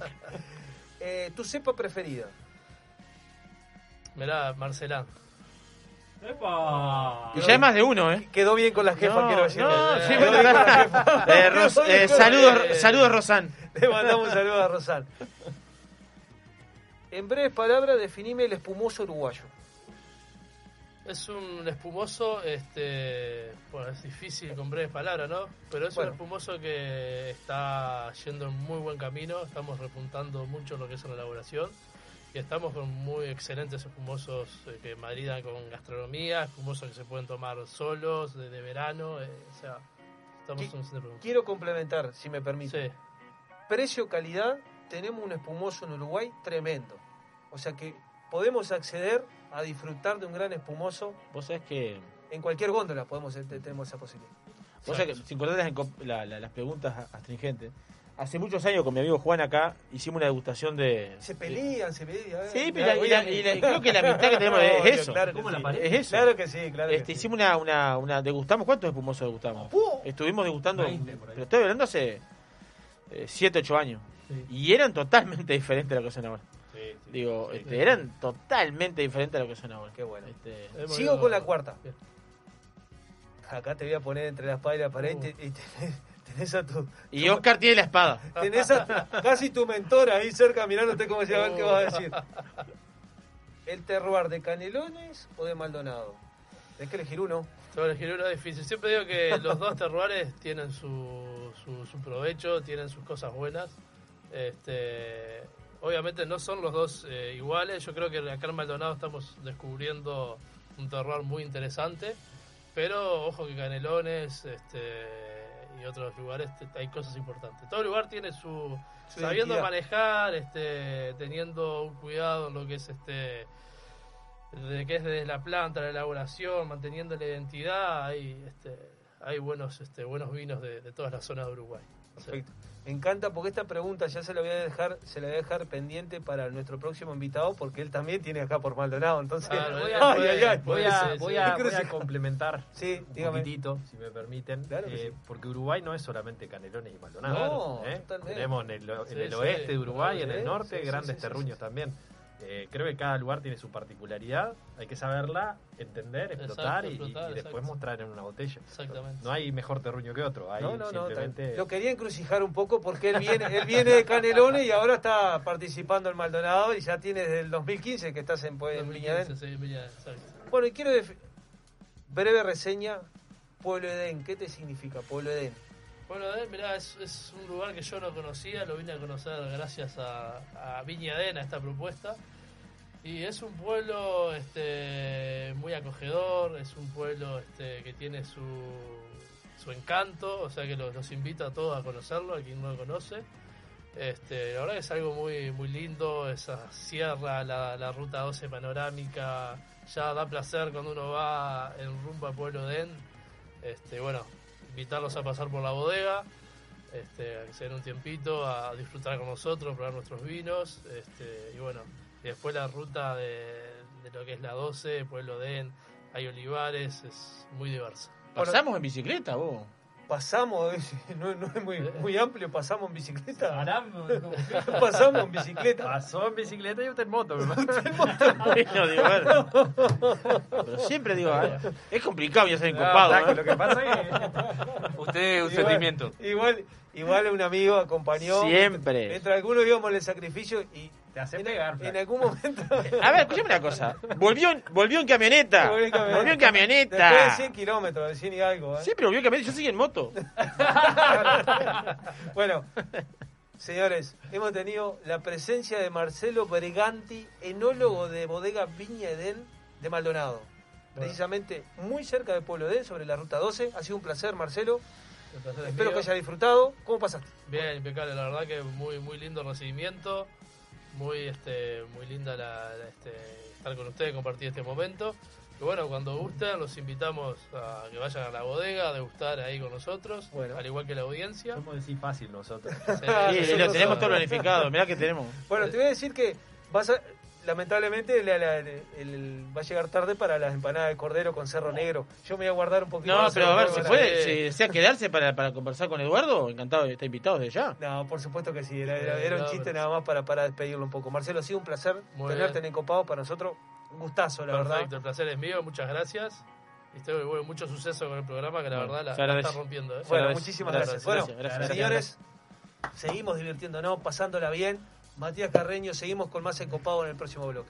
Eh, ¿Tu cepa preferida? Mirá, Marcelán. ¡Epa! Y ya hay más de uno, ¿eh? Quedó bien con la jefa, No, quiero decir. no, Eh, sí, Quedó bueno, bien con la jefa. Eh, Ros- Quedó bien eh, con la saludos, jefa. saludos, Rosan. Le mandamos un saludo a Rosal. En breves palabras, definime el espumoso uruguayo. Es un espumoso, este, bueno, es difícil con breves palabras, ¿no? Pero es Bueno. un espumoso que está yendo en muy buen camino, estamos repuntando mucho en lo que es la elaboración y estamos con muy excelentes espumosos eh, que maridan con gastronomía, espumosos que se pueden tomar solos, de, de verano, eh, o sea, estamos Qui- en un centro de producción. Quiero complementar, si me permite. Sí, Precio-calidad, tenemos un espumoso en Uruguay tremendo. O sea que podemos acceder a disfrutar de un gran espumoso Vos sabés que. en cualquier góndola, podemos te- tenemos esa posibilidad. Vos sabés que, sin cortar las, encop- la- la- las preguntas astringentes. Hace muchos años con mi amigo Juan acá hicimos una degustación de. Se pelean, se pelean. eh. Sí, pero y la- y la- creo que la amistad que tenemos es Obvio, eso. claro que ¿Cómo la sí. pared? Es eso. Claro que sí, claro que Este, sí. hicimos una, una, una. Degustamos. ¿Cuántos espumosos degustamos? ¡Puh! Estuvimos degustando. veinte por ahí. Pero estoy hablando hace siete, ocho años. Sí. Y eran totalmente diferentes a lo que son ahora. Sí, sí. Digo, Sí. este, eran totalmente diferentes a lo que son ahora. Qué bueno. Este, hemos Sigo ido- con la cuarta. Bien. Acá te voy a poner entre la espada y la pared y, te- y tenés, tenés a tu... y Oscar tiene la espada. Tenés a tu- casi tu mentor ahí cerca mirándote como decía, a ver qué vas a decir. ¿El terroir de Canelones o de Maldonado? Tenés que elegir uno. Te voy a elegir uno difícil. Siempre digo que los dos terroires tienen su, su, su provecho, tienen sus cosas buenas. Este, obviamente no son los dos eh, iguales. Yo creo que acá en Maldonado estamos descubriendo un terroir muy interesante. Pero ojo que Canelones este, y otros lugares te- hay cosas importantes. Todo lugar tiene su... Su sabiendo identidad. manejar, este, teniendo un cuidado en lo que es este... de que es desde la planta, la elaboración, manteniendo la identidad, hay este, hay buenos este, buenos vinos de, de todas las zonas de Uruguay. Perfecto. Me encanta porque esta pregunta ya se la voy a dejar, se la voy a dejar pendiente para nuestro próximo invitado, porque él también tiene acá por Maldonado, entonces Ah, voy a, ay, voy a- ay, ay. voy a- Sí, voy sí. a- ¿Qué voy a crees? complementar Sí, un dígame. poquitito, si me permiten, Claro que eh, sí. porque Uruguay no es solamente Canelones y Maldonado. No, ¿eh? totalmente. Tenemos en el, en Sí, el sí, oeste de Uruguay, sí, en el norte, sí, sí, grandes sí, sí, terruños sí. también. Eh, creo que cada lugar tiene su particularidad, hay que saberla, entender, explotar, Exacto, y- explotar, y, después exacto. mostrar en una botella. Exactamente. No hay mejor terruño que otro, hay No, no, no, simplemente... lo quería encrucijar un poco porque él viene, él viene de Canelones y ahora está participando en Maldonado y ya tiene desde el dos mil quince que estás en, en Viñadén. Sí, Viñadén, exacto. Bueno, y quiero defi- breve reseña, Pueblo Edén, ¿qué te significa Pueblo Edén? Bueno, Edén, mirá, es, es un lugar que yo no conocía, lo vine a conocer gracias a, a Viñadén, a esta propuesta. Y es un pueblo este, muy acogedor, es un pueblo este, que tiene su, su encanto, o sea que los, los invito a todos a conocerlo, a quien no lo conoce. Este, la verdad que es algo muy, muy lindo, esa sierra, la, la ruta doce panorámica, ya da placer cuando uno va en rumbo a Pueblo Edén. Este, bueno, invitarlos a pasar por la bodega, este, a que se den un tiempito, a disfrutar con nosotros, probar nuestros vinos, este, y bueno, y después la ruta de, de lo que es la doce, Pueblo Edén, hay olivares, es muy diversa. Pasamos en bicicleta, vos. Pasamos, no, no es muy, muy amplio, pasamos en bicicleta. Paramos, Pasamos en bicicleta. Pasó en bicicleta y usted en moto, ¿verdad? No, digo, bueno. Pero siempre digo, ah, es complicado ya ser No, encopado. taco, ¿eh? lo que pasa es que... Usted, un Igual- sentimiento. Igual, igual un amigo acompañó. Siempre. Mientras algunos íbamos al sacrificio y Te hace en, pegar, en flaco. algún momento. A ver, escúchame una cosa. Volvió, en- volvió en camioneta. Volvió en camioneta. Volvió en Después camioneta. de cien kilómetros, de cien y algo. ¿eh? Siempre volvió en camioneta. Yo sigo en moto. Bueno, señores, hemos tenido la presencia de Marcelo Berganti, enólogo de bodega Viña Edén de Maldonado. Precisamente muy cerca de Pueblo Edén, sobre la ruta doce. Ha sido un placer, Marcelo. El placer es Espero mío. que haya disfrutado. ¿Cómo pasaste? Bien, impecable, la verdad que muy muy lindo recibimiento, muy este muy linda la, la, este, estar con ustedes, compartir este momento. Y bueno, cuando gusten, los invitamos a que vayan a la bodega, a degustar ahí con nosotros, al igual que la audiencia. Somos decir fácil nosotros. Sí, lo tenemos todo planificado. Mirá que tenemos. Bueno, te voy a decir que vas a, lamentablemente la- la- el- el- va a llegar tarde para las empanadas de cordero con cerro negro. Yo me voy a guardar un poquito No, más. pero a ver, ¿se para- puede? Si desea quedarse para, para conversar con Eduardo, encantado de estar invitado desde ya. No, por supuesto que sí, era, era- Eh, era un no, chiste pero- nada más para, para despedirlo un poco. Marcelo, ha sido un placer Muy tenerte bien. en Encopado, para nosotros un gustazo, la Perfecto, verdad. el placer es mío, muchas gracias. Y estoy, bueno, mucho suceso con el programa, que la Bueno, verdad la, se la agradece. está rompiendo. ¿eh? Se Bueno, agradece. muchísimas Gracias, gracias. gracias, Bueno, gracias, señores, seguimos divirtiéndonos, pasándola bien. Matías Carreño, seguimos con más Encopado en el próximo bloque.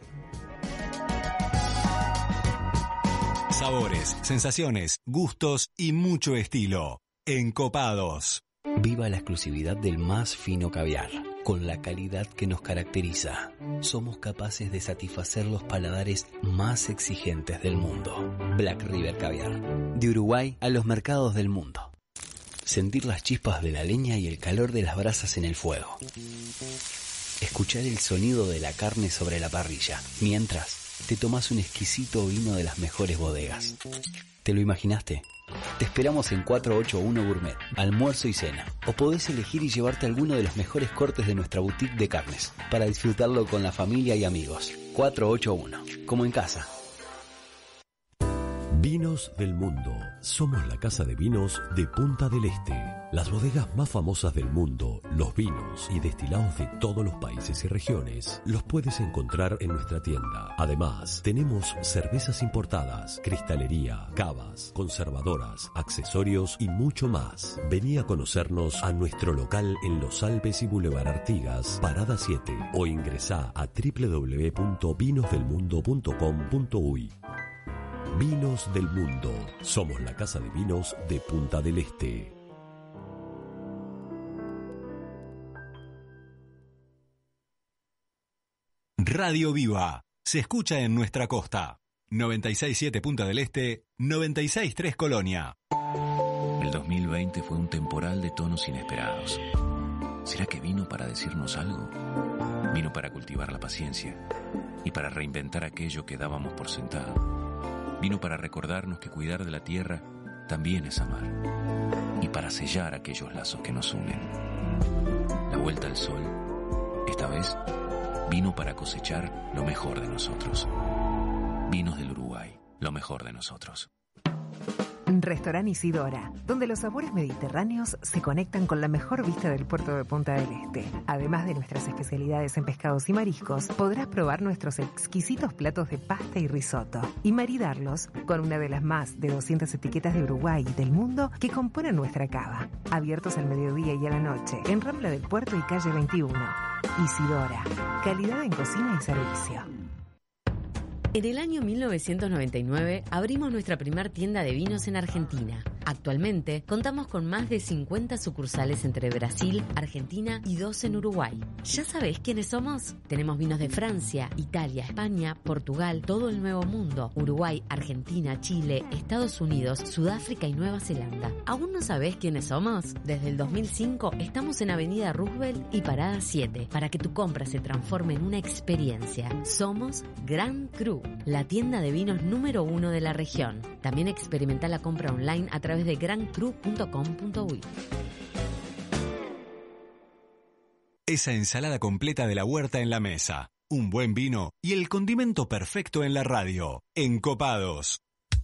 Sabores, sensaciones, gustos y mucho estilo. Encopados. Viva la exclusividad del más fino caviar, con la calidad que nos caracteriza. Somos capaces de satisfacer los paladares más exigentes del mundo. Black River Caviar, de Uruguay a los mercados del mundo. Sentir las chispas de la leña y el calor de las brasas en el fuego. Escuchar el sonido de la carne sobre la parrilla, mientras te tomas un exquisito vino de las mejores bodegas. ¿Te lo imaginaste? Te esperamos en cuatrocientos ochenta y uno Gourmet, almuerzo y cena. O podés elegir y llevarte alguno de los mejores cortes de nuestra boutique de carnes, para disfrutarlo con la familia y amigos. cuatrocientos ochenta y uno, como en casa. Vinos del mundo. Somos la casa de vinos de Punta del Este. Las bodegas más famosas del mundo, los vinos y destilados de todos los países y regiones, los puedes encontrar en nuestra tienda. Además, tenemos cervezas importadas, cristalería, cavas, conservadoras, accesorios y mucho más. Vení a conocernos a nuestro local en Los Alpes y Boulevard Artigas, Parada siete, o ingresá a doble u doble u doble u punto vinos del mundo punto com punto uy. Vinos del Mundo. Somos la casa de vinos de Punta del Este. Radio Viva. Se escucha en nuestra costa. noventa y seis punto siete Punta del Este, noventa y seis punto tres Colonia. El dos mil veinte fue un temporal de tonos inesperados. ¿Será que vino para decirnos algo? Vino para cultivar la paciencia y para reinventar aquello que dábamos por sentado. Vino para recordarnos que cuidar de la tierra también es amar. Y para sellar aquellos lazos que nos unen. La vuelta al sol, esta vez, vino para cosechar lo mejor de nosotros. Vinos del Uruguay, lo mejor de nosotros. Restaurant Isidora, donde los sabores mediterráneos se conectan con la mejor vista del puerto de Punta del Este. Además de nuestras especialidades en pescados y mariscos, podrás probar nuestros exquisitos platos de pasta y risotto y maridarlos con una de las más de doscientas etiquetas de Uruguay y del mundo que componen nuestra cava. Abiertos al mediodía y a la noche, en Rambla del Puerto y calle veintiuno. Isidora, calidad en cocina y servicio. En el año mil novecientos noventa y nueve abrimos nuestra primer tienda de vinos en Argentina. Actualmente contamos con más de cincuenta sucursales entre Brasil, Argentina y dos en Uruguay. ¿Ya sabés quiénes somos? Tenemos vinos de Francia, Italia, España, Portugal, todo el Nuevo Mundo, Uruguay, Argentina, Chile, Estados Unidos, Sudáfrica y Nueva Zelanda. ¿Aún no sabés quiénes somos? Desde el dos mil cinco estamos en Avenida Roosevelt y Parada siete para que tu compra se transforme en una experiencia. Somos Grand Cru, la tienda de vinos número uno de la región. También experimenta la compra online a través de grand cru punto com punto uy. Esa ensalada completa de la huerta en la mesa, un buen vino y el condimento perfecto en la radio. Encopados.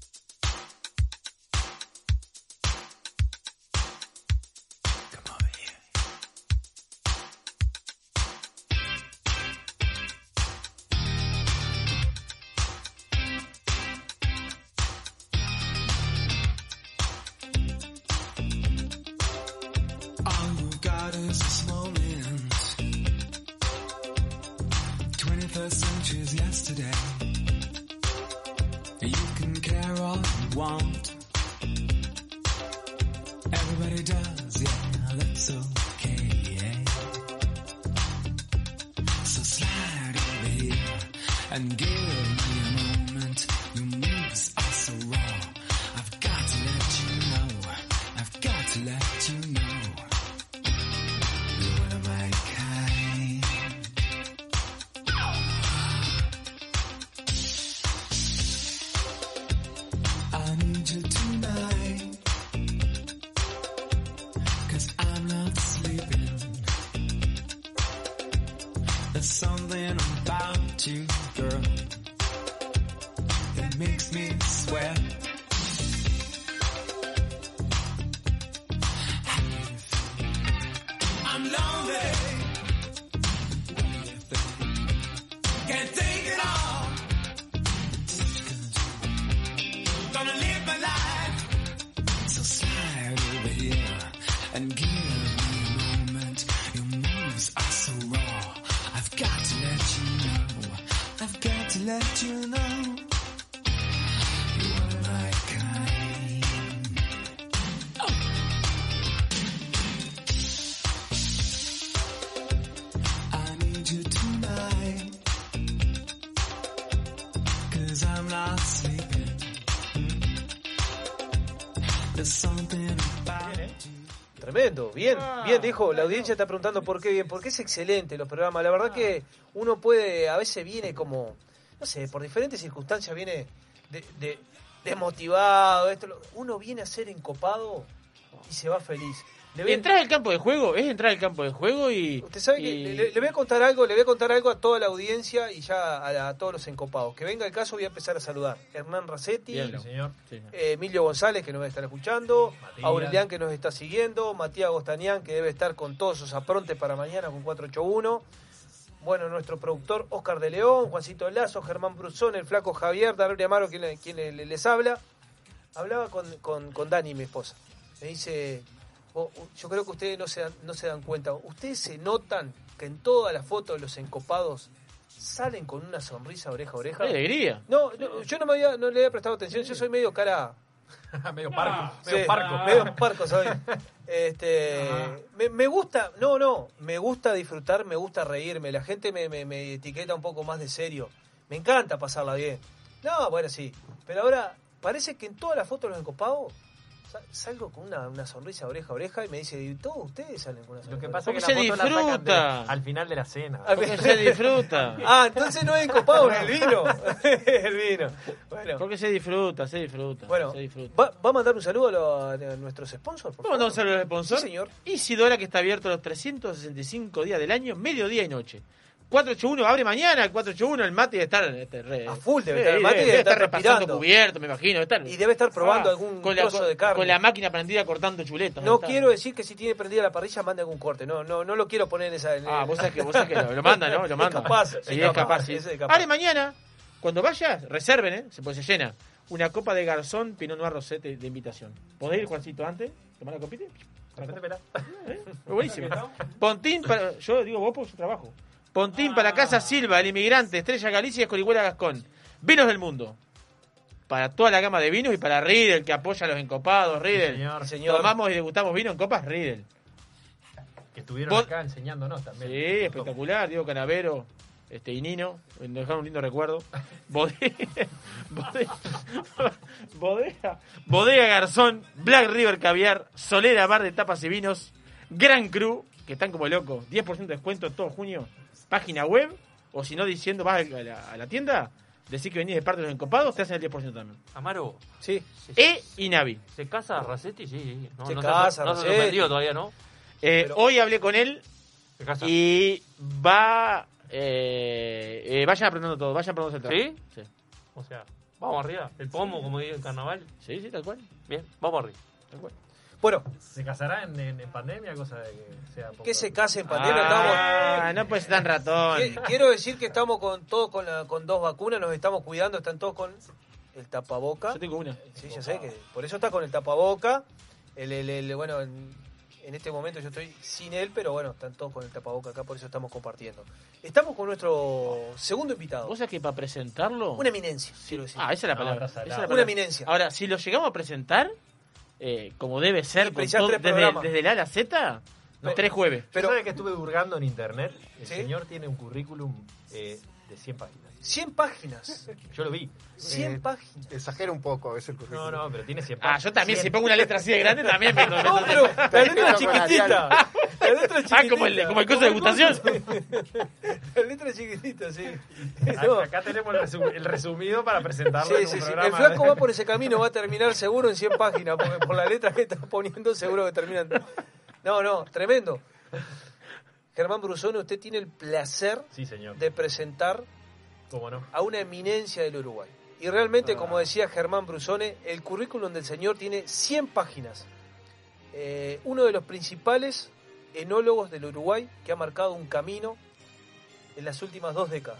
Tremendo, bien, bien, dijo, la audiencia está preguntando por qué bien, porque es excelente los programas, la verdad que uno puede, a veces viene como, no sé, por diferentes circunstancias viene de, de, desmotivado, esto, lo, uno viene a ser encopado y se va feliz. Le voy... Entrar al campo de juego, es entrar al campo de juego y... Usted sabe y... que le, le voy a contar algo, le voy a contar algo a toda la audiencia y ya a, a todos los encopados. Que venga el caso, voy a empezar a saludar. Hernán Racetti, Bien, señor. Eh, Emilio González, que nos va a estar escuchando, Matías. Aurelián, que nos está siguiendo, Matías Gostanián, que debe estar con todos sus aprontes para mañana con cuatro ocho uno. Bueno, nuestro productor Oscar de León, Juancito Lazo, Germán Bruzón, el flaco Javier, Darío Amaro, quien, quien les habla. Hablaba con, con, con Dani, mi esposa. Me dice... Oh, yo creo que ustedes no se, dan, no se dan cuenta. Ustedes se notan que en todas las fotos de los encopados salen con una sonrisa oreja a oreja. ¡Qué alegría! No, no, yo no, me había, no le había prestado atención. Yo soy medio cara... medio parco. Sí, medio parco. Medio parco soy. Este, me, me gusta... No, no. Me gusta disfrutar, me gusta reírme. La gente me, me, me etiqueta un poco más de serio. Me encanta pasarla bien. No, bueno, sí. Pero ahora, parece que en todas las fotos de los encopados Sa- Salgo con una, una sonrisa oreja a oreja y me dice, ¿y todos ustedes salen con una sonrisa? Lo que pasa es que Porque la se foto la sacan disfruta. de- al final de la cena. Porque se disfruta. Ah, entonces no hay encopado en el vino. El vino. Bueno, Porque se disfruta, se disfruta. bueno se disfruta. ¿va, ¿va a mandar un saludo a, lo- a nuestros sponsors? Por Vamos a dar un favor? saludo al sponsor. Sí, señor. Isidora, que está abierto los trescientos sesenta y cinco días del año, mediodía y noche. cuatrocientos ochenta y uno abre mañana, el cuatrocientos ochenta y uno el mate debe estar este, re, A full debe eh, estar el mate y debe estar repasando respirando. cubierto, me imagino. Debe estar, Y debe estar probando Ah, algún con la, trozo de carne. Con la máquina prendida cortando chuletas. No Está. quiero decir que si tiene prendida la parrilla mande algún corte. No, no, no lo quiero poner en esa. En Ah, vos sabés que, vos sabés que lo, lo manda, ¿no? Lo manda. Es capaz, Sí, es es capaz, capaz, sí. ese es capaz. Abre mañana, cuando vayas, reserven, ¿eh? Se, pues se llena. Una copa de garzón Pinot Noir Rosé de, de invitación. ¿Podés ir, Juancito, antes? ¿Tomar la copita? ¿Eh? Buenísimo. Pontín para... Yo digo vos porque yo trabajo. Pontín para Casa Silva, El Inmigrante, Estrella Galicia y Escorihuela Gascón. Vinos del mundo. Para toda la gama de vinos y para Riedel, que apoya a los encopados. Riedel. señor. Señor. Tomamos y degustamos vino en copas, Riedel. Que estuvieron Vos- acá enseñándonos también. Sí, espectacular. Diego Canavero este, y Nino. Nos dejaron un lindo recuerdo. Bodega, bodega, bodega, bodega Garzón, Black River Caviar, Solera Bar de Tapas y Vinos, Gran Cru, que están como locos. diez por ciento de descuento todo junio. Página web. O si no, diciendo vas a la, a la tienda, decís que venís de parte de los encopados, te hacen el diez por ciento también. Amaro, Sí. E y Navi. ¿se casa Racetti? Sí, sí. No, Se no casa, no se Racetti. sorprendió todavía, ¿no? Eh, Pero- Hoy hablé con él Se casa. y va... Eh, eh, vayan aprendiendo todo, vayan aprendiendo el ¿Sí? trabajo. Sí. O sea, vamos arriba. El pomo, como dice el carnaval. Sí, sí, tal cual. Bien, vamos arriba. Tal cual. Bueno, ¿Se casará en, en, en pandemia? Cosa de que sea poco... que se case en pandemia. Ah, estamos- no puede ser tan ratón. Qui- Quiero decir que estamos con todos con, la- con dos vacunas, nos estamos cuidando, están todos con el tapaboca. Yo tengo una. Sí, ya sé que por eso está con el tapaboca. El, el, el- bueno, en, en este momento yo estoy sin él, pero bueno, están todos con el tapaboca acá, por eso estamos compartiendo. Estamos con nuestro segundo invitado. ¿Vos sabés que para presentarlo? Una eminencia, quiero decir. Ah, esa es la No, palabra. está Esa es salado. la Una palabra. eminencia. Ahora, si lo llegamos a presentar, eh, como debe ser, Y con ya todo- tres desde, programas. desde la A a la Z, No. tres jueves. Pero- Pero ¿sabe que estuve hurgando en internet? El ¿Sí? señor tiene un currículum eh, de cien páginas. cien páginas. Yo lo vi. cien Eh, páginas. Exagera un poco a veces el currículum. No, no, pero tiene cien Ah, páginas. yo también, si pongo una letra así de grande, también me... No, pero la letra es chiquitita. La letra es chiquitita. Ah, como el, como el curso de degustación. La letra es chiquitita, sí. Acá, No. acá tenemos el, resu- el resumido para presentarlo Sí, en un sí, sí. programa. El flaco va por ese camino, va a terminar seguro en cien páginas, porque por la letra que está poniendo seguro que terminan. No, no, tremendo. Germán Brusone, usted tiene el placer Sí, señor. de presentar ¿Cómo no? a una eminencia del Uruguay. Y realmente, Ah. como decía Germán Brusone, el currículum del señor tiene cien páginas. Eh, uno de los principales enólogos del Uruguay que ha marcado un camino en las últimas dos décadas.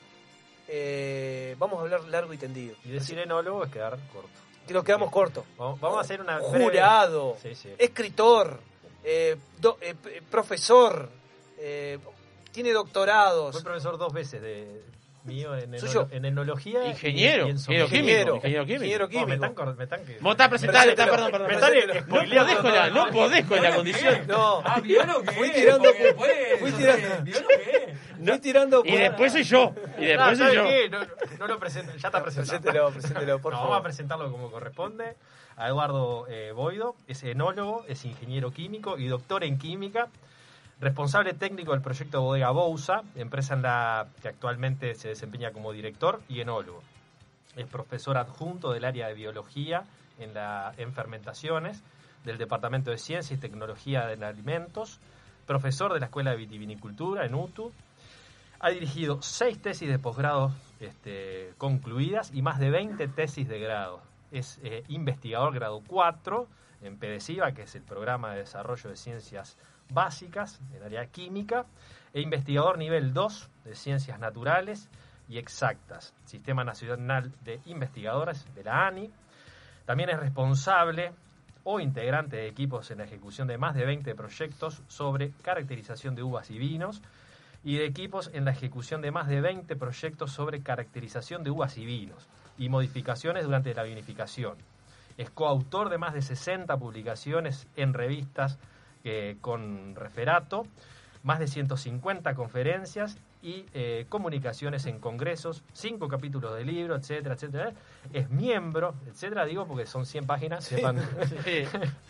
Eh, vamos a hablar largo y tendido. Y decir enólogo es quedar corto. Que nos quedamos cortos. Vamos, vamos a hacer una breve- Jurado, Sí, sí. escritor, eh, do- eh, p- profesor, eh, tiene doctorados. Fue profesor dos veces de mío en, ¿Suyo? enolo- en enología. Ingeniero, y, y en ingeniero zoología. químico, ingeniero químico. ingeniero Oh, me químico. están, cor- me están que- Vos estás presentado, está, Preséntelo. perdón, perdón. Me perdón. están No spoileando podés con la, todo. no podés con la condición. No, Ah, ¿biólogo qué? Fui tirando- Porque después, fui no tirando- sé, ¿biólogo qué? fui tirando Y después soy yo. Y No, después soy ¿sabe yo. qué? No, no lo presento, ya está presentado. Preséntelo, preséntelo, por No, favor. Vamos a presentarlo como corresponde. A Eduardo eh, Boido, es enólogo, es ingeniero químico y doctor en química, responsable técnico del proyecto Bodega Bousa, empresa en la que actualmente se desempeña como director y enólogo. Es profesor adjunto del área de biología en, la, en fermentaciones del Departamento de Ciencia y Tecnología de Alimentos, profesor de la Escuela de Vitivinicultura en U T U. Ha dirigido seis tesis de posgrado este, concluidas y más de veinte tesis de grado. Es eh, investigador grado cuatro en PEDESIVA, que es el Programa de Desarrollo de Ciencias Básicas en área química, e investigador nivel dos de Ciencias Naturales y Exactas, Sistema Nacional de Investigadores de la A N I. También es responsable o integrante de equipos en la ejecución de más de veinte proyectos sobre caracterización de uvas y vinos, y de equipos en la ejecución de más de veinte proyectos sobre caracterización de uvas y vinos y modificaciones durante la vinificación. Es coautor de más de sesenta publicaciones en revistas eh, con referato, más de ciento cincuenta conferencias y eh, comunicaciones en congresos, cinco capítulos de libro, etcétera, etcétera. Es miembro, etcétera, digo porque son cien páginas, Sí. sepan. Sí.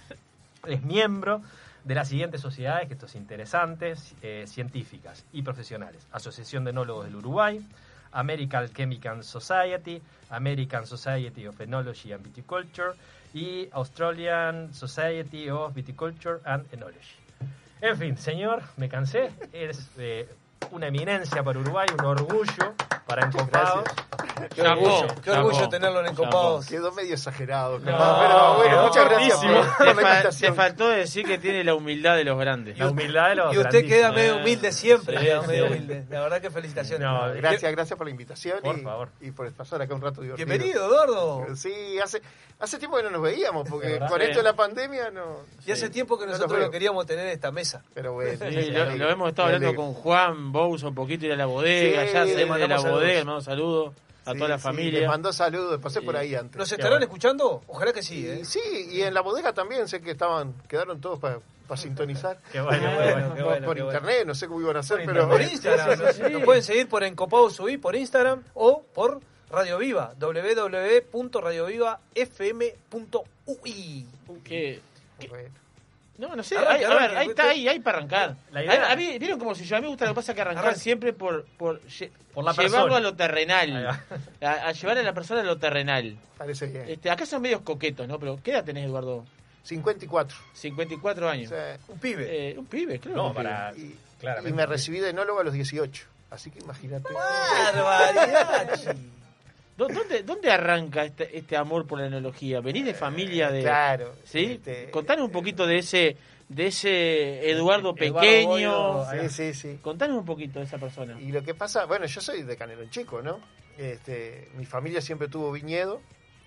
Es miembro de las siguientes sociedades, que esto es interesante, eh, científicas y profesionales. Asociación de Enólogos del Uruguay, American Chemical Society, American Society of Enology and Viticulture y Australian Society of Viticulture and Enology. En fin, señor, me cansé. Es eh, una eminencia para Uruguay, un orgullo para Encopados. Qué orgullo, qué orgullo tenerlo en Encopados. Quedó medio exagerado. No, pero bueno, quedó muchas gracias por, cortísimo. por la Te, fa- invitación. te faltó decir que tiene la humildad de los grandes. La humildad de los Y usted queda grandísimos. medio humilde siempre, Sí, queda sí. medio humilde. La verdad que felicitaciones. No, Gracias, gracias por la invitación Por y, favor. y por pasar acá un rato divertido. Bienvenido, Eduardo. Sí, hace, hace tiempo que no nos veíamos, ¿De porque verdad? con Sí. esto de la pandemia no... Y hace tiempo que No los nosotros veo. lo queríamos tener en esta mesa. Pero bueno. Sí, me lo, alegro, lo hemos estado me hablando alegro. con Juan Bous un poquito, ir a la bodega, Sí, ya le salimos de la mandamos bodega, saludos. hermano, saludos a Sí, toda la sí, familia. les mandó saludos, pasé por ahí antes. ¿Nos Qué estarán bueno. escuchando? Ojalá que sí, ¿eh? Y sí, y en la bodega también sé que estaban, quedaron todos para sintonizar. Qué bueno, qué Bueno, bueno. qué por bueno, por qué bueno. internet, no sé cómo iban a hacer, Por pero... Por Instagram. Sí. Nos pueden seguir por Encopados U I por Instagram o por Radio Viva, w w w punto radio viva f m punto u i. ¿Qué? Bueno. No, no sé, Arranque, hay- a ver, arranque, ahí está, ahí, ahí para arrancar. La idea- A, a mí, ¿vieron como si yo? A mí me gusta lo que pasa que arrancar Arranque. siempre por, por, lle- Por la llevarlo persona. a lo terrenal. Ahí va. A, a llevar a la persona a lo terrenal. Parece bien. Este, acá son medios coquetos, ¿no? Pero ¿qué edad tenés, Eduardo? cincuenta y cuatro. cincuenta y cuatro O años. sea, Un pibe. Eh, un pibe, claro. No, un pibe. para... y, Claramente. y me recibí de enólogo a los dieciocho. Así que imagínate. ¡Barbaridad! chi! ¿Dó- ¿Dónde, ¿Dónde arranca este, este amor por la enología? ¿Venís de familia de...? Claro. ¿Sí? este, Contanos un poquito de ese de ese Eduardo Eduardo pequeño. Boyo, Sí, sí, sí. Contanos un poquito de esa persona. Y lo que pasa, bueno, yo soy de Canelón Chico, ¿no? Este, mi familia siempre tuvo viñedo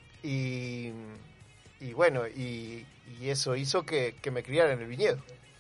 y, y bueno, y, y eso hizo que, que me criara en el viñedo.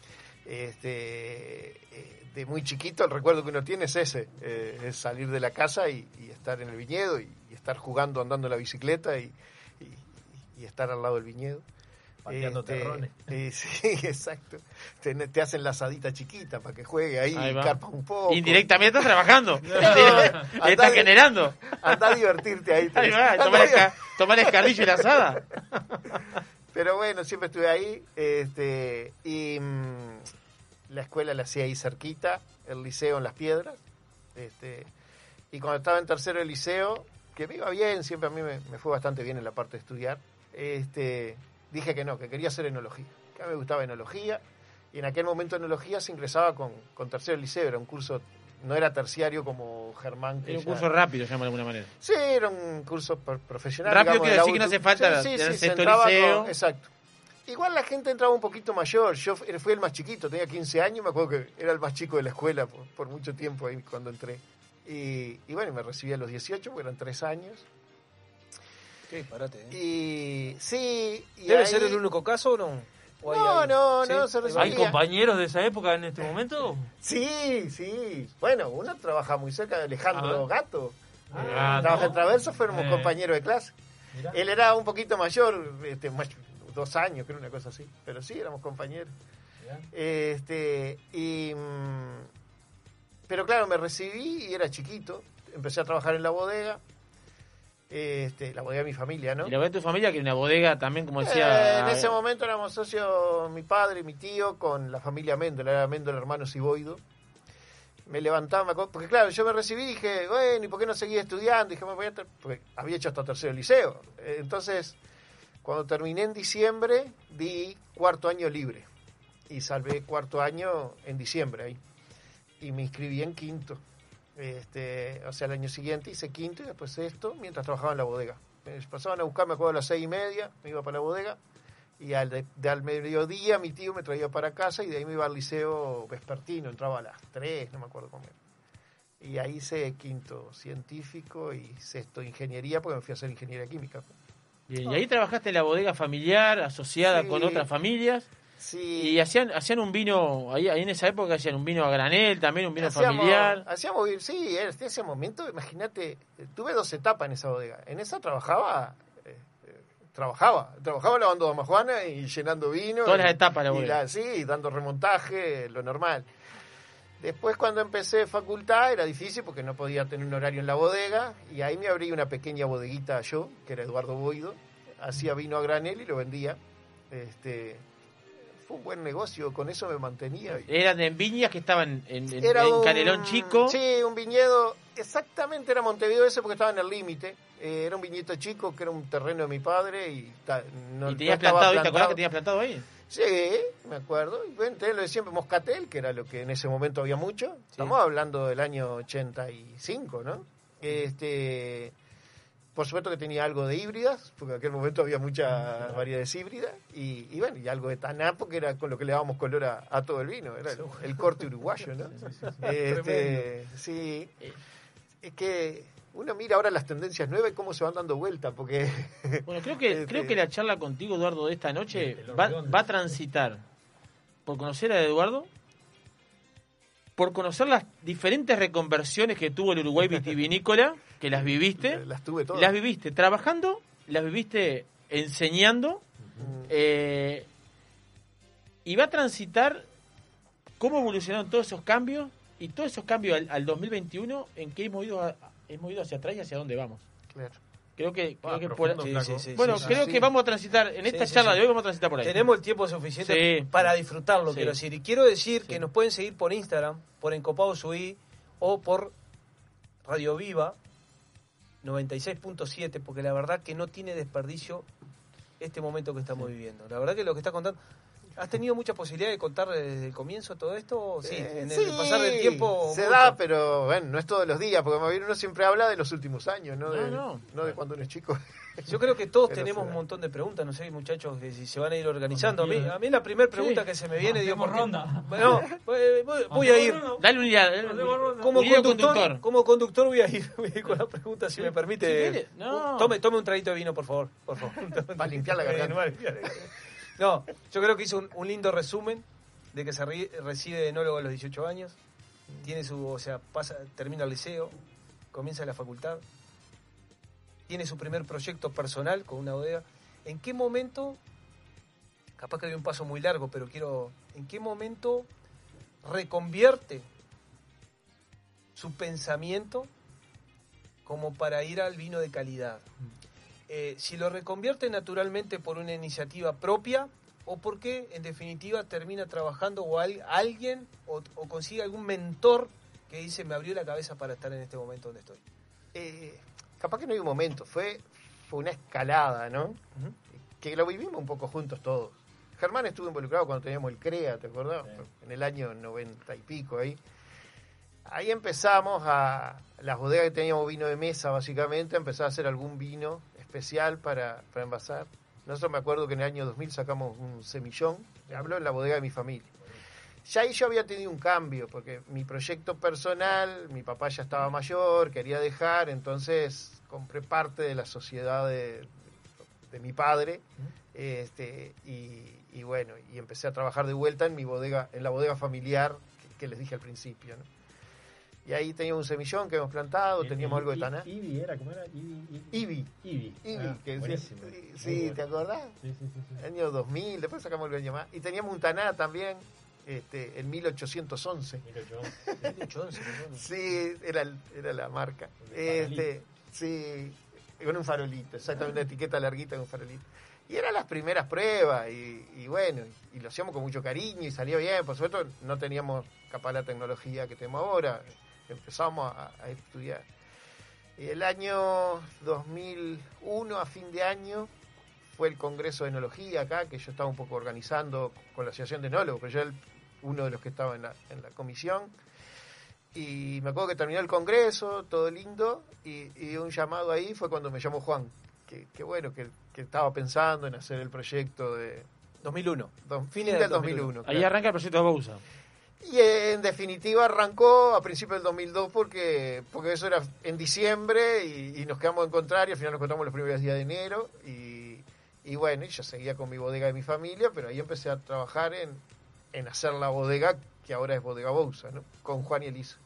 Este, eh, de muy chiquito el recuerdo que uno tiene es ese, eh, es salir de la casa y, y estar en el viñedo y, y estar jugando, andando en la bicicleta y, y- y estar al lado del viñedo. Pateando Este, terrones. eh, sí, exacto. Te, te hacen la asadita chiquita para que juegue ahí, Ahí y va. carpa un poco. Indirectamente estás trabajando. anda Estás de- generando. Anda a divertirte ahí. Ahí va, Anda tomar, a esca- tomar escardillo y la asada. Pero bueno, siempre estuve ahí. Este, y mm, la escuela la hacía ahí cerquita, el liceo en Las Piedras. Este, y cuando estaba en tercero de liceo, que me iba bien, siempre a mí me, me fue bastante bien en la parte de estudiar, este, dije que no, que quería hacer enología. Que a mí me gustaba enología. Y en aquel momento enología se ingresaba con, con tercero de liceo, era un curso, no era terciario como Germán. que Era un ya- curso rápido, llama de alguna manera. Sí, era un curso pro- profesional. Rápido digamos, quiere de decir que no hace falta Sí, sí, tener sí, se sexto entraba liceo. con- exacto. Igual la gente entraba un poquito mayor. Yo fu- fui el más chiquito, tenía quince años. Me acuerdo que era el más chico de la escuela por, por mucho tiempo ahí cuando entré. Y, y bueno, me recibí a los dieciocho, porque eran tres años. Qué disparate, ¿eh? Y sí. Y ¿Debe ahí- ser el único caso o no? ¿O hay- No, hay- no, sí? no, se Ahí va. recibía. ¿Hay compañeros de esa época en este momento? Sí, sí. Bueno, uno trabaja muy cerca de Alejandro Ah. Gato. Ah, Eh, trabaja ¿no? en Traversa, fuéramos Eh. compañeros de clase. Mirá. Él era un poquito mayor, este, más- dos años, creo, una cosa así. Pero sí, éramos compañeros. Mirá. Este, y, mm, pero claro, me recibí y era chiquito. Empecé a trabajar en la bodega. Este, la bodega de mi familia, ¿no? Y la verdad, tu familia, que una bodega también, como Eh, decía. en ese momento éramos socios mi padre y mi tío con la familia Méndola, era Méndola hermano Ciboido. Me levantaba, me acuerdo, porque claro, yo me recibí y dije, bueno, ¿y por qué no seguía estudiando? Dije, me voy a ter-", porque había hecho hasta tercero de liceo. Eh, Entonces, cuando terminé en diciembre, di cuarto año libre. Y salvé cuarto año en diciembre ahí. Y me inscribí en quinto. Este, o sea, el año siguiente hice quinto y después esto, mientras trabajaba en la bodega. Me pasaban a buscar, me acuerdo, a las seis y media, me iba para la bodega. Y al, de, de al mediodía mi tío me traía para casa y de ahí me iba al liceo vespertino, entraba a las tres, no me acuerdo cómo era. Y ahí hice quinto científico y sexto ingeniería, porque me fui a hacer ingeniería química. Bien, y ahí trabajaste en la bodega familiar, asociada Sí. con otras familias. Sí. Y hacían hacían un vino, ahí, ahí en esa época hacían un vino a granel, también un vino Hacíamos- familiar. Hacíamos, sí, en ese momento, imagínate, eh, tuve dos etapas en esa bodega. En esa trabajaba, eh, eh, trabajaba, trabajaba lavando damajuana y llenando vino. Todas y- las etapas de la y bodega. la- sí, dando remontaje, lo normal. Después cuando empecé facultad era difícil porque no podía tener un horario en la bodega y ahí me abrí una pequeña bodeguita yo, que era Eduardo Boido, hacía vino a granel y lo vendía. Este, fue un buen negocio, con eso me mantenía. Eran en viñas que estaban en, en, Era en un- Canelón Chico. Sí, un viñedo, exactamente era Montevideo ese porque estaba en el límite. Eh, era un viñedo chico que era un terreno de mi padre y ta- no, ¿Y tenías no estaba plantado, ¿te acordás que tenías plantado ahí? Sí, me acuerdo. Y bueno, tenés lo de siempre, Moscatel, que era lo que en ese momento había mucho. Estamos hablando del año ochenta y cinco, ¿no? Este, por supuesto que tenía algo de híbridas, porque en aquel momento había muchas variedades híbridas. Y, y bueno, y algo de taná, porque era con lo que le dábamos color a, a todo el vino. Era el, el corte uruguayo, ¿no? Este, sí. Es que uno mira ahora las tendencias nuevas y cómo se van dando vuelta, porque... Bueno, creo que Este- creo que la charla contigo, Eduardo, de esta noche De los va, redondos. va a transitar por conocer a Eduardo, por conocer las diferentes reconversiones que tuvo el Uruguay vitivinícola, que las viviste. Las tuve todas. Las viviste trabajando, las viviste enseñando, eh, y va a transitar cómo evolucionaron todos esos cambios y todos esos cambios al, al dos mil veintiuno, en que hemos ido, a- hemos ido hacia atrás y hacia dónde vamos. Claro. Creo que, Ah, creo que profundo, por- flaco. Sí, sí, sí, bueno, sí, creo sí. que vamos a transitar, en esta Sí, sí, charla sí. de hoy vamos a transitar por ahí. Tenemos el tiempo suficiente Sí. para disfrutarlo, Sí. quiero decir. Y quiero decir que nos pueden seguir por Instagram, por Encopados U I o por Radio Viva noventa y seis punto siete, porque la verdad que no tiene desperdicio este momento que estamos viviendo. La verdad que lo que está contando... ¿Has tenido mucha posibilidad de contar desde el comienzo todo esto? Sí, Eh, en el sí, pasar del tiempo... se mucho. da, pero bueno, no es todos los días, porque más bien uno siempre habla de los últimos años, no, No, de, no. no de cuando uno es chico. Yo creo que todos Pero tenemos se un da. montón de preguntas, no sé, muchachos, que si se van a ir organizando. A mí, quieran. a mí la primera pregunta Sí. que se me viene, digo, Hacemos ¿por qué? ronda. Bueno, voy, voy- voy a ir. Dale un día. Como un hilo conductor, conductor. como conductor voy a ir, voy a ir con la pregunta, si me permite. Si quiere, no. Tome, tome un traguito de vino, por favor. Por favor. Para limpiar la garganta. Para limpiar la garganta. No, yo creo que hizo un, un lindo resumen de que se ri- recibe de enólogo a los dieciocho años. Tiene su, o sea, pasa, termina el liceo, comienza la facultad. Tiene su primer proyecto personal con una bodega. ¿En qué momento, capaz que hay un paso muy largo, pero quiero, ¿en qué momento reconvierte su pensamiento como para ir al vino de calidad? Eh, si lo reconvierte naturalmente por una iniciativa propia o porque en definitiva termina trabajando o al- alguien o, o consigue algún mentor que dice me abrió la cabeza para estar en este momento donde estoy. Eh, capaz que no hay un momento, fue, fue una escalada, ¿no? Que lo vivimos un poco juntos todos. Germán estuvo involucrado cuando teníamos el CREA, ¿te acordás? En el año noventa y pico ahí. Ahí empezamos a, las bodegas que teníamos vino de mesa básicamente, a empezar a hacer algún vino especial para, para envasar. Nosotros me acuerdo que en el año dos mil sacamos un semillón, hablo en la bodega de mi familia. Ya ahí yo había tenido un cambio, porque mi proyecto personal, mi papá ya estaba mayor, quería dejar, entonces compré parte de la sociedad de, de mi padre, este, y, y bueno, y empecé a trabajar de vuelta en mi bodega, en la bodega familiar que, que les dije al principio, ¿no? Y ahí teníamos un semillón que hemos plantado, teníamos algo de taná. Ibi era, ¿cómo era? Ibi. Ibi. Ibi. Ibi, Ah, que buenísimo. sí, Muy sí, bueno. ¿te acordás? Sí, sí, sí, sí. Año dos mil, después sacamos el año más. Y teníamos un taná también, este, en mil ochocientos once. mil ochocientos once, perdón. Sí, era, el- era la marca. Este, sí, con un farolito, exactamente, una etiqueta larguita con un farolito. Y eran las primeras pruebas, y, y bueno, y lo hacíamos con mucho cariño y salió bien. Por supuesto, no teníamos capaz la tecnología que tenemos ahora. Empezamos a, a estudiar. Y el año dos mil uno, a fin de año, fue el Congreso de Enología acá, que yo estaba un poco organizando con la Asociación de Enólogos, pero yo era el- uno de los que estaba en la, en la comisión. Y me acuerdo que terminó el Congreso, todo lindo, y, y un llamado ahí fue cuando me llamó Juan, que, que bueno, que, que estaba pensando en hacer el proyecto de... dos mil uno. Dos, Fines fin del del dos mil uno. Ahí claro. arranca el proyecto de Bousa. Y eh, en definitiva arrancó a principios del dos mil dos porque, porque eso era en diciembre y, y nos quedamos a encontrar y al final nos encontramos los primeros días de enero y, y bueno, y yo seguía con mi bodega de mi familia, pero ahí empecé a trabajar en, en hacer la bodega que ahora es Bodega Bousa, ¿no? Con Juan y Elisa.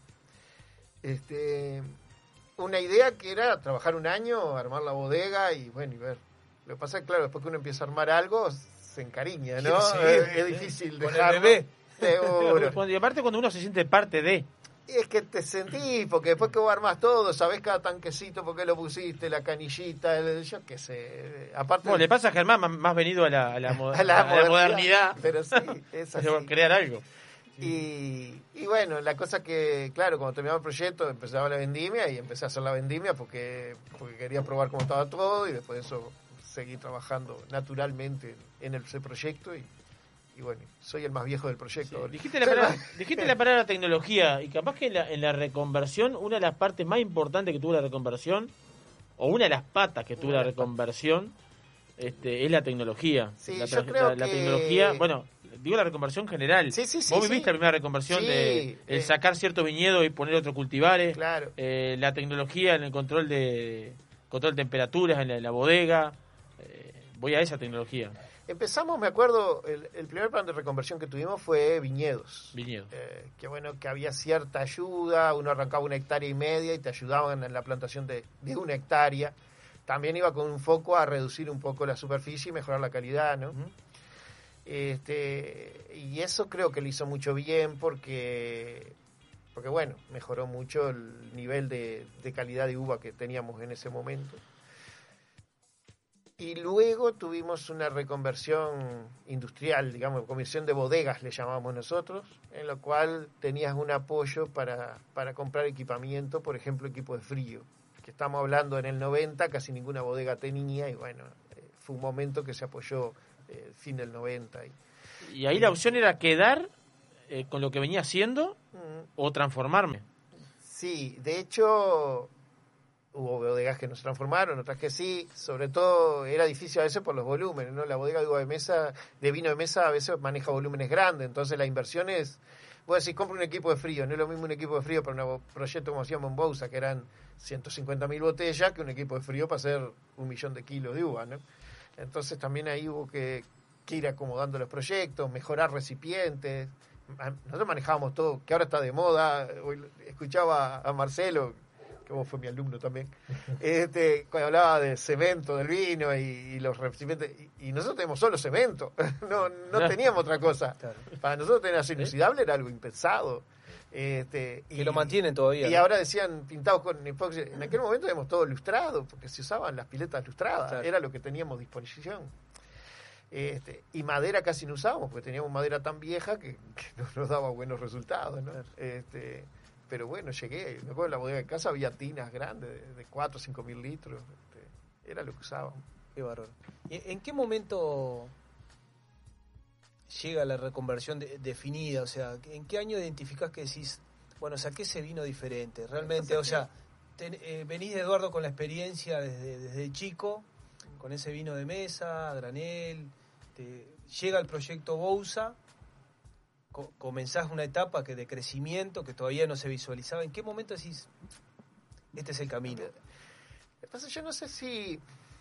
Este, una idea que era trabajar un año, armar la bodega y bueno, y ver. Lo que pasa es que claro, después que uno empieza a armar algo, se encariña, ¿no? Sí, es, sí, es difícil con el dejarlo. bebé. Seguro. Y aparte cuando uno se siente parte de... Y es que te sentís, porque después que vos armás todo, sabés cada tanquecito por qué lo pusiste, la canillita, el, yo qué sé. Aparte, Bueno, le pasa a Germán, más, más venido a la, a la, mo- a la a la modernidad. Pero sí, es así. Crear algo. Y, y bueno, la cosa que, claro, cuando terminaba el proyecto empezaba la vendimia y empecé a hacer la vendimia porque, porque quería probar cómo estaba todo y después de eso seguí trabajando naturalmente en el, ese proyecto y, y bueno, soy el más viejo del proyecto. Sí, dijiste, la palabra, dijiste la palabra tecnología y capaz que en la, en la reconversión, una de las partes más importantes que tuvo la reconversión, o una de las patas que tuvo la reconversión, este, es la tecnología. Sí, la, yo creo la, la que- tecnología, bueno, digo la reconversión general. Sí, sí, sí, Vos sí. viviste la primera reconversión Sí, de el eh. sacar ciertos viñedos y poner otros cultivares. Claro. Eh, la tecnología en el control de control de temperaturas en la, en la bodega. Eh, voy a esa tecnología. Empezamos, me acuerdo, el, el primer plan de reconversión que tuvimos fue viñedos. Viñedos. Eh, que bueno, que había cierta ayuda, uno arrancaba una hectárea y media y te ayudaban en la plantación de, de una hectárea. También iba con un foco a reducir un poco la superficie y mejorar la calidad, ¿no? Uh-huh. Este, y eso creo que le hizo mucho bien porque, porque bueno, mejoró mucho el nivel de, de calidad de uva que teníamos en ese momento. Y luego tuvimos una reconversión industrial, digamos, conversión de bodegas le llamamos nosotros, en lo cual tenías un apoyo para, para comprar equipamiento, por ejemplo, equipo de frío, que estamos hablando en el noventa, casi ninguna bodega tenía, y bueno, eh, fue un momento que se apoyó eh, fin del noventa. Y, y ahí la opción era quedar eh, con lo que venía haciendo uh-huh. o transformarme. Sí, de hecho... Hubo bodegas que no se transformaron, otras que sí. Sobre todo era difícil a veces por los volúmenes, ¿no? La bodega de uva de mesa, de vino de mesa, a veces maneja volúmenes grandes. Entonces la inversión es... Vos decís, compra un equipo de frío. No es lo mismo un equipo de frío para un proyecto como hacíamos en Bousa, que eran ciento cincuenta mil botellas, que un equipo de frío para hacer un millón de kilos de uva, ¿no? Entonces también ahí hubo que, que ir acomodando los proyectos, mejorar recipientes. Nosotros manejábamos todo, que ahora está de moda. Hoy escuchaba a Marcelo... que vos fue mi alumno también, este, cuando hablaba de cemento, del vino y, y los recipientes, y, y nosotros tenemos solo cemento, no, no teníamos otra cosa. Claro. Para nosotros tener acero inoxidable era algo impensado. Este, y, y lo mantienen todavía. Y ¿no? ahora decían pintados con epoxi. En aquel momento teníamos todo lustrado, porque se usaban las piletas lustradas, claro. Era lo que teníamos a disposición. Este, y madera casi no usábamos, porque teníamos madera tan vieja que, que no nos daba buenos resultados, ¿no? Claro. Este, Pero bueno, llegué, me acuerdo en la bodega de casa había tinas grandes de, de cuatro o cinco mil litros, este, era lo que usábamos. Qué bárbaro. ¿Y en qué momento llega la reconversión de, definida? O sea, ¿en qué año identificás que decís, bueno, saqué ese vino diferente? Realmente, o sea, ten, eh, venís de Eduardo con la experiencia desde, desde chico, con ese vino de mesa, granel, te, llega el proyecto Bousa, comenzás una etapa que de crecimiento que todavía no se visualizaba. ¿En qué momento decís, este es el camino? Lo que pasa, yo no sé si...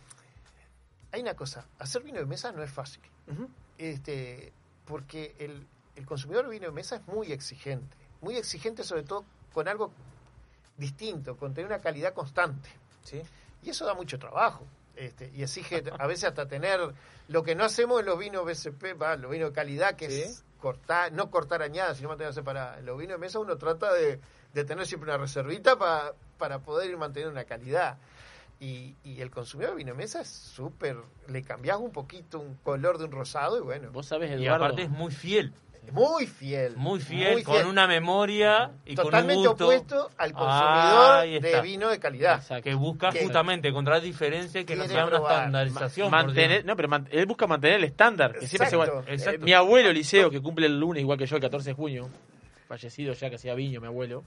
Hay una cosa, hacer vino de mesa no es fácil. Uh-huh. Este, porque el, el consumidor de vino de mesa es muy exigente. Muy exigente sobre todo con algo distinto, con tener una calidad constante. ¿Sí? Y eso da mucho trabajo. Este, y exige a veces hasta tener lo que no hacemos en los vinos B C P, va, los vinos de calidad, que ¿sí? es cortar, no cortar añadas, sino mantenerse separadas. En los vinos de mesa uno trata de, de tener siempre una reservita para, para poder ir manteniendo una calidad. Y, y el consumidor de vino de mesa es súper, le cambiás un poquito un color de un rosado y bueno. Vos sabés, Eduardo. Y aparte es muy fiel. Muy fiel. Muy fiel, muy con fiel. una memoria y totalmente con un gusto. opuesto al consumidor ah, de vino de calidad. Exacto. Que busca que justamente encontrar diferencias que no sea una probar, estandarización. Mantener, no, pero man, él busca mantener el estándar. Que siempre se igual. Eh, mi abuelo Eliseo, que cumple el lunes igual que yo, el catorce de junio, fallecido ya que hacía viño, mi abuelo,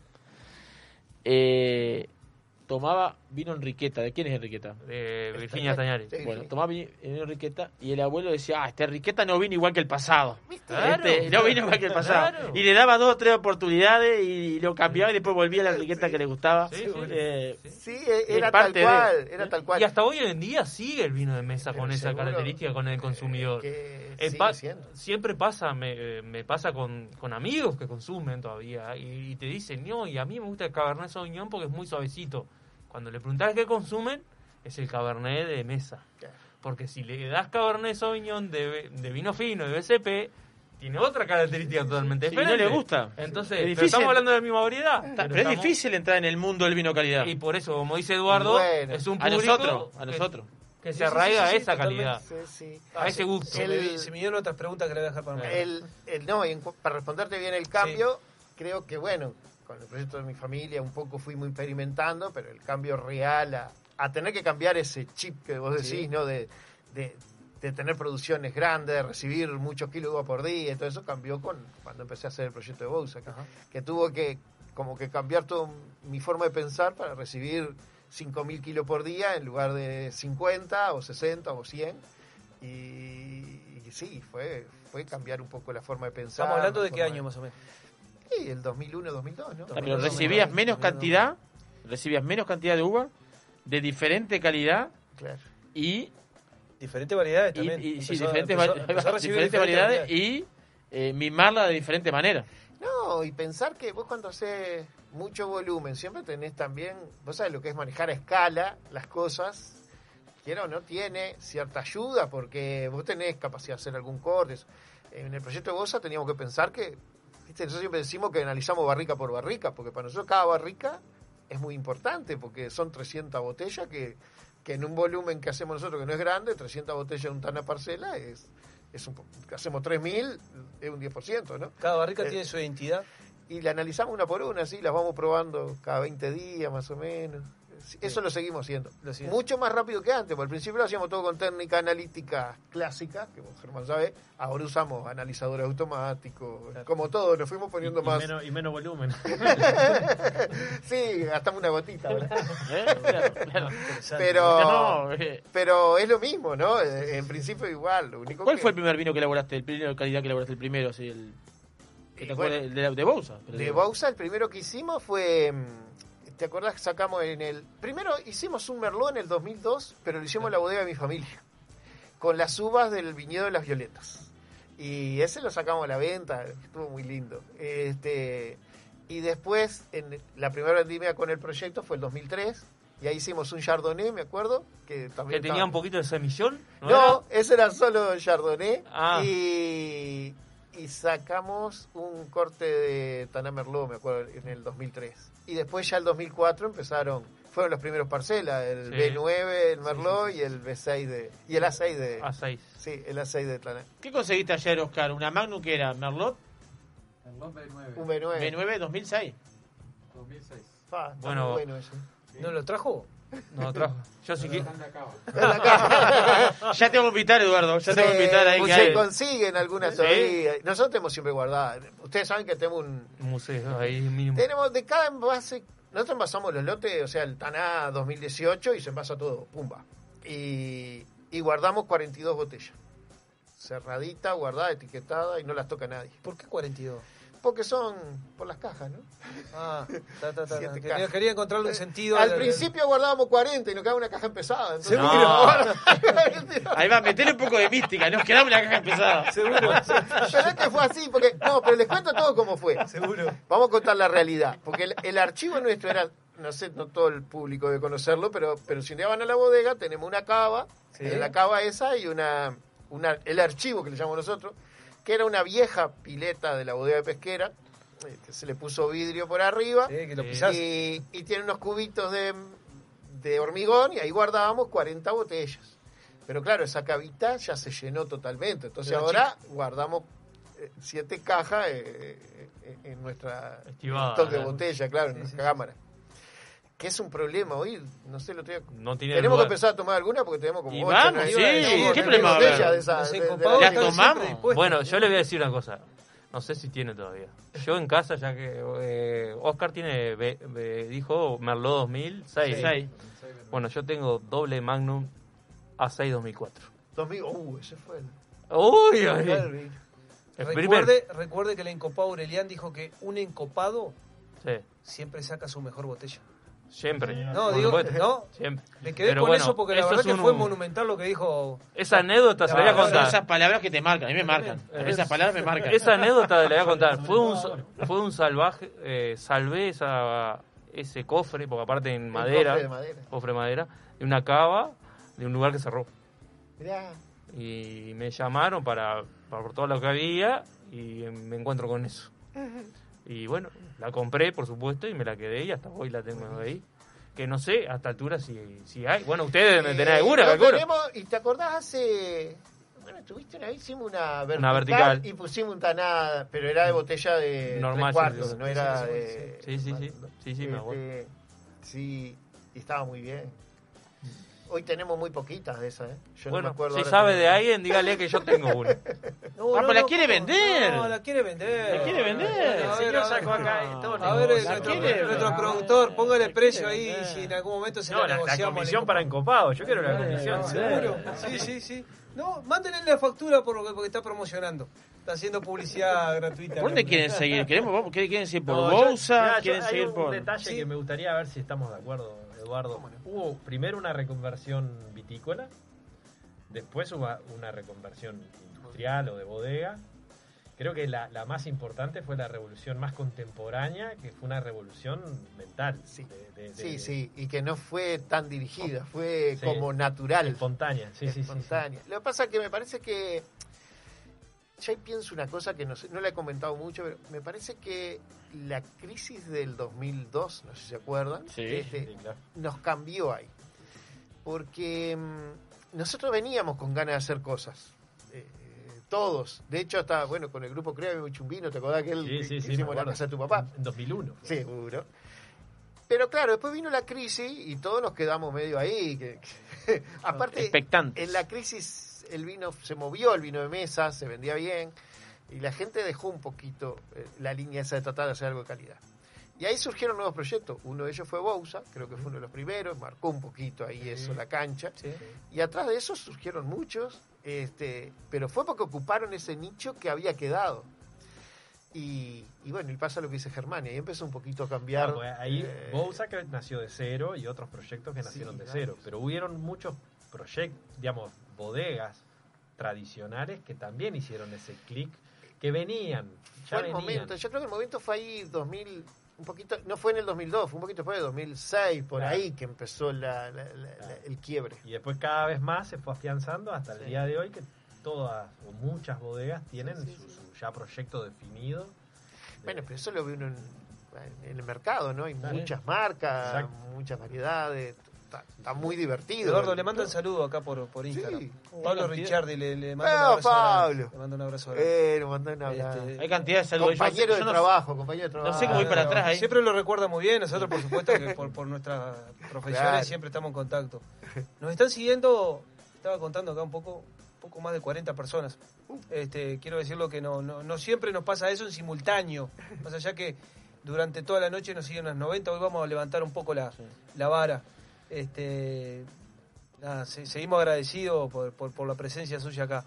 eh, tomaba vino Enriqueta. ¿De quién es Enriqueta? De Virginia Tañari. Bueno, tomaba vino Enriqueta y el abuelo decía, ah, este Enriqueta no vino igual que el pasado. Claro, este no vino igual que el pasado. Claro. Y le daba dos o tres oportunidades y lo cambiaba y después volvía a la Enriqueta sí. que le gustaba. Sí, eh, sí. sí era, tal cual, de, era tal cual. Y hasta hoy en día sigue el vino de mesa Pero con esa seguro, característica con el consumidor. Que eh, pa- siempre pasa, me, me pasa con, con amigos que consumen todavía y, y te dicen, no, y a mí me gusta el Cabernet Sauvignon porque es muy suavecito. Cuando le preguntás qué consumen, es el Cabernet de mesa. Porque si le das Cabernet Sauvignon de, de vino fino, de B C P, tiene otra característica totalmente Sí, diferente. no le gusta. Entonces, Es pero difícil. estamos hablando de la misma variedad. Pero, pero es estamos- difícil entrar en el mundo del vino calidad. Y por eso, como dice Eduardo, Bueno, es un a público nosotros, a que- nosotros. que Sí, se sí, arraiga sí, sí, a esa totalmente. calidad, Sí, sí. a ese gusto. Se, me, se me dieron otras preguntas que le voy a dejar para mañana. El, el, no, y en cu- para responderte bien el cambio, creo que bueno, con el proyecto de mi familia un poco fuimos experimentando, pero el cambio real a, a tener que cambiar ese chip que vos decís, Sí. ¿no? De, de, de tener producciones grandes, de recibir muchos kilos de uva por día, y todo eso cambió con cuando empecé a hacer el proyecto de Bouza, que, que tuvo que como que cambiar toda mi forma de pensar para recibir cinco mil kilos por día en lugar de cincuenta o sesenta o cien. Y, y sí, fue, fue cambiar un poco la forma de pensar. Estamos hablando la de qué forma año más o menos. Sí, el dos mil uno, dos mil dos, ¿no? Ah, pero recibías menos cantidad, recibías menos cantidad de uva, de diferente calidad Claro. y Diferentes variedades y, también. y- sí, Empezó- diferentes, empezó- va- empezó a recibir diferentes variedades variedades. y eh, mimarla de diferente manera. No, y pensar que vos cuando haces mucho volumen, siempre tenés también, vos sabés lo que es manejar a escala las cosas, quiera o no, tiene cierta ayuda, porque vos tenés capacidad de hacer algún corte. En el proyecto de Bouza teníamos que pensar que, viste, nosotros siempre decimos que analizamos barrica por barrica, porque para nosotros cada barrica es muy importante, porque son trescientas botellas que, que en un volumen que hacemos nosotros, que no es grande, trescientas botellas en un tana parcela, es, es un, hacemos tres mil, es un diez por ciento, ¿no? Cada barrica Eh, tiene su identidad. Y la analizamos una por una, así, las vamos probando cada veinte días más o menos. Eso lo seguimos haciendo. Lo siguen. Mucho más rápido que antes, porque al principio lo hacíamos todo con técnica analítica clásica, que vos, Germán, sabe. Ahora usamos analizadores automáticos, como todo, nos fuimos poniendo Y, y más. menos, y menos volumen. Sí, gastamos una gotita, ¿verdad? ¿Eh? Claro, claro. Pero, No, eh. pero es lo mismo, ¿no? Eh, En principio igual. Lo único ¿Cuál que- fue el primer vino que elaboraste? El primero de calidad que elaboraste, el primero, así, el... ¿Que te Y acuerdas? bueno, de, de, de Bouza. pero De digo. Bouza, el primero que hicimos fue. mm, ¿Te acordás que sacamos en el. Primero hicimos un Merlot en el dos mil dos, pero lo hicimos en la bodega de mi familia. Con las uvas del viñedo de las Violetas. Y ese lo sacamos a la venta, estuvo muy lindo. Este, y después, en la primera vendimia con el proyecto fue el dos mil tres. Y ahí hicimos un Chardonnay, me acuerdo. Que, Que también tenía estaba- un poquito de semillón. ¿No, No, ese era solo Chardonnay. Ah. Y, y sacamos un corte de Taná Merlot, me acuerdo, en el dos mil tres. Y después ya el dos mil cuatro empezaron, fueron los primeros parcelas, el Sí. B nueve, el Merlot y el B seis de... Y el A seis de... A seis. Sí, el A seis de Taná. ¿Qué conseguiste ayer, Oscar? ¿Una Magnum que era Merlot? Un B nueve. B nueve dos mil seis. dos mil seis. Pa, está Bueno. muy bueno ese. ¿No lo trajo? No trajo. Yo sí que. Ya te voy a invitar, Eduardo. Ya te voy a Se- invitar ahí. se Que hay- consiguen algunas ¿Sí? todavía. Nosotros tenemos siempre guardadas. Ustedes saben que tenemos un... Un museo ahí mínimo. Tenemos de cada envase, nosotros envasamos los lotes, o sea, el Taná dos mil dieciocho y se envasa todo, pumba. Y, y guardamos cuarenta y dos botellas. Cerradita, guardada, etiquetada y no las toca nadie. ¿Por qué cuarenta y dos? Porque son por las cajas, ¿no? Ah, ta, ta, ta, Siete quería, cajas. quería encontrarle un sentido. Al al- principio guardábamos cuarenta y nos quedaba una caja empezada. Entonces, No. Ahí va, metele un poco de mística. Nos quedamos en la caja empezada. Seguro. Pero es que fue así, porque. No, pero les cuento todo cómo fue. Seguro. Vamos a contar la realidad. Porque el, el archivo nuestro era. No sé, no todo el público debe conocerlo, pero, pero si le van a la bodega, tenemos una cava. Sí. En la cava esa y una, una. El archivo que le llamamos nosotros, que era una vieja pileta de la bodega de pesquera, eh, que se le puso vidrio por arriba. Sí, que lo pisás. Y, y tiene unos cubitos de, de hormigón y ahí guardábamos cuarenta botellas. Pero claro, esa cavita ya se llenó totalmente. Entonces Pero ahora guardamos eh, siete cajas eh, eh, en nuestra Estivada, stock de ¿no? botella, claro, en Sí, nuestra sí, cámara. Que es un problema hoy, no sé, lo tengo... No tiene Tenemos que lugar. empezar a tomar alguna porque tenemos como Y ocho, vamos, nueve, sí, nueve, ¿qué nueve problema va a botellas haber? de esa- Los de- de- encopados de- ¿La están tomamos? siempre dispuestos. Bueno, yo le voy a decir una cosa. No sé si tiene todavía. Yo en casa, ya que eh, Oscar tiene, be- be- dijo Merlot dos mil seis. Seis. Bueno, yo tengo doble Magnum A seis dos mil cuatro. dos mil, uh, ese fue el... Uy, ay. Claro, el- El primer. Recuerde, recuerde que el encopado Aurelián dijo que un encopado Sí, siempre saca su mejor botella. siempre. No, por digo, supuesto. no. Siempre. Me quedé Pero con bueno, eso porque la eso verdad es que un- fue monumental lo que dijo. Esa anécdota se la voy a Claro, Son contar. esas palabras que te marcan. A mí me marcan. Es- Esas palabras me marcan. Esa anécdota la voy a contar. Fue un, fue un salvaje. Eh, salvé esa, ese cofre, porque aparte en madera, cofre de madera. cofre de madera, de una cava de un lugar que cerró. Mirá, y me llamaron para, para por todo lo que había y me encuentro con eso. Y bueno, la compré, por supuesto, y me la quedé y hasta hoy la tengo ahí. Que no sé a esta altura si, si hay. Bueno, ustedes deben tener alguna, lo calculo. tenemos, y te acordás hace... Bueno, tuviste una vez, hicimos una vertical, Una vertical. y pusimos un taná, pero era de botella de Normal, tres cuartos, sí, no sí, era sí, sí, de... sí, sí, sí, sí, sí, me acuerdo. Este, sí, y estaba muy bien. Hoy tenemos muy poquitas de esas, ¿eh? Yo Bueno, no me acuerdo si ahora sabe tenemos- de alguien, dígale que yo tengo una. No, Ah, no, pues la no, quiere ¿cómo? vender. No, la quiere vender. ¿La quiere vender? A ver, El a señor ver, sacó acá todo el A ver, negocio. nuestro, quiere nuestro vender. productor, póngale La precio quiere ahí vender. si en algún momento se No, la la, la negociamos. comisión le- para encopado. Yo quiero la comisión. ¿Seguro? Sí, sí, sí. No, mándenle la factura por lo que porque está promocionando. Está haciendo publicidad gratuita. ¿Por dónde quieren seguir? ¿Queremos, vamos, ¿qué quieren seguir por No, yo- Bousa? mirá, yo- ¿Quieren hay seguir un por...? detalle Sí. que me gustaría ver si estamos de acuerdo, Eduardo. Hubo primero una reconversión vitícola, después hubo una reconversión industrial o de bodega. Creo que la, la más importante fue la revolución más contemporánea, que fue una revolución mental. Sí, de- de- de- sí, sí, y que no fue tan dirigida, fue Sí. como natural. espontánea. Sí, sí, sí, sí. espontánea. Lo que pasa es que me parece que ya pienso una cosa que no, sé, no la he comentado mucho, pero me parece que la crisis del dos mil dos, no sé si se acuerdan, Sí, este, sí, claro. nos cambió ahí. Porque mm, nosotros veníamos con ganas de hacer cosas. Eh, todos. De hecho, hasta, bueno, con el grupo Crea habíamos hecho un vino, ¿te acordás que, él, Sí, sí, que sí, me hicimos la acuerdo. casa de tu papá? En dos mil uno. Seguro. Pero claro, después vino la crisis y todos nos quedamos medio ahí. Que, que- aparte, Expectantes. en la crisis el vino se movió, el vino de mesa, se vendía bien y la gente dejó un poquito eh, la línea esa de tratar de hacer algo de calidad. Y ahí surgieron nuevos proyectos. Uno de ellos fue Bousa, creo que fue uno de los primeros, marcó un poquito ahí eso, la cancha. Sí. Y atrás de eso surgieron muchos, este, pero fue porque ocuparon ese nicho que había quedado. Y, y bueno, y pasa lo que dice Germán, y ahí empezó un poquito a cambiar. Ah, pues ahí eh, Bousa que nació de cero y otros proyectos que nacieron Sí, de claro. cero. Pero hubieron muchos proyectos, digamos, bodegas tradicionales que también hicieron ese clic, que venían, ya fue el venían. momento, yo creo que el momento fue ahí dos mil, un poquito, no fue en el dos mil dos, fue un poquito después de dos mil seis, por Claro. ahí que empezó la, la- la- la- el quiebre. Y después cada vez más se fue afianzando hasta el Sí. día de hoy que todas o muchas bodegas tienen Sí, sí, su, sí. su ya proyecto definido. Bueno, pero eso lo ve uno en, en el mercado, ¿no? Hay Claro. muchas marcas, Exacto. muchas variedades, está, está muy divertido. Eduardo, le manda un saludo acá por, por Instagram. Sí. Pablo Hay Ricciardi le, le manda un Ah, abrazo. Pablo. grande. Le manda un abrazo. grande. Eh, nos mandó una Este, Hay cantidad de saludos. Yo no sé- compañero yo de no sé- trabajo, compañero de trabajo. no sé cómo ir para atrás ahí. Siempre lo recuerda muy bien. Nosotros, por supuesto, que por, por nuestras profesiones Claro. siempre estamos en contacto. Nos están siguiendo, estaba contando acá un poco, poco más de cuarenta personas. Este, quiero decirlo que no, no, no siempre nos pasa eso en simultáneo. Más allá que durante toda la noche nos siguen unas noventa, hoy vamos a levantar un poco la, la vara. Este, nada, se- seguimos agradecidos por, por, por la presencia suya acá.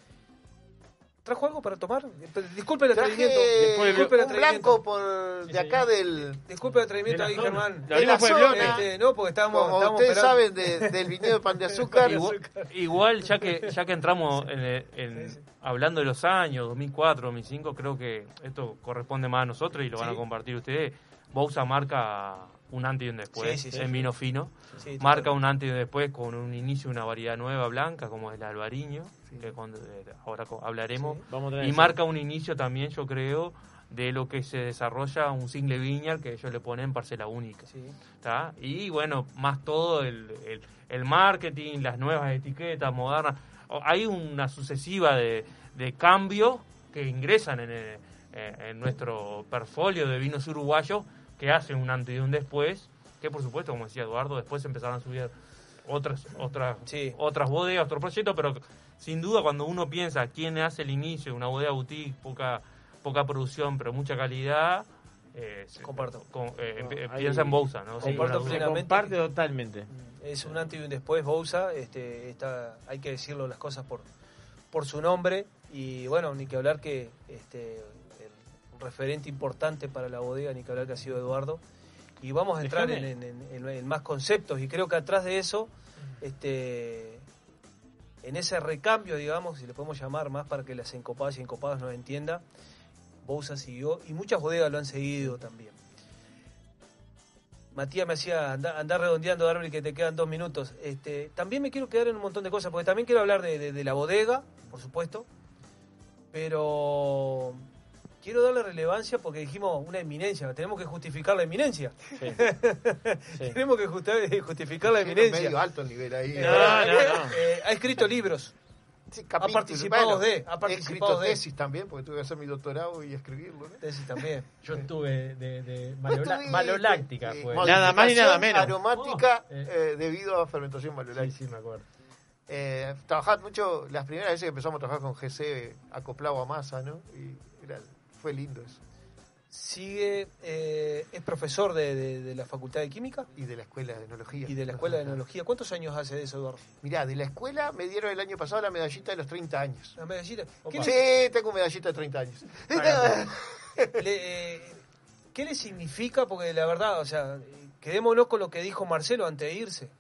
¿Trajo algo para tomar? Disculpe el Traje atrevimiento. Disculpe el un atrevimiento. blanco por de acá del... Disculpe el atrevimiento De la ahí, zona. Germán. La abrimos por el bloque. Este, no, porque estábamos, Como estábamos ustedes esperando. saben, de- del viñedo de pan de azúcar. Igual, igual, ya que ya que entramos en, el- en- hablando de los años, dos mil cuatro, dos mil cinco, creo que esto corresponde más a nosotros y lo van Sí. a compartir ustedes. Bousa marca un antes y un después Sí, sí, sí. en vino fino. Sí, total. Marca un antes y un después con un inicio de una variedad nueva blanca como es el albariño, que cuando, eh, ahora co- hablaremos. Sí. Vamos a tener Y ese- marca un inicio también, yo creo, de lo que se desarrolla un single viñar que ellos le ponen parcela única. Sí. ¿Tá? Y bueno, más todo el, el, el marketing, las nuevas etiquetas modernas. O- Hay una sucesiva de, de cambios que ingresan en, el- en- en nuestro portfolio de vinos uruguayos que hacen un antes y un después, que por supuesto, como decía Eduardo, después empezaron a subir otras otras Sí. otras bodegas, otros proyectos, pero sin duda cuando uno piensa quién hace el inicio de una bodega boutique, poca poca producción, pero mucha calidad, eh, se- Comparto. con- eh, No, empe- ahí- piensa en Bousa, ¿no? Sin Comparto ninguna duda. Se plenamente. comparte totalmente. Es un antes y un después, Bousa. Este, está, hay que decirlo las cosas por, por su nombre. Y bueno, ni que hablar que este, el, un referente importante para la bodega, ni que hablar que ha sido Eduardo. Y vamos a entrar en, Déjame. en- en- en más conceptos. Y creo que atrás de eso, este, en ese recambio, digamos, si le podemos llamar más para que las encopadas y encopadas nos entienda, Bousa siguió y muchas bodegas lo han seguido también. Matías me hacía andar, andar redondeando, Darby, que te quedan dos minutos. Este, también me quiero quedar en un montón de cosas, porque también quiero hablar de, de, de la bodega, por supuesto, pero quiero darle relevancia porque dijimos una eminencia, tenemos que justificar la eminencia. Sí. Sí. Tenemos que justi- justificar la eminencia. Medio alto el nivel ahí. Eh, No, no, no, no. Eh, ha escrito libros. Sí, ha participado bueno, de, ha he participado escrito de. tesis también, porque tuve que hacer mi doctorado y escribirlo, ¿no? Tesis también. Yo Sí. tuve de, de Vos malola- tuviste, maloláctica. eh, Fue. Nada más ni nada modificación menos. aromática Oh, eh. eh, debido a fermentación maloláctica. Sí, sí, me acuerdo. Eh, trabajaba mucho, las primeras veces que empezamos a trabajar con G C acoplado a masa, ¿no? Y era, fue lindo eso. Sigue, eh, es profesor de, de, de la Facultad de Química Y de la Escuela de Enología. y de la Escuela de Enología. ¿Cuántos años hace de eso, Eduardo? Mirá, de la escuela me dieron el año pasado la medallita de los treinta años. La medallita. ¿Qué, Sí, le, tengo medallita de treinta años. le- eh, ¿Qué le significa? Porque la verdad, o sea, quedémonos con lo que dijo Marcelo antes de irse.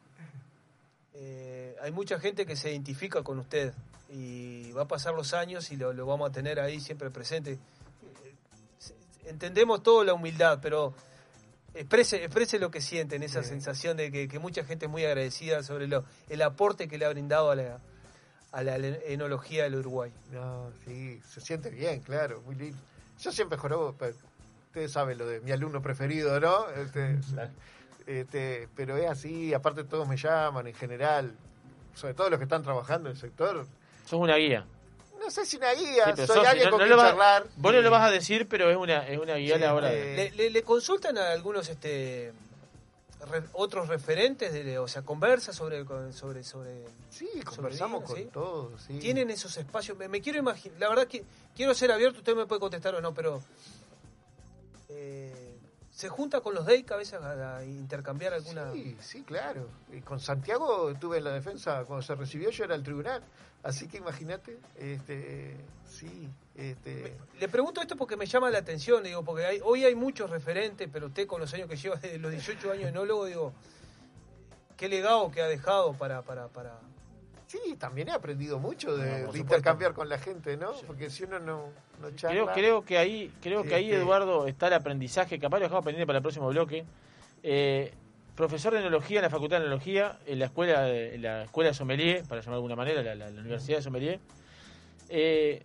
Eh, hay mucha gente que se identifica con usted y va a pasar los años y lo, lo vamos a tener ahí siempre presente. Eh, Entendemos todo la humildad, pero exprese, exprese lo que sienten, esa Sí. sensación de que, que mucha gente es muy agradecida sobre lo, el aporte que le ha brindado a la, a la enología del Uruguay. No, sí, se siente bien, claro, muy lindo. Yo siempre jorobo, pero ustedes saben lo de mi alumno preferido, ¿no? Este, este, pero es así, aparte todos me llaman en general, sobre todo los que están trabajando en el sector. Sos una guía. No sé si una guía, Sí, pero soy sos- alguien no- con no quien lo vas- charlar. Vos no lo vas a decir, pero es una, es una guía a Sí, la hora. eh, ¿Le, le, le consultan a algunos este re- otros referentes, de, o sea, conversa sobre sobre sobre Sí, sobre conversamos Dina, con ¿sí? todos, sí. tienen esos espacios? Me, me quiero imaginar, la verdad que quiero ser abierto, usted me puede contestar o no, pero eh, se junta con los D E I C a veces a, a intercambiar alguna. Sí, sí, claro. Y con Santiago estuve en la defensa, cuando se recibió yo era el tribunal, así que imagínate, este, sí, este... Le pregunto esto porque me llama la atención, digo, porque hay, hoy hay muchos referentes, pero usted con los años que lleva, desde los dieciocho años de enólogo, digo, qué legado que ha dejado para... para, para... Sí, también he aprendido mucho de, No, por de supuesto. intercambiar con la gente, ¿no? Porque si uno no, no charla... Creo, creo que ahí, creo que ahí Este- Eduardo está el aprendizaje, capaz lo dejamos pendiente para el próximo bloque. Eh, profesor de enología en la Facultad de Enología, en la escuela de, en la escuela de Sommelier, para llamar de alguna manera, la, la- la Universidad de Sommelier. Eh,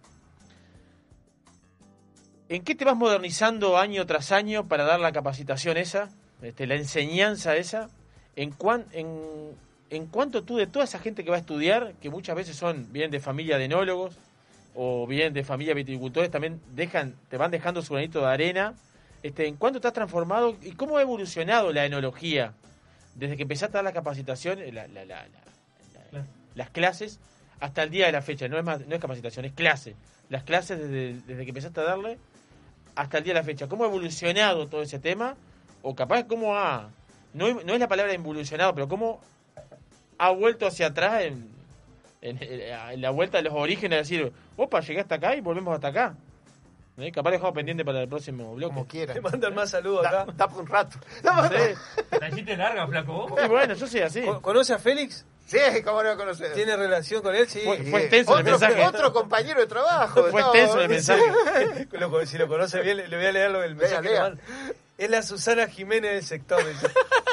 ¿En qué te vas modernizando año tras año para dar la capacitación esa, este, la enseñanza esa? ¿En, cuán, en, en cuánto tú, de toda esa gente que va a estudiar, que muchas veces son bien de familia de enólogos o bien de familia de viticultores, también dejan, te van dejando su granito de arena, este, ¿en cuánto estás transformado y cómo ha evolucionado la enología desde que empezaste a dar la capacitación, la, la, la, la- la- las clases, hasta el día de la fecha? No es, más, no es capacitación, es clase. Las clases desde, desde que empezaste a darle hasta el día de la fecha. ¿Cómo ha evolucionado todo ese tema? O capaz cómo ha... No, no es la palabra evolucionado, pero cómo ha vuelto hacia atrás en, en, en la vuelta de los orígenes, es decir, opa, llegué hasta acá y volvemos hasta acá. ¿Eh? Capaz dejamos pendiente para el próximo bloque. Como quieran. Le mandan más saludos acá. Da, da por un rato. Sí. La hiciste larga, flaco. vos. Y bueno, yo soy así. ¿Con- ¿Conoce a Félix? Sí, cómo no conocer. ¿Tiene relación con él? Sí. Fue- fue extenso el otro, mensaje. otro compañero de trabajo. Fue no, extenso el mensaje. Lo- si lo conoce bien, le le voy a leer lo- el Lea, mensaje que lea. le manda. Es la Susana Jiménez del sector. dice.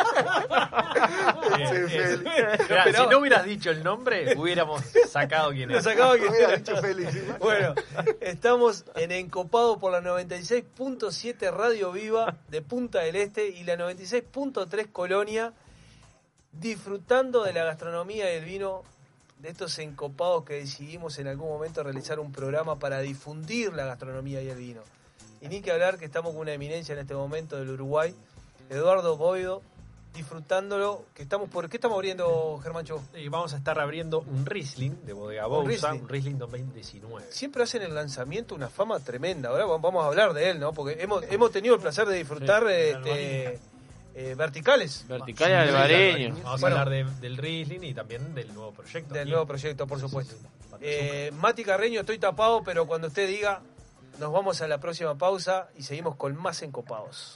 Sí, Félix. Mirá, si no hubieras dicho el nombre, hubiéramos sacado quién Lo es. sacaba que- Hubiera dicho Félix. ¿sí? Bueno, estamos en Encopado por la noventa y seis punto siete Radio Viva de Punta del Este y la noventa y seis punto tres Colonia, disfrutando de la gastronomía y el vino, de estos encopados que decidimos en algún momento realizar un programa para difundir la gastronomía y el vino. Y ni que hablar que estamos con una eminencia en este momento del Uruguay, Eduardo Boido, disfrutándolo. Que estamos por ¿Qué estamos abriendo, Germancho? Y vamos a estar abriendo un Riesling de Bodega Un Bouza, Riesling. un Riesling dos mil diecinueve. Siempre hacen el lanzamiento una fama tremenda. Ahora vamos a hablar de él, ¿no? Porque hemos, hemos tenido el placer de disfrutar Sí, este, eh, verticales Vertical albareño. Vamos Bueno. a hablar de- del Riesling y también del nuevo proyecto. del Y- nuevo proyecto, por supuesto. Sí, sí, sí. Eh, Mati Carreño, estoy tapado, pero cuando usted diga, nos vamos a la próxima pausa y seguimos con más Encopados.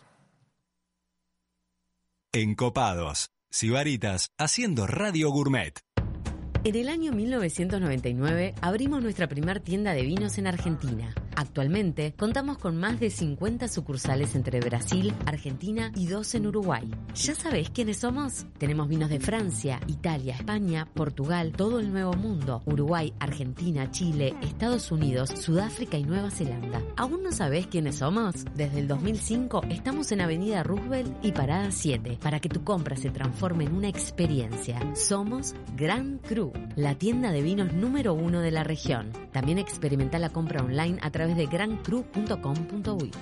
Encopados. Sibaritas haciendo Radio Gourmet. En el año mil novecientos noventa y nueve abrimos nuestra primer tienda de vinos en Argentina. Actualmente contamos con más de cincuenta sucursales entre Brasil, Argentina y dos en Uruguay. ¿Ya sabés quiénes somos? Tenemos vinos de Francia, Italia, España, Portugal, todo el Nuevo Mundo, Uruguay, Argentina, Chile, Estados Unidos, Sudáfrica y Nueva Zelanda. ¿Aún no sabés quiénes somos? Desde el dos mil cinco estamos en Avenida Roosevelt y Parada siete para que tu compra se transforme en una experiencia. Somos Gran Cru, la tienda de vinos número uno de la región. También experimenta la compra online a través de gran cru punto com punto uy.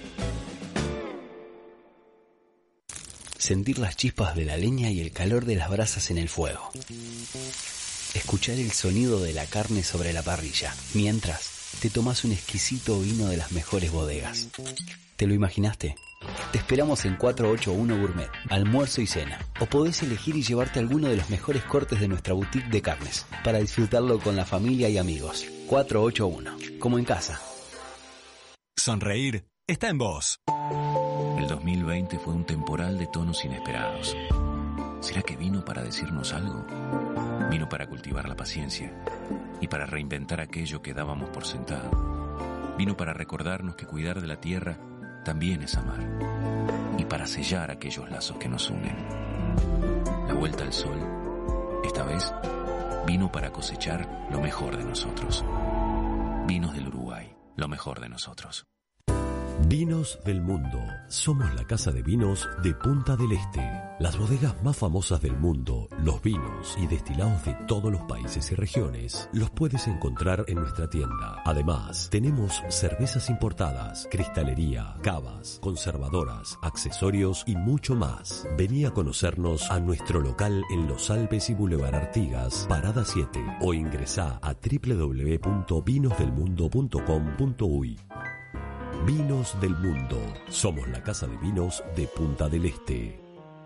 Sentir las chispas de la leña y el calor de las brasas en el fuego. Escuchar el sonido de la carne sobre la parrilla, mientras te tomas un exquisito vino de las mejores bodegas. ¿Te lo imaginaste? Te esperamos en cuatrocientos ochenta y uno Gourmet, almuerzo y cena. O podés elegir y llevarte alguno de los mejores cortes de nuestra boutique de carnes, para disfrutarlo con la familia y amigos. cuatrocientos ochenta y uno, como en casa. Sonreír está en vos. El dos mil veinte fue un temporal de tonos inesperados. ¿Será que vino para decirnos algo? Vino para cultivar la paciencia y para reinventar aquello que dábamos por sentado. Vino para recordarnos que cuidar de la tierra también es amar y para sellar aquellos lazos que nos unen. La vuelta al sol, esta vez, vino para cosechar lo mejor de nosotros. Vinos del Uruguay, lo mejor de nosotros. Vinos del mundo. Somos la casa de vinos de Punta del Este. Las bodegas más famosas del mundo, los vinos y destilados de todos los países y regiones, los puedes encontrar en nuestra tienda. Además, tenemos cervezas importadas, cristalería, cavas, conservadoras, accesorios y mucho más. Vení a conocernos a nuestro local en Los Alpes y Boulevard Artigas, Parada siete, o ingresá a doble u doble u doble u punto vinos del mundo punto com punto uy. Vinos del Mundo. Somos la casa de vinos de Punta del Este.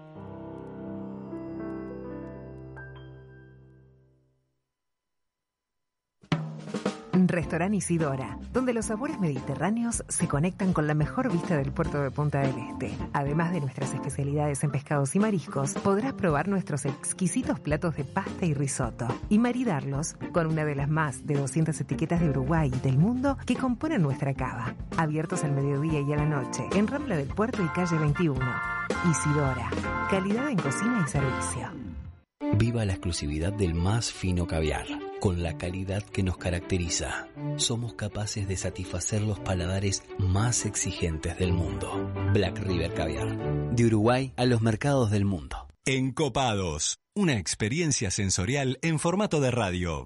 Restaurant Isidora, donde los sabores mediterráneos se conectan con la mejor vista del puerto de Punta del Este. Además de nuestras especialidades en pescados y mariscos, podrás probar nuestros exquisitos platos de pasta y risotto y maridarlos con una de las más de doscientas etiquetas de Uruguay y del mundo que componen nuestra cava. Abiertos al mediodía y a la noche, en Rambla del Puerto y calle veintiuno. Isidora, calidad en cocina y servicio. Viva la exclusividad del más fino caviar, con la calidad que nos caracteriza. Somos capaces de satisfacer los paladares más exigentes del mundo. Black River Caviar, de Uruguay a los mercados del mundo. Encopados, una experiencia sensorial en formato de radio.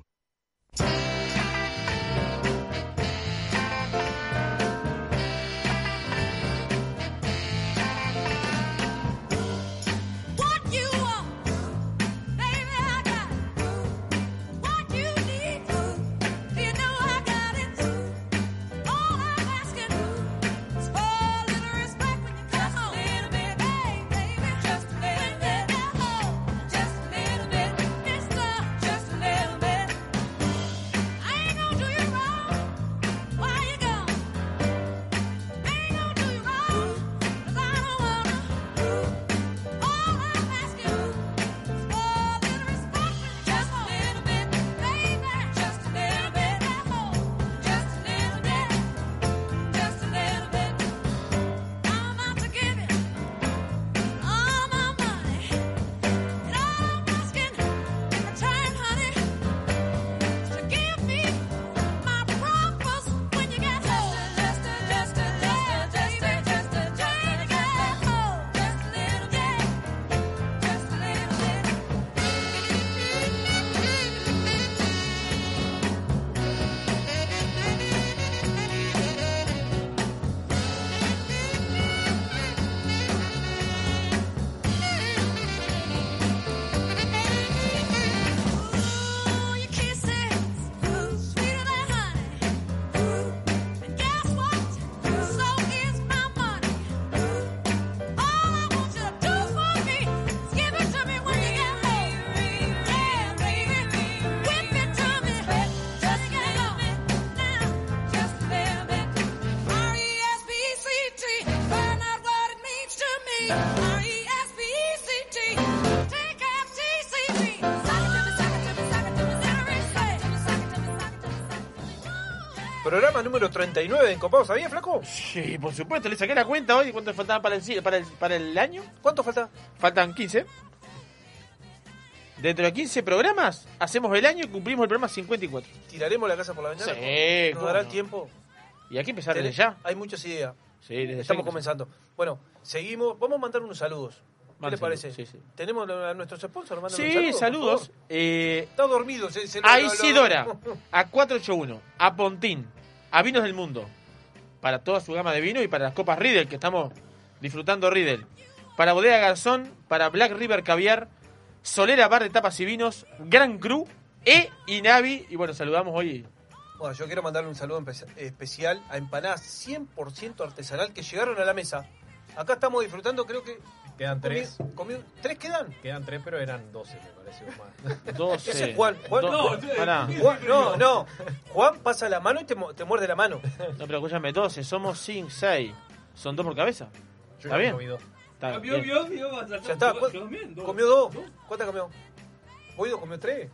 Programa número treinta y nueve de Encopados, ¿sabías, flaco? Sí, por supuesto, le saqué la cuenta hoy. ¿Cuánto faltaba para el, para el, para el año? ¿Cuánto falta? Faltan quince. Dentro de quince programas, hacemos el año y cumplimos el programa cincuenta y cuatro. ¿Tiraremos la casa por la ventana? Sí, ¿Nos ¿cómo dará no? el tiempo? Y hay que empezar desde ya. Hay muchas ideas. Sí, desde Estamos ya que comenzando. Bueno, seguimos. Vamos a mandar unos saludos. ¿Qué Mande les parece? saludos, sí, sí. ¿Tenemos a nuestros sponsors? Mándanos Sí, saludos. saludos. por favor. Eh, Está dormido. Se, se lo- a lo- lo- Isidora, a cuatrocientos ochenta y uno, a Pontín, a Vinos del Mundo, para toda su gama de vino y para las copas Riedel, que estamos disfrutando Riedel. Para Bodega Garzón, para Black River Caviar, Solera Bar de Tapas y Vinos, Gran Cru, E y Navi. Y bueno, saludamos hoy. Bueno, yo quiero mandarle un saludo empe- especial a empanadas cien por ciento artesanal que llegaron a la mesa. Acá estamos disfrutando, creo que... Quedan tres. comí- comí- ¿Tres quedan? Quedan tres, pero eran doce, me pareció más. doce. Ese es Juan. Juan Do- no, pará. Juan, no, no. Juan pasa la mano y te, mu- te muerde la mano. No, pero escúchame, doce, somos cinco, seis. Son dos por cabeza. Yo ¿Está ya bien? comí dos. Está Vio, bien. vio, vio, va a sacar- Ya está. yo- ¿cu- yo también, dos. ¿Comió dos? ¿Cuántas comió? Guido comió tres.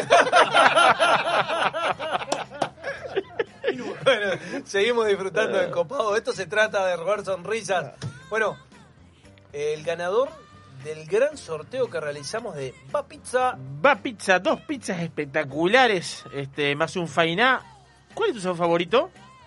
Bueno, seguimos disfrutando del copado. Esto se trata de robar sonrisas. Bueno, el ganador del gran sorteo que realizamos de Va Pizza. Va Pizza, dos pizzas espectaculares, este, más un fainá. ¿Cuál es tu sabor favorito?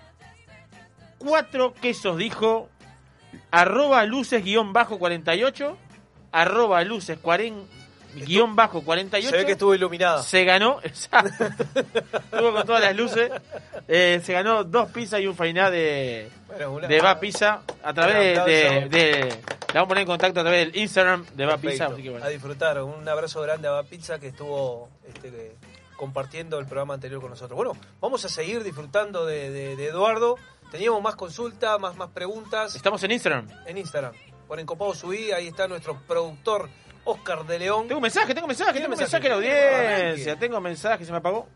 Cuatro quesos, dijo. Arroba luces guión bajo cuarenta y ocho. Arroba luces cuaren, guión bajo cuarenta y ocho. Se ve que estuvo iluminada. Se ganó, exacto. Estuvo con todas las luces. Eh, se ganó dos pizzas y un fainá de, Bueno, una- de Va Pizza. A través Un de, aplauso. de- La vamos a poner en contacto a través del Instagram de Va Perfecto. Pizza. Así que bueno. A disfrutar. Un abrazo grande a Va Pizza que estuvo este, que- compartiendo el programa anterior con nosotros. Bueno, vamos a seguir disfrutando de, de- de Eduardo. Teníamos más consultas, más, más preguntas. Estamos en Instagram. En Instagram. Por Encopado Subí, ahí está nuestro productor Oscar de León. Tengo mensaje, tengo mensaje, ¿Tiene tengo mensaje? mensaje de la audiencia. Arranque. Tengo mensaje, se me apagó.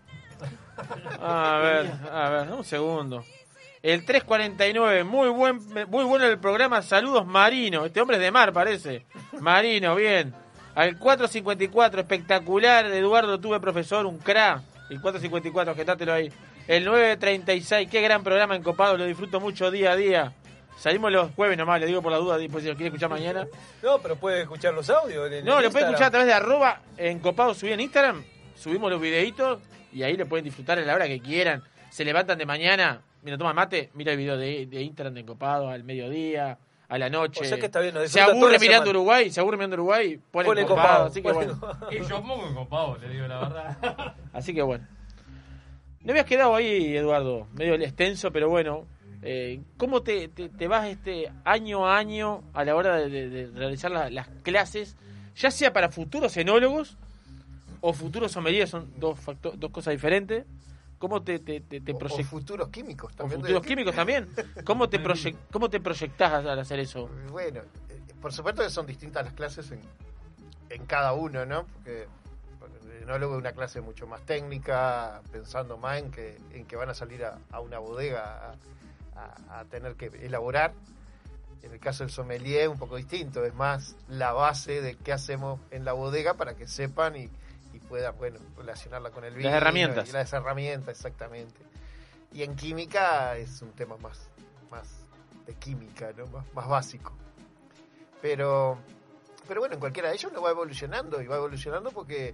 A ver, a ver, un segundo. El tres cuarenta y nueve, muy buen, muy bueno el programa. Saludos, Marino. Este hombre es de mar, parece. Marino, bien. Al cuatro cincuenta y cuatro, espectacular. Eduardo, tuve profesor, un crack. El cuatro cincuenta y cuatro, getátelo ahí. El nueve treinta y seis, qué gran programa Encopado, lo disfruto mucho día a día. Salimos los jueves nomás, le digo por la duda, después si lo quiere escuchar mañana. No, pero puede escuchar los audios. en- No, en lo pueden Instagram. escuchar a través de arroba Encopado Subí en Instagram. Subimos los videitos y ahí le pueden disfrutar a la hora que quieran. Se levantan de mañana, mira, toma mate, mira el video de, de Instagram de Encopado al mediodía, a la noche. O sea que está bien, nos se disfruta toda aburre la mirando semana. Uruguay, se aburre mirando Uruguay, pone, Pone Encopado, Encopado, así que pone bueno. Y yo pongo Encopado, le digo la verdad. Así que bueno. No habías quedado ahí, Eduardo, medio extenso, pero bueno. Eh, ¿Cómo te, te, te vas este año a año a la hora de, de- de realizar la- las clases, ya sea para futuros enólogos o futuros sommeliers? Son dos, facto- dos cosas diferentes. ¿Cómo te, te, te, te O, o proyec- futuros químicos o también. futuros de- químicos también? ¿Cómo te, proyec- ¿Cómo te proyectás al hacer eso? Bueno, eh, por supuesto que son distintas las clases en, en cada uno, ¿no? Porque porque el enólogo es una clase mucho más técnica, pensando más en que, en que van a salir a, a una bodega a, a- a tener que elaborar. En el caso del sommelier un poco distinto, es más la base de qué hacemos en la bodega para que sepan y, y puedan, bueno, relacionarla con el vino. Las herramientas. Y las herramientas, exactamente. Y en química es un tema más, más de química, ¿no? Más, más básico. Pero, pero bueno, en cualquiera de ellos lo va evolucionando y va evolucionando porque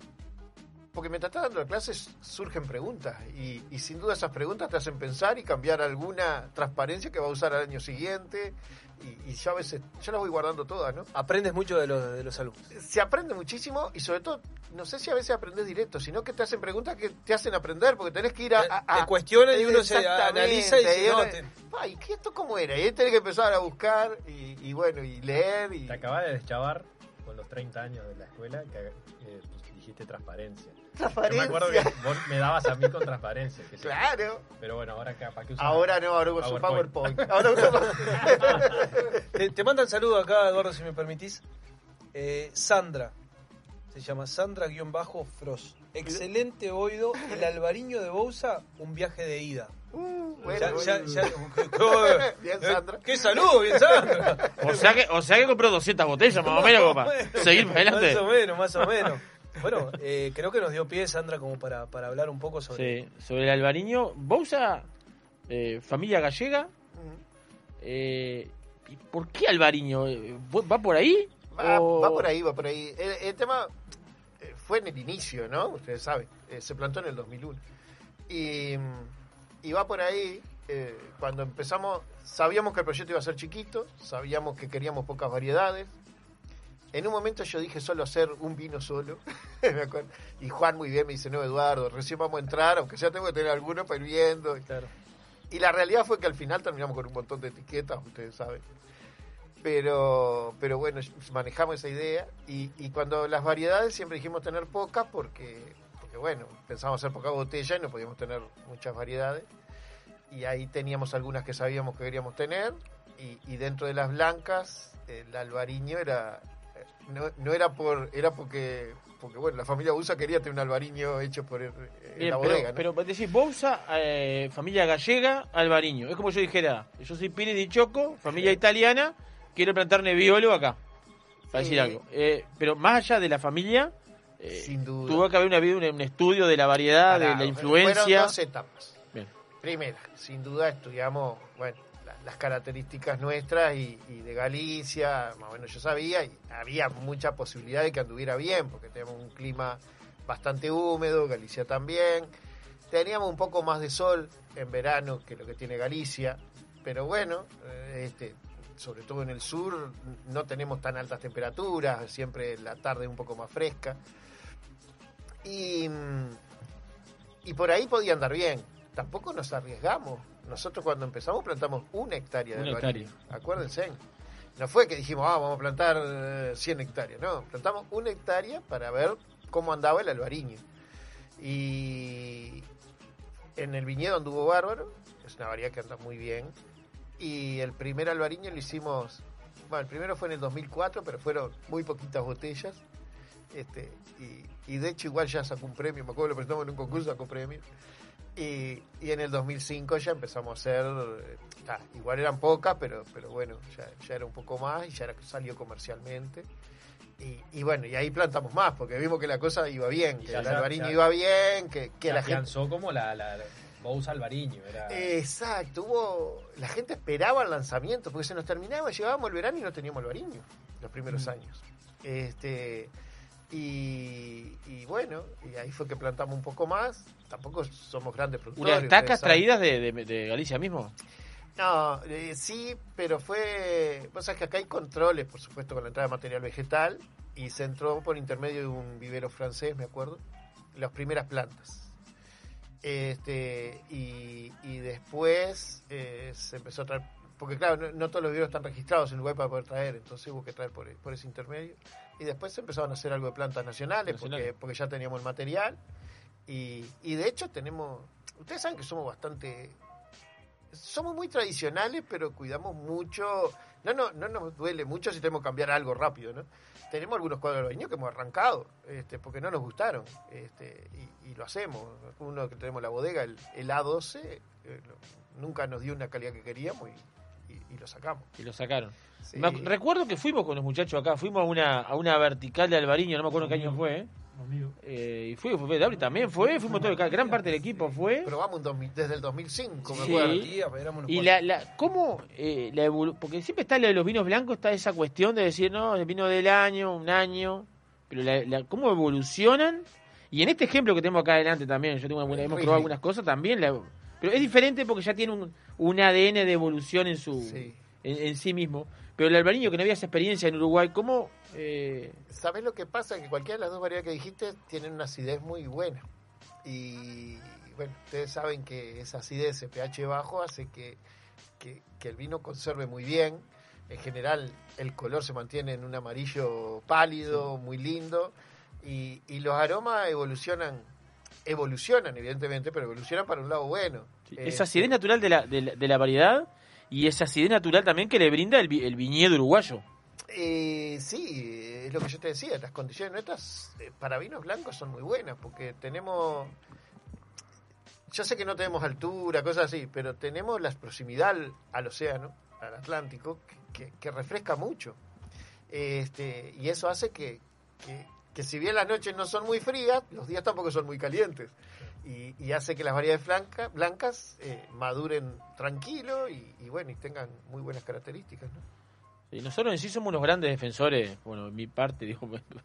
porque mientras estás dando las clases surgen preguntas y, y sin duda esas preguntas te hacen pensar y cambiar alguna transparencia que va a usar al año siguiente y, y yo a veces, yo las voy guardando todas, ¿no? Aprendes mucho de los, de los alumnos. Se aprende muchísimo y sobre todo, no sé si a veces aprendes directo, sino que te hacen preguntas que te hacen aprender porque tenés que ir a... a, a Te cuestionan y uno se Exactamente, analiza y dice, y no, uno- te- Ay, ¿qué esto cómo era? Y ahí tenés que empezar a buscar y, y bueno, y leer y... Te acabas de deschavar con los treinta años de la escuela que eh, pues, dijiste transparencia. Transparencia. Yo me acuerdo que vos me dabas a mí con transparencia. que sí. Claro. Pero bueno, ahora acá, ¿para qué usas? Ahora no, ahora uso PowerPoint. PowerPoint. Ahora uso- Te, te mandan saludo acá, Eduardo, si me permitís. Eh, Sandra. Se llama Sandra-Frost. Excelente oído. El Albariño de Bouza, un viaje de ida. Uh, bueno, Ya- ya- bueno. ya- Bien, Sandra. ¡Qué saludo, bien, Sandra! O sea que, o sea que compró doscientas botellas, más o menos, como para seguir para adelante. Más o menos, más o menos. Bueno, eh, creo que nos dio pie, Sandra, como para, para hablar un poco sobre... Sí, sobre el albariño, Bouza eh, familia gallega. Eh, ¿y ¿Por qué Alvariño? ¿Va por ahí? Va, o... va por ahí, va por ahí. El, el tema eh, fue en el inicio, ¿no? Ustedes saben, eh, se plantó en el dos mil uno. Y, y va por ahí, eh, cuando empezamos, sabíamos que el proyecto iba a ser chiquito, sabíamos que queríamos pocas variedades. En un momento yo dije solo hacer un vino solo, me acuerdo. Y Juan muy bien me dice, no, Eduardo, recién vamos a entrar, aunque ya tengo que tener alguno para ir viendo. Claro. Y la realidad fue que al final terminamos con un montón de etiquetas, ustedes saben. Pero, pero bueno, manejamos esa idea. Y, y cuando las variedades siempre dijimos tener pocas porque, porque, bueno, pensábamos hacer poca botella y no podíamos tener muchas variedades. Y ahí teníamos algunas que sabíamos que queríamos tener. Y, y dentro de las blancas, el Alvariño era... No, no era por era porque porque bueno la familia Bouza quería tener un albariño hecho por el, Bien, la bodega, pero, ¿no? pero decís Bouza, eh, familia gallega, Alvariño. Es como yo dijera, yo soy Pires di Choco, familia italiana, quiero plantar Nebbiolo acá, para Sí. decir algo. Eh, pero más allá de la familia, eh, Sin duda. tuvo que haber habido un, un estudio de la variedad, Pará, de la influencia. Fueron dos etapas. Bien. Primera, sin duda estudiamos, bueno, la- las características nuestras y, y de Galicia, más o menos yo sabía, y había mucha posibilidad de que anduviera bien, porque tenemos un clima bastante húmedo, Galicia también. Teníamos un poco más de sol en verano que lo que tiene Galicia, pero bueno, eh, este, sobre todo en el sur no tenemos tan altas temperaturas, siempre la tarde es un poco más fresca. Y, y por ahí podía andar bien. Tampoco nos arriesgamos. Nosotros cuando empezamos plantamos una hectárea de Una albariño. hectárea. Acuérdense. No fue que dijimos, ah, vamos a plantar eh, cien hectáreas. No, plantamos una hectárea para ver cómo andaba el albariño. Y en el viñedo anduvo bárbaro. Es una variedad que anda muy bien. Y el primer albariño lo hicimos... Bueno, el primero fue en el dos mil cuatro, pero fueron muy poquitas botellas. Este, y, y de hecho igual ya sacó un premio. Me acuerdo que lo presentamos en un concurso, sacó premio. Y, y en el dos mil cinco ya empezamos a hacer, eh, ta, igual eran pocas, pero, pero bueno, ya, ya era un poco más y ya era, salió comercialmente. Y, y bueno, y ahí plantamos más, porque vimos que la cosa iba bien, Y que ya el se- albariño ya- iba bien, que, que Se la gente... afianzó como la, la, la Bouza Alvariño. Era... Exacto, hubo, la gente esperaba el lanzamiento, porque se nos terminaba, llegábamos el verano y no teníamos albariño los primeros Mm. años. Este... Y, y bueno, y ahí fue que plantamos un poco más. Tampoco somos grandes productores. ¿Unas tacas ustedes saben. traídas de, de, de Galicia mismo? No, eh, sí, pero fue... Vos sabés que acá hay controles, por supuesto, con la entrada de material vegetal, y se entró por intermedio de un vivero francés, me acuerdo, las primeras plantas. Este y, y después eh, se empezó a traer... Porque claro, no, no todos los viveros están registrados en Uruguay para poder traer, entonces hubo que traer por, por ese intermedio. Y después se empezaron a hacer algo de plantas nacionales, Nacionales. Porque, porque ya teníamos el material. Y, y de hecho tenemos... Ustedes saben que somos bastante... Somos muy tradicionales, pero cuidamos mucho... No, no, no nos duele mucho si tenemos que cambiar algo rápido, ¿no? Tenemos algunos cuadros de albariño que hemos arrancado, este, porque no nos gustaron, este, y, y lo hacemos. Uno que tenemos en la bodega, el, el A doce, eh, no- nunca nos dio una calidad que queríamos y, y- y lo sacamos. Y lo sacaron. Sí. Me ac- recuerdo que fuimos con los muchachos acá, fuimos a una, a una vertical de Alvariño, no me acuerdo qué año fue, ¿eh? Eh, y fue, fue Dabri también fue, fuimos todo, gran parte del equipo fue. Probamos un dos mil desde el dos mil cinco, me Sí. acuerdo. Y la, la, ¿cómo eh, la evolu- porque siempre está lo de los vinos blancos, está esa cuestión de decir, no, el vino del año, un año, pero la, la- ¿cómo evolucionan? Y en este ejemplo que tenemos acá adelante también, yo tengo alguna- hemos Riesling. probado algunas cosas también, la- pero es diferente porque ya tiene un, un A D N de evolución en su Sí. en, en sí mismo. Pero el albariño que no había esa experiencia en Uruguay, ¿cómo? Eh, ¿Sabés lo que pasa? Que cualquiera de las dos variedades que dijiste tienen una acidez muy buena. Y bueno, ustedes saben que esa acidez, ese pH bajo, hace que, que, que el vino conserve muy bien. En general, el color se mantiene en un amarillo pálido, muy lindo. Y, y los aromas evolucionan, evolucionan evidentemente, pero evolucionan para un lado bueno. esa acidez natural de la, de la, de la variedad y esa acidez natural también que le brinda el, vi- el viñedo uruguayo. Eh, sí, es lo que yo te decía, las condiciones nuestras eh, para vinos blancos son muy buenas, porque tenemos, yo sé que no tenemos altura, cosas así, pero tenemos la proximidad al, al océano, al Atlántico, que, que- que refresca mucho. Este, y eso hace que, que, que si bien las noches no son muy frías, los días tampoco son muy calientes. y, y hace que las variedades blanca, blancas eh, maduren tranquilo y, y bueno, y tengan muy buenas características, ¿no? Y nosotros en sí somos unos grandes defensores, bueno, en mi parte, digo,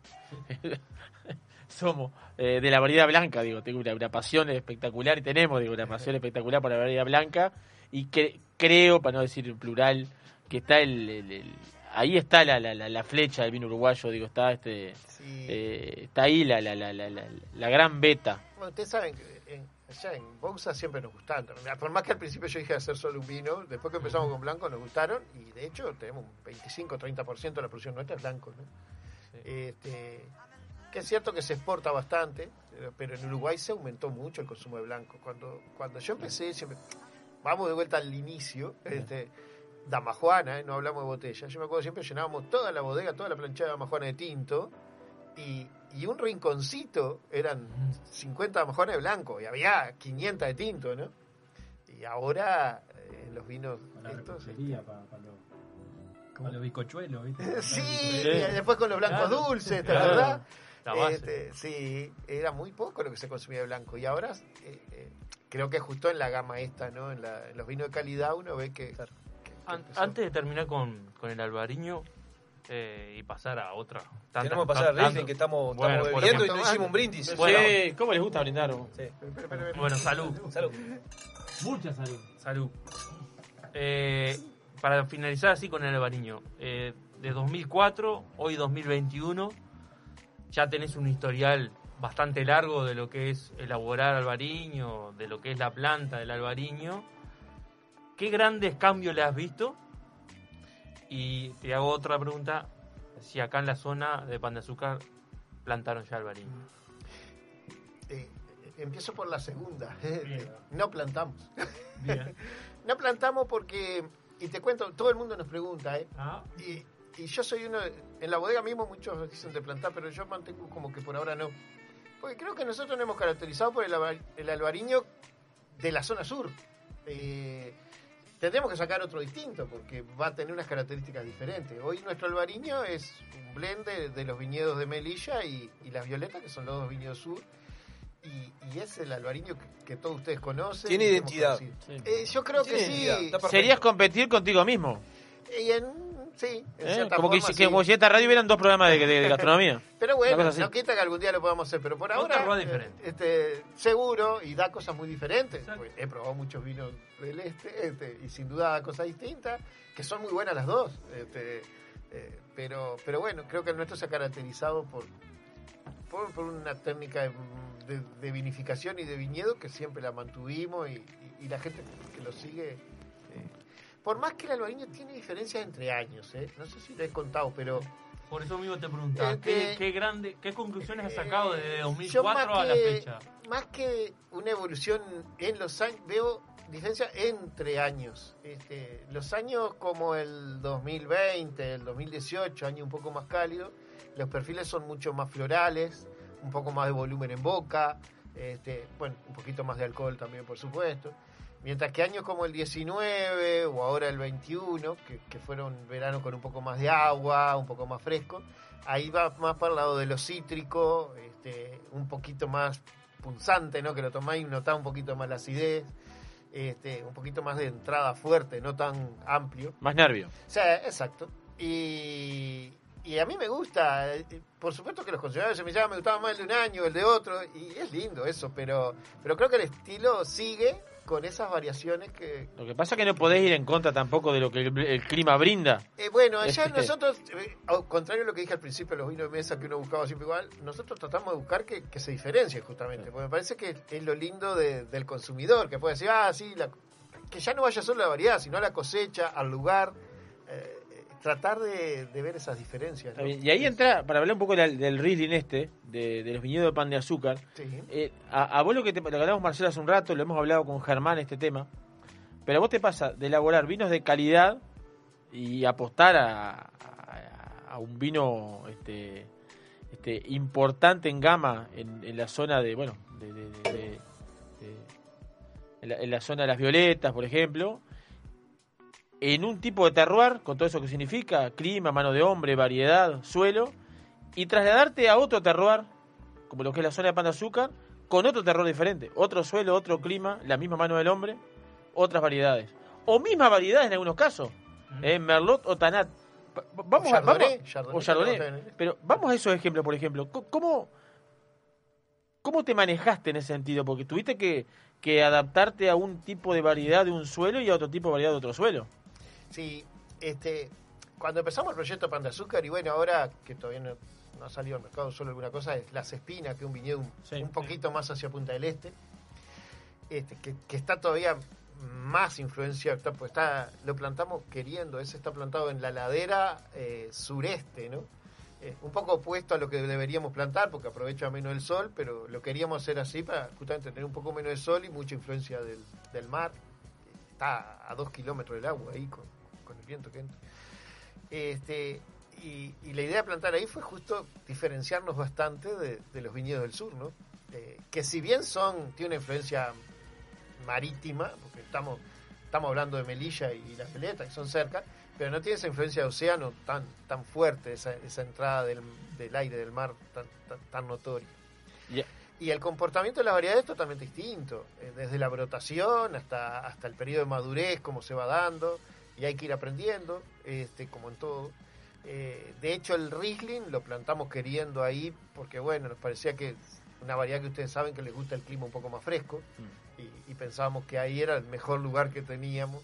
somos eh, de la variedad blanca, digo, tengo una, una pasión espectacular y tenemos, digo, una pasión espectacular por la variedad blanca y que, creo, para no decir en plural, que está el, el, el ahí está la, la, la, la flecha del vino uruguayo, digo, está este Sí. eh, está ahí la, la, la, la, la, la gran beta. Bueno, ustedes saben que en, allá en Bausa siempre nos gustaron. Por más que al principio yo dije hacer solo un vino, después que empezamos con blanco nos gustaron y de hecho tenemos un veinticinco a treinta por ciento de la producción nuestra es blanco, ¿no? Sí. Este, que es cierto que se exporta bastante, pero en Uruguay se aumentó mucho el consumo de blanco. Cuando, cuando yo empecé, siempre, vamos de vuelta al inicio, este, damajuana, ¿eh? No hablamos de botella. Yo me acuerdo siempre llenábamos toda la bodega, toda la planchada de damajuana de tinto. Y, y un rinconcito eran cincuenta damajuanas de blanco y había quinientas de tinto, ¿no? Y ahora eh, los vinos Para la estos, repostería, para, para los, para los bizcochuelos, ¿viste? sí, y después con los blancos Claro. dulces, ¿te Claro. acordás? La base. Este, sí, era muy poco lo que se consumía de blanco y ahora eh, eh, creo que justo en la gama esta, ¿no? En, la, en los vinos de calidad uno ve que... que- que An- empezó. antes de terminar con, con el albariño eh, y pasar a otra. Tanta- Tenemos que pasar al tanto- Riesling, que estamos, Bueno, estamos por bebiendo y ejemplo. no hicimos un brindis. Bueno. Sí, ¿cómo les gusta brindar? vos? Sí. Bueno, salud. Salud. Mucha salud. Salud. Eh, para finalizar así con el albariño, eh, de dos mil cuatro, hoy dos mil veintiuno, ya tenés un historial bastante largo de lo que es elaborar albariño, de lo que es la planta del albariño. ¿Qué grandes cambios le has visto? Y te hago otra pregunta, si acá en la zona de Pan de Azúcar plantaron ya albariño. Eh, empiezo por la segunda. No plantamos. Bien. No plantamos porque, y te cuento, todo el mundo nos pregunta, ¿eh? Ah, Y, y yo soy uno, en la bodega mismo muchos dicen de plantar, pero yo mantengo como que por ahora no. Porque creo que nosotros nos hemos caracterizado por el, alba- el albariño de la zona sur. Eh, tendremos que sacar otro distinto porque va a tener unas características diferentes. Hoy nuestro albariño es un blend de, de los viñedos de Melilla y, y las Violetas, que son los dos viñedos sur. Y, y es el albariño que, que todos ustedes conocen. Tiene y que hemos identidad. conocido. Eh, yo creo que Tiene sí. identidad, está perfecto. Serías competir contigo mismo. Y en, sí, en ¿eh? cierta Como que, forma, que sí. como si esta radio hubieran dos programas de, de- de gastronomía. Pero Una bueno, cosa así. no quita que algún día lo podamos hacer, pero por Un ahora terroir eh, diferente. este, seguro y da cosas muy diferentes. Exacto. Pues he probado muchos vinos del este, este y sin duda da cosas distintas, que son muy buenas las dos. Este, eh, pero, pero bueno, creo que el nuestro se ha caracterizado por, por, por una técnica de, de- de vinificación y de viñedo que siempre la mantuvimos y, y- y la gente que lo sigue. eh, por más que el albariño tiene diferencias entre años, ¿eh? No sé si te he contado, pero... Por eso mismo te preguntaba, Eh, ¿qué, que- qué, grande, ¿qué conclusiones has sacado desde dos mil Yo cuatro más a la que- fecha? Más que una evolución en los años, veo diferencia entre años. Este, los años como el dos mil veinte, el dos mil dieciocho, año un poco más cálido, los perfiles son mucho más florales, un poco más de volumen en boca, este, bueno, un poquito más de alcohol también, por supuesto. Mientras que años como el diecinueve o ahora el veintiuno, que, que fueron veranos con un poco más de agua, un poco más fresco, ahí va más para el lado de lo cítrico, este, un poquito más punzante, ¿no? Que lo tomáis y notás un poquito más la acidez, este, un poquito más de entrada fuerte, no tan amplio. Más nervio. O sea, exacto. Y, y a mí me gusta, eh, por supuesto que los consumidores se me llaman, me gustaba más el de un año, el de otro, y es lindo eso, pero, pero creo que el estilo sigue con esas variaciones que... Lo que pasa es que no podés ir en contra tampoco de lo que el, el clima brinda. Eh, bueno, allá Este- nosotros, eh, al contrario de lo que dije al principio, los vinos de mesa que uno buscaba siempre igual, nosotros tratamos de buscar que, que se diferencie justamente, porque me parece que es lo lindo de- del consumidor, que puede decir, ah, sí, la- que ya no vaya solo a la variedad, sino a la cosecha, al lugar, eh, eh, tratar de, de ver esas diferencias. Está ¿no? bien. Y ahí entra, para hablar un poco del, del Riesling este, de, de los viñedos de Pan de Azúcar, Sí. eh, a, a vos lo que, te, lo que hablamos Marcelo hace un rato, lo hemos hablado con Germán este tema, pero a vos te pasa de elaborar vinos de calidad y apostar a, a, a un vino este, este importante en gama en, en la zona de, bueno, de, de- de- de- de- en, la, en la zona de las Violetas, por ejemplo, en un tipo de terroir, con todo eso que significa, clima, mano de hombre, variedad, suelo, y trasladarte a otro terroir, como lo que es la zona de Pan de Azúcar, con otro terror diferente. Otro suelo, otro clima, la misma mano del hombre, otras variedades. O mismas variedades en algunos casos. Eh, Merlot o Tanat. Vamos O a, vamos, Chardonnay, Chardonnay o Chardonnay. tenemos en- Pero vamos a esos ejemplos, por ejemplo. Co- ¿Cómo, cómo te manejaste en ese sentido? Porque tuviste que, que adaptarte a un tipo de variedad de un suelo y a otro tipo de variedad de otro suelo. Sí, este, cuando empezamos el proyecto Pan de Azúcar, y bueno, ahora que todavía no, no ha salido al mercado solo alguna cosa, es Las Espinas, que es un viñedo un, Sí. un poquito más hacia Punta del Este, este que, que está todavía más influencia, está, pues está, lo plantamos queriendo, ese está plantado en la ladera eh, sureste, ¿no? Eh, un poco opuesto a lo que deberíamos plantar, porque aprovecha menos el sol, pero lo queríamos hacer así para justamente tener un poco menos de sol y mucha influencia del, del mar. Está a dos kilómetros del agua ahí con, con el viento que entra. Este, y, y la idea de plantar ahí fue justo diferenciarnos bastante de, de los viñedos del sur, ¿no? Eh, que si bien son, tiene una influencia marítima, porque estamos, estamos hablando de Melilla y La Veleta, que son cerca, pero no tiene esa influencia de océano tan, tan fuerte, esa, esa entrada del, del aire, del mar tan, tan, tan notoria. Yeah. Y el comportamiento de las variedades es totalmente distinto, eh, desde la brotación hasta, hasta el periodo de madurez, cómo se va dando, y hay que ir aprendiendo, este, como en todo. Eh, de hecho, el Riesling lo plantamos queriendo ahí, porque bueno, nos parecía que una variedad que ustedes saben que les gusta el clima un poco más fresco, Mm. y, y pensábamos que ahí era el mejor lugar que teníamos.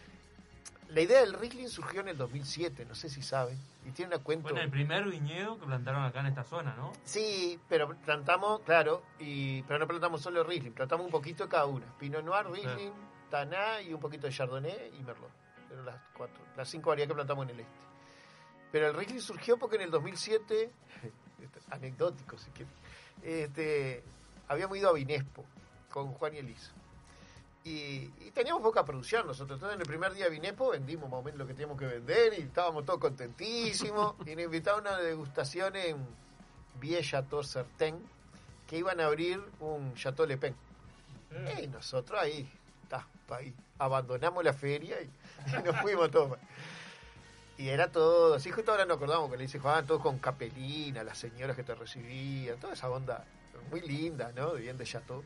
La idea del Riesling surgió en el dos mil siete, no sé si saben, y tiene una cuenta... Bueno, el primer viñedo que plantaron acá en esta zona, ¿no? Sí, pero plantamos, claro, y pero no plantamos solo Riesling, plantamos un poquito de cada una. Pinot Noir, Riesling, Taná y un poquito de Chardonnay y Merlot. Eran las cuatro, las cinco variedades que plantamos en el este. Pero el Riesling surgió porque en el dos mil siete, anecdótico si quieren, este, habíamos ido a Vinespo con Juan y Elisa. Y, y teníamos poca producción nosotros. Entonces en el primer día de Vinespo vendimos más o menos lo que teníamos que vender y estábamos todos contentísimos. Y nos invitaron a una degustación en Vie Chateau Certain, que iban a abrir un Chateau Le Pen. Y nosotros ahí, ta, ahí, abandonamos la feria y, y nos fuimos todos. Y era todo, así justo ahora nos acordamos que le dice Juan, todos con capelina, las señoras que te recibían, toda esa onda muy linda, ¿no? Bien de Chateau.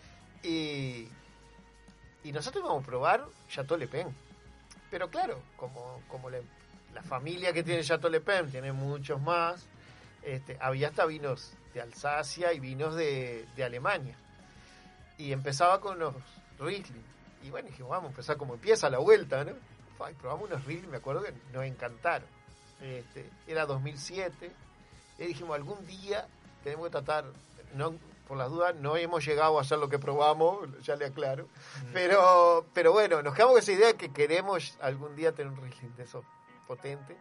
Y, y nosotros íbamos a probar Chateau Le Pen. Pero claro, como, como le, la familia que tiene Chateau Le Pen tiene muchos más, este, había hasta vinos de Alsacia y vinos de, de Alemania. Y empezaba con los Riesling. Y bueno, dijimos, vamos a empezar como empieza la vuelta, ¿no? Ay, probamos unos Riesling, me acuerdo que nos encantaron. Este, era dos mil siete. Y dijimos, algún día tenemos que tratar, no, por las dudas, no hemos llegado a hacer lo que probamos, ya le aclaro. Mm. Pero, pero bueno, nos quedamos con esa idea de que queremos algún día tener un Riesling de esos potente.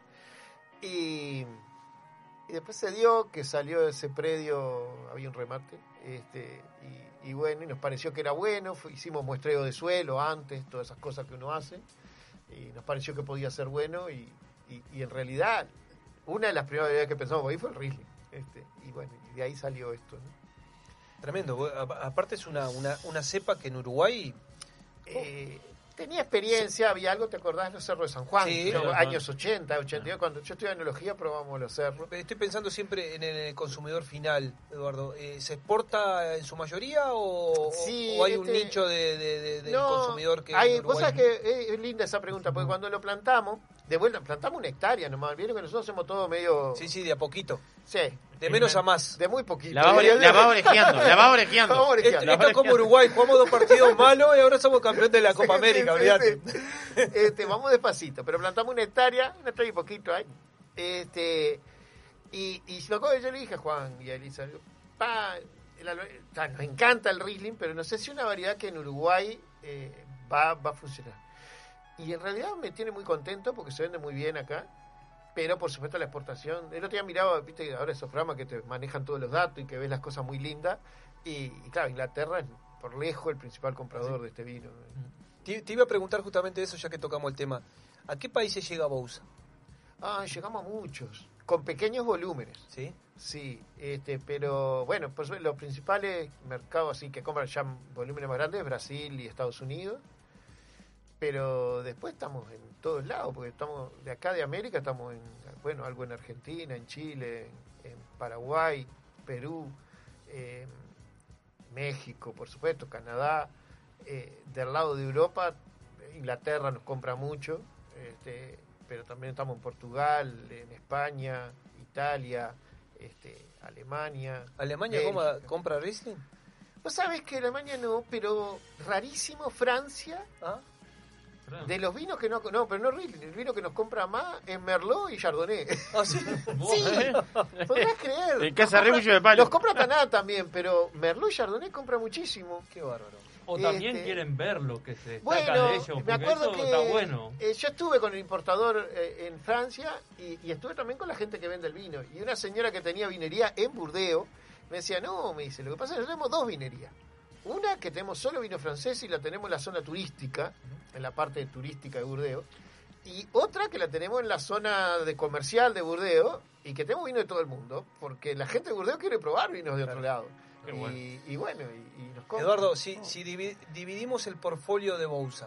Y, y después se dio que salió de ese predio, había un remate, este, y, y bueno, y nos pareció que era bueno, fue, hicimos muestreo de suelo antes, todas esas cosas que uno hace, y nos pareció que podía ser bueno, y, y, y en realidad, una de las primeras ideas que pensamos ahí fue el Riesling, este, y bueno, y de ahí salió esto, ¿no? Tremendo, a- aparte es una, una, una cepa que en Uruguay... Eh, tenía experiencia, había algo, ¿te acordás de los cerros de San Juan? Sí, Yo, claro. años ochenta, ochenta y dos, cuando yo estudiaba enología probamos los cerros. Estoy pensando siempre en el consumidor final, Eduardo. Eh, ¿Se exporta en su mayoría o, Sí, o hay un este- nicho de, de- de- del No, consumidor que hay en Uruguay? cosas que es, es linda esa pregunta, porque cuando lo plantamos, de vuelta, plantamos una hectárea nomás, vieron que nosotros hacemos todo medio... Sí, sí, de a poquito. Sí. De menos a más. De muy poquito. La va ore- la va orejeando, la va orejeando. La va orejeando. Esto, esto es como Uruguay, jugamos dos partidos malos y ahora somos campeones de la Copa Sí, América, sí, olvídate. sí. Este, vamos despacito, pero plantamos una hectárea, una hectárea y poquito ahí. Este, y, y me acuerdo que yo le dije a Juan y a Elisa, digo, pa, el albe- ta, nos encanta el Riesling, pero no sé si una variedad que en Uruguay eh, va, va a funcionar. Y en realidad me tiene muy contento porque se vende muy bien acá, pero por supuesto la exportación. El otro día miraba, viste, ahora esos programas que te manejan todos los datos y que ves las cosas muy lindas, y, y claro, Inglaterra es por lejos el principal comprador sí. de este vino. Te, te iba a preguntar justamente eso ya que tocamos el tema. ¿A qué países llega Bouza? Ah, llegamos a muchos, con pequeños volúmenes. ¿Sí? Sí, este, pero bueno, pues los principales mercados así que compran ya volúmenes más grandes, Brasil y Estados Unidos. Pero después estamos en todos lados, porque estamos de acá de América, estamos en, bueno, algo en Argentina, en Chile, en, en Paraguay, Perú, eh, México, por supuesto, Canadá. Eh, del lado de Europa, Inglaterra nos compra mucho, este, pero también estamos en Portugal, en España, Italia, este, Alemania. ¿Alemania Bélgica. compra, compra Riesling? Vos sabés que Alemania no, pero rarísimo Francia. ¿Ah? De los vinos que no, no, pero no Riesling, el vino que nos compra más es Merlot y Chardonnay. ¿Ah, sí? Sí, podrás creer. En casa re mucho de palo. Los compra Taná también, pero Merlot y Chardonnay compra muchísimo. Qué bárbaro. O también Este, quieren ver lo que se destaca Bueno, de ellos, me porque acuerdo eso que está bueno. eh, yo estuve con el importador eh, en Francia y, y estuve también con la gente que vende el vino. Y una señora que tenía vinería en Burdeos me decía, no, me dice, lo que pasa es que tenemos dos vinerías. Una que tenemos solo vino francés y la tenemos en la zona turística, en la parte turística de Burdeos. Y otra que la tenemos en la zona de comercial de Burdeos y que tenemos vino de todo el mundo, porque la gente de Burdeos quiere probar vinos de otro lado. Qué y, bueno. y bueno, y, y nos compran. Eduardo, si, si divi- dividimos el portfolio de Bouza,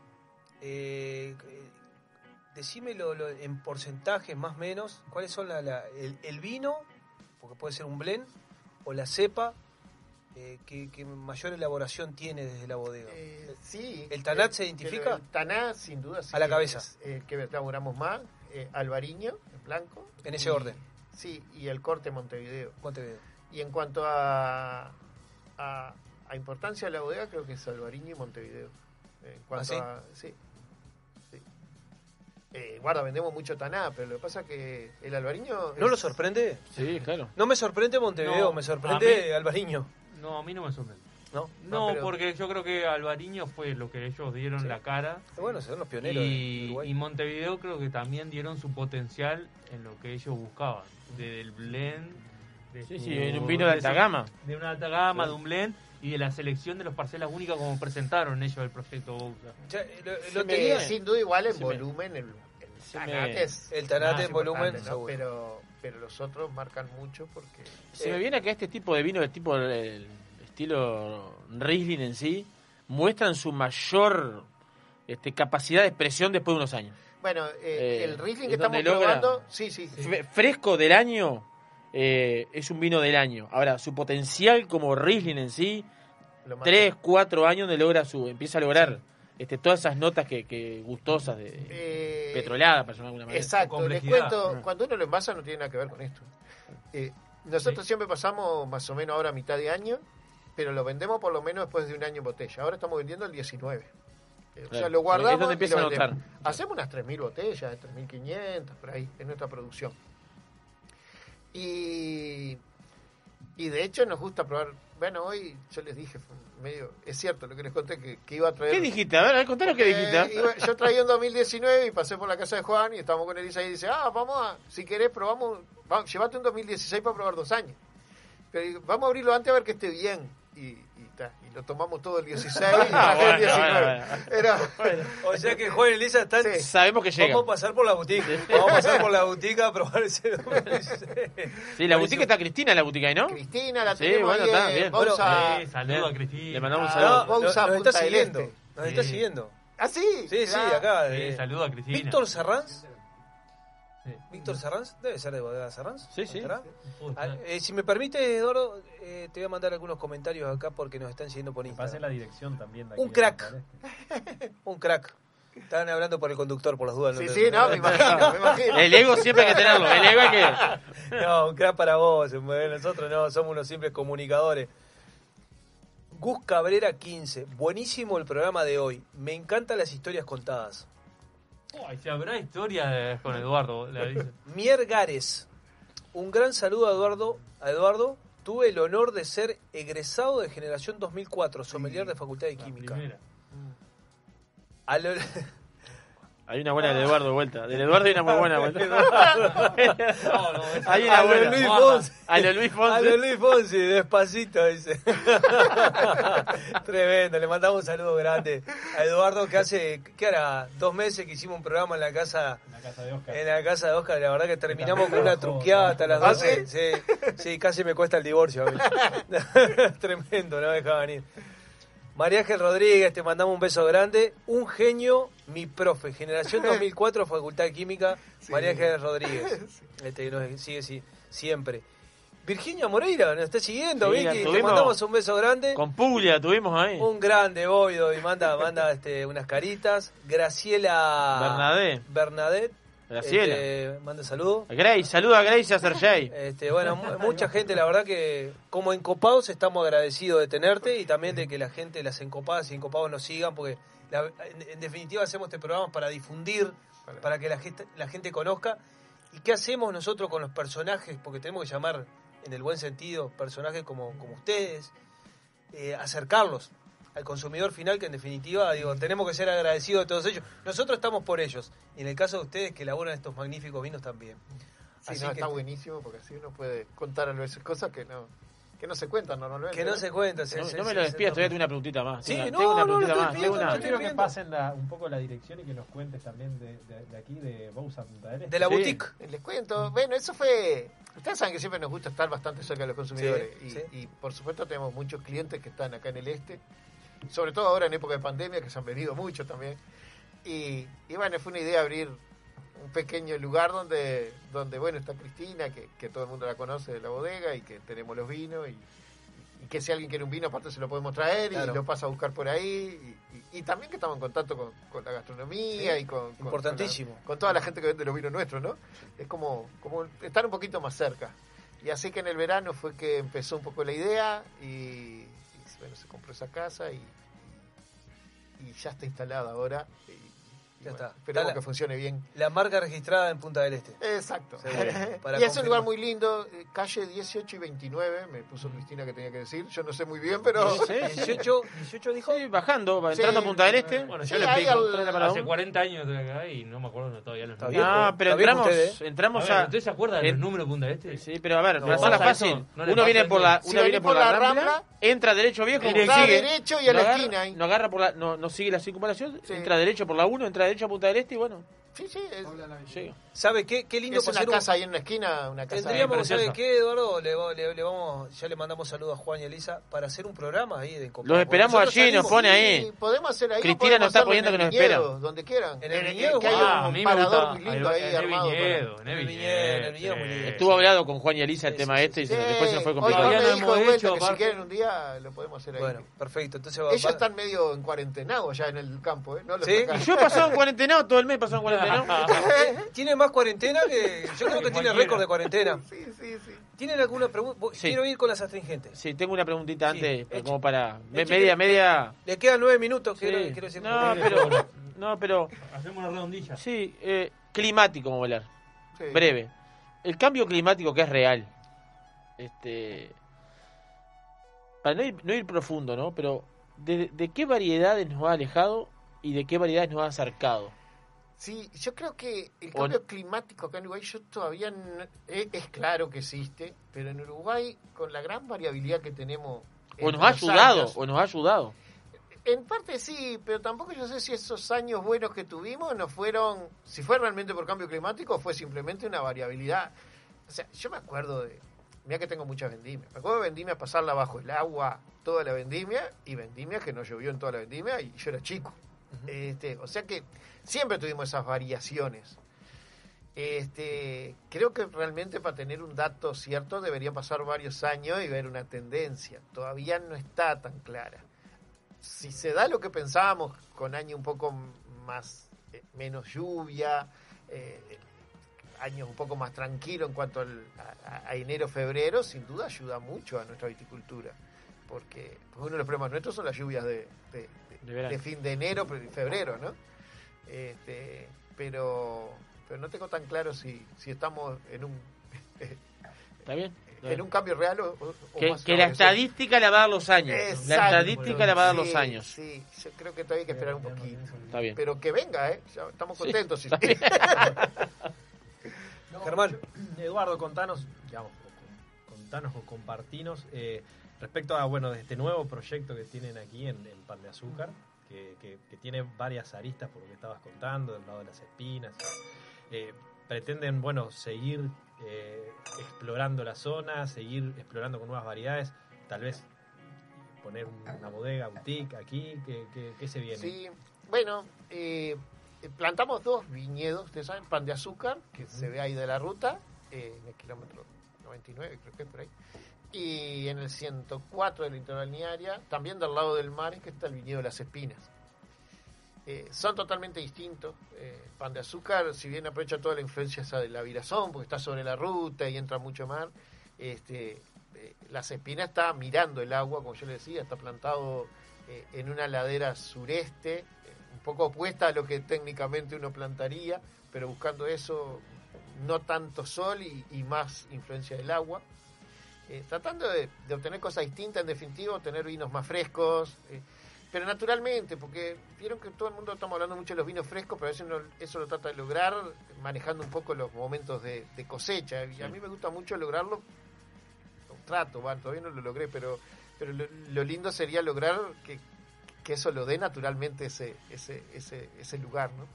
eh, eh, decímelo lo- en porcentajes más o menos, ¿cuáles son la, la- el, el vino, porque puede ser un blend, o la cepa, eh, que, que mayor elaboración tiene desde la bodega? Eh, sí. ¿El Tanat eh, se identifica? El Tanat, sin duda, sí. A la cabeza. Es el que elaboramos más. Eh, Albariño, en blanco. En ese y- orden. Sí, y el corte Montevideo. Montevideo. Y en cuanto a, a, a importancia de la bodega, creo que es Albariño y Montevideo. En cuanto ¿Ah, sí? a. Sí. sí. Eh, guarda, vendemos mucho Taná, pero lo que pasa es que el Albariño. ¿No es- lo sorprende? Sí, claro. No me sorprende Montevideo, No, me a sorprende mí- Albariño. No, a mí no me sorprende. ¿No? No, No, pero- porque yo creo que Alvariño fue lo que ellos dieron Sí. la cara. Bueno, son los pioneros de Y, Uruguay. y Montevideo creo que también dieron su potencial en lo que ellos buscaban. Del blend. De Sí, su- sí, en un vino de alta su- gama. De una alta gama, Sí. de un blend. Y de la selección de las parcelas únicas como presentaron ellos el proyecto Bouza. Ya, lo- Se lo me- tenía- sin duda, igual en se me- volumen, el, el se Tanat me- es. el Tanat más en volumen, importante, ¿no? seguro. pero, pero los otros marcan mucho porque. Se eh, me viene que este tipo de vino, el tipo el estilo Riesling en sí, muestran su mayor este, capacidad de expresión después de unos años. Bueno, eh, Eh, el Riesling es que estamos donde logra- probando, sí, sí. F- Fresco del año, eh, es un vino del año. Ahora, su potencial como Riesling en sí, Lo más- tres, cuatro años donde logra su, empieza a lograr este, todas esas notas que, que gustosas de Eh, petrolada, para llamar de alguna manera. Exacto, les Complejidad. cuento, cuando uno lo envasa no tiene nada que ver con esto. Eh, nosotros siempre pasamos más o menos ahora a mitad de año, pero lo vendemos por lo menos después de un año en botella. Ahora estamos vendiendo el diecinueve. Eh, o sea, Claro. lo guardamos Es donde y empieza lo a notar. vendemos. Hacemos unas tres mil botellas, de tres mil quinientas, por ahí, en nuestra producción. Y, y de hecho nos gusta probar. Bueno, hoy yo les dije, fue medio, es cierto lo que les conté, que, que iba a traer. ¿Qué dijiste? A ver, a ver, contanos qué Porque dijiste. ¿eh? iba- yo traía en dos mil diecinueve y pasé por la casa de Juan y estábamos con Elisa y dice, ah, vamos a, si querés probamos, va, llévate un dos mil dieciséis para probar dos años. Pero digo, vamos a abrirlo antes a ver que esté bien. Y, y, ta, y lo tomamos todo el dieciséis y traje el diecinueve. Era, O sea que Juan y Elisa están... Sí. Sabemos que llega. Vamos a pasar por la boutique. Vamos a pasar por la boutique a probar ese dos mil dieciséis. Sí, la boutique está Cristina en la boutique ahí, ¿no? Cristina, la Sí, tenemos bueno, ahí está, en bien. Bouza. Sí, saludo a Cristina. Le mandamos un Ah, saludo. vos- Bouza, nos, nos Punta está del siguiendo. Este. Nos está Sí. siguiendo. ¿Ah, sí? Sí, sí, Ah, acá. Sí, eh, saludo a Cristina. Víctor Serrans. Sí. Víctor Serrans, debe ser de Bodega Serrans. Sí, sí. ¿Estará? Puta. Ah, eh, si me permite, Eduardo, eh, te voy a mandar algunos comentarios acá porque nos están siguiendo por Pase Instagram. la dirección también. De aquí Un de crack. Punta del Este. Un crack. Estaban hablando por el conductor, por las dudas. Sí, sí, no, me imagino, me imagino. El ego siempre hay que tenerlo. El ego hay que. No, un crack para vos. Nosotros no, somos unos simples comunicadores. Gus Cabrera quince. Buenísimo el programa de hoy. Me encantan las historias contadas. Ay, si habrá historia de- con Eduardo, le dice. Mier Gares. Un gran saludo a Eduardo. A Eduardo. Tuve el honor de ser egresado de generación dos mil cuatro, sommelier de Facultad de Química. Primera. A lo- Hay una buena del Eduardo de vuelta. Del Eduardo hay una muy buena vuelta. No, no, esa- Hay una a lo buena. Luis Guarda. Fonsi. A lo Luis A Fonsi. lo Luis Fonsi, despacito, dice. Tremendo, le mandamos un saludo grande a Eduardo, que hace, ¿qué hará? Dos meses que hicimos un programa en la casa, En la casa de Oscar. en la casa de Oscar, la verdad que terminamos con También una trabajó, truqueada hasta las ¿Ah, doce. Sí, sí, casi me cuesta el divorcio. a mí. Tremendo, no me dejaba venir. María Ángel Rodríguez, te mandamos un beso grande. Un genio, mi profe. Generación dos mil cuatro, Facultad de Química. Sí. María Ángel Rodríguez. Este, nos sigue sí, siempre. Virginia Moreira nos está siguiendo, Sí, la Vicky, te tuvimos. mandamos un beso grande. Con Puglia tuvimos ahí. Un grande Boido y manda, manda este, unas caritas. Graciela Bernadette. Bernadette. Graciela. Este, manda saludos. Grace, saluda a Grace y a Sergey. Este, bueno, mu- mucha gente, la verdad que como encopados estamos agradecidos de tenerte y también de que la gente, las encopadas y encopados nos sigan, porque la- en, en definitiva hacemos este programa para difundir, para que la gente, la gente conozca. ¿Y qué hacemos nosotros con los personajes? Porque tenemos que llamar, en el buen sentido, personajes como, como ustedes, eh, acercarlos al consumidor final, que en definitiva, digo, tenemos que ser agradecidos de todos ellos. Nosotros estamos por ellos, y en el caso de ustedes que elaboran estos magníficos vinos también. Sí, Así no, que está buenísimo porque así uno puede contar a veces cosas que no que no se cuentan normalmente. Que no se cuentan. No, no me lo despidas, todavía tengo una preguntita más. Sí, Tengo una- no, tengo una no, preguntita no más. estoy tengo pidiendo, una- no Quiero que viendo. pasen la- un poco la dirección y que nos cuentes también de, de, de aquí, de Bousa Punta del Este. De la Sí. boutique. Les cuento, bueno, eso fue... Ustedes saben que siempre nos gusta estar bastante cerca de los consumidores. Sí, y, sí. y, por supuesto tenemos muchos clientes que están acá en el este, sobre todo ahora en época de pandemia, que se han venido mucho también. Y, y bueno, fue una idea abrir un pequeño lugar donde, donde bueno, está Cristina, que, que todo el mundo la conoce de la bodega, y que tenemos los vinos, y, y que si alguien quiere un vino, aparte se lo podemos traer, Claro. y lo pasa a buscar por ahí, y, y- y también que estamos en contacto con, con la gastronomía Sí, y con, con- importantísimo. con, la- con toda la gente que vende los vinos nuestros, ¿no? Es como, como estar un poquito más cerca. Y así que en el verano fue que empezó un poco la idea, y, y, bueno, se compró esa casa, y, y ya está instalada ahora. Y, y Ya bueno, está. esperemos Está la- que funcione bien. La marca registrada en Punta del Este. Exacto. Seguro, para Y es un confirmar. lugar muy lindo, eh, calle dieciocho y veintinueve, me puso Cristina que tenía que decir, yo no sé muy bien, pero... dieciocho, dieciocho dijo. Sí, bajando, Sí. entrando a Punta del Este. Bueno, Sí, yo le ahí explico. al- Hace cuarenta años estoy acá y no me acuerdo no, todavía los Está números. bien. Ah, pero Está bien entramos, usted, ¿eh? entramos A ver, a... ¿usted se acuerda de en- los números de Punta del Este? Sí, pero a ver, No, no, pasa pasa fácil. eso, no le uno pasa viene eso. por la, Si uno viene venís por por la la Rambla, Rambla, entra derecho viejo, entra sigue, derecho y a la no agarra- esquina ahí. No agarra por la, no, no sigue la circunvalación, Sí. entra derecho por la uno, entra derecho a Punta del Este y bueno, Sí, sí, es, llega. ¿Sabe qué? Qué lindo es una pasar un- casa ahí en una esquina, una casa... Tendríamos, preciosa. ¿sabe qué, Eduardo? Le, va- le- le vamos, ya le mandamos saludos a Juan y Elisa para hacer un programa ahí de Encopados. Los esperamos Porque nosotros allí, nos salimos- pone ahí. Sí, podemos hacer ahí. o Cristina podemos nos está hacerlo poniendo en que el nos espera. viñedo, donde quieran. En el viñedo, que hay Juan. Ah, a un mí me parador gusta. muy lindo En ahí el armado. para- viñedo, en En el el viñedo, en el viñedo, sí. muy lindo. Estuvo hablado con Juan y Elisa el Sí, tema sí, este y Sí, se- después se nos fue hoy complicado. Juan Todavía me no dijo de hemos vuelta hecho, que si aparte. quieren un día lo podemos hacer ahí. Bueno, perfecto. Entonces va, Ellos va- están medio en cuarentenados ya en el campo, ¿eh? No los ¿Sí? sacan. Y yo he pasado en cuarentena, todo el mes he pasado en cuarentena. tiene más cuarentena que. Yo creo que tiene Cualquiera. récord de cuarentena. Sí, sí, sí. ¿Tienen alguna pregunta? Sí. Quiero ir con las astringentes. Sí, tengo una preguntita Sí, antes, eche- como para... me- eche media, que- media... Le quedan nueve minutos. Sí. Quiero, quiero decir. No, pero... No, pero... Hacemos una redondilla. Sí, eh, climático, vamos a hablar. Sí. Breve. El cambio climático que es real. Este... Para no ir, no ir profundo, ¿no? Pero ¿de, de qué variedades nos ha alejado y de qué variedades nos ha acercado? Sí, yo creo que el O- cambio climático acá en Uruguay yo todavía no- es, es claro que existe, pero en Uruguay con la gran variabilidad que tenemos O en nos ha los ayudado, años, o nos ha ayudado. en parte sí, pero tampoco yo sé si esos años buenos que tuvimos no fueron, si fue realmente por cambio climático o fue simplemente una variabilidad. O sea, yo me acuerdo de, mira que tengo muchas vendimias, me acuerdo de vendimias pasarla bajo el agua toda la vendimia y vendimias que no llovió en toda la vendimia y yo era chico. Este, o sea que siempre tuvimos esas variaciones. Este, creo que realmente para tener un dato cierto deberían pasar varios años y ver una tendencia. Todavía no está tan clara. Si se da lo que pensábamos, con año un poco más eh, menos lluvia, eh, años un poco más tranquilo en cuanto al, a, a enero, febrero, sin duda ayuda mucho a nuestra viticultura. Porque, porque uno de los problemas nuestros son las lluvias de, de, De verano. de fin de enero y febrero, ¿no? Este, pero, pero no tengo tan claro si, si estamos en un ¿Está bien? Está en bien. un cambio real o, o- o Que, más que no, la eso. estadística la va a dar los años. La Exacto. estadística la va a dar los Sí, años. Sí, yo creo que todavía hay que esperar un poquito. Está bien. Pero que venga, ¿eh? Ya estamos Sí, contentos. sí. está bien. Germán. Eduardo, contanos, digamos, o con- contanos o compartinos eh, respecto a, bueno, de este nuevo proyecto que tienen aquí en, en Pan de Azúcar, que, que- que tiene varias aristas por lo que estabas contando, del lado de las espinas. Eh, pretenden, bueno, seguir eh, explorando la zona, seguir explorando con nuevas variedades, tal vez poner un- una bodega, boutique aquí, ¿qué, qué, qué se viene? Sí, bueno, eh, plantamos dos viñedos, ustedes saben, Pan de Azúcar, que se ve ahí de la ruta, eh, en el kilómetro noventa y nueve creo que es por ahí. Y en el ciento cuatro de la interbalnearia, también del lado del mar, es que está el viñedo de Las Espinas. Eh, son totalmente distintos. Eh, Pan de Azúcar, si bien aprovecha toda la influencia esa de la Virazón, porque está sobre la ruta y entra mucho mar, este, eh, Las Espinas está mirando el agua, como yo le decía, está plantado eh, en una ladera sureste, eh, un poco opuesta a lo que técnicamente uno plantaría, pero buscando eso, no tanto sol y, y más influencia del agua. Eh, tratando de, de obtener cosas distintas, en definitiva, obtener vinos más frescos, eh, pero naturalmente, porque vieron que todo el mundo estamos hablando mucho de los vinos frescos, pero a veces uno eso lo trata de lograr manejando un poco los momentos de, de cosecha, y a mí me gusta mucho lograrlo, lo trato, bueno, todavía no lo logré, pero, pero lo, lo lindo sería lograr que, que eso lo dé naturalmente ese, ese, ese, ese lugar, ¿no?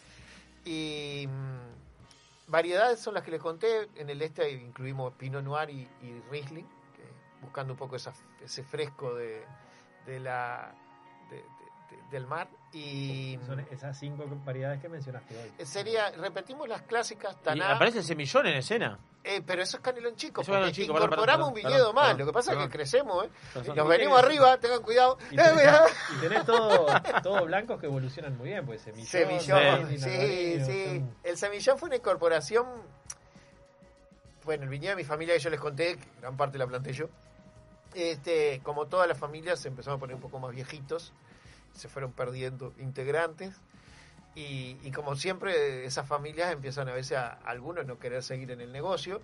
Y... variedades son las que les conté. En el este incluimos Pinot Noir y, y Riesling, que, buscando un poco esa, ese fresco de, de la de, de, de, del mar. Y son esas cinco variedades que mencionaste hoy. Sería, repetimos las clásicas. Y Taná, aparece el semillón en escena. Eh, pero eso es canelón chico, Eso porque es chico, incorporamos perdón, un perdón, viñedo perdón, más. perdón, Lo que pasa perdón. es que crecemos, ¿eh? Perdón. Nos venimos arriba, tengan cuidado. Y tenés, y tenés todo, todo blancos que evolucionan muy bien, pues semillón. Semillón, sí, sí, sí. El semillón fue una incorporación. Bueno, el viñedo de mi familia que yo les conté, gran parte la planté yo. Este, como todas las familias, se empezaron a poner un poco más viejitos, se fueron perdiendo integrantes. Y, y como siempre, esas familias empiezan a veces a, a algunos no querer seguir en el negocio.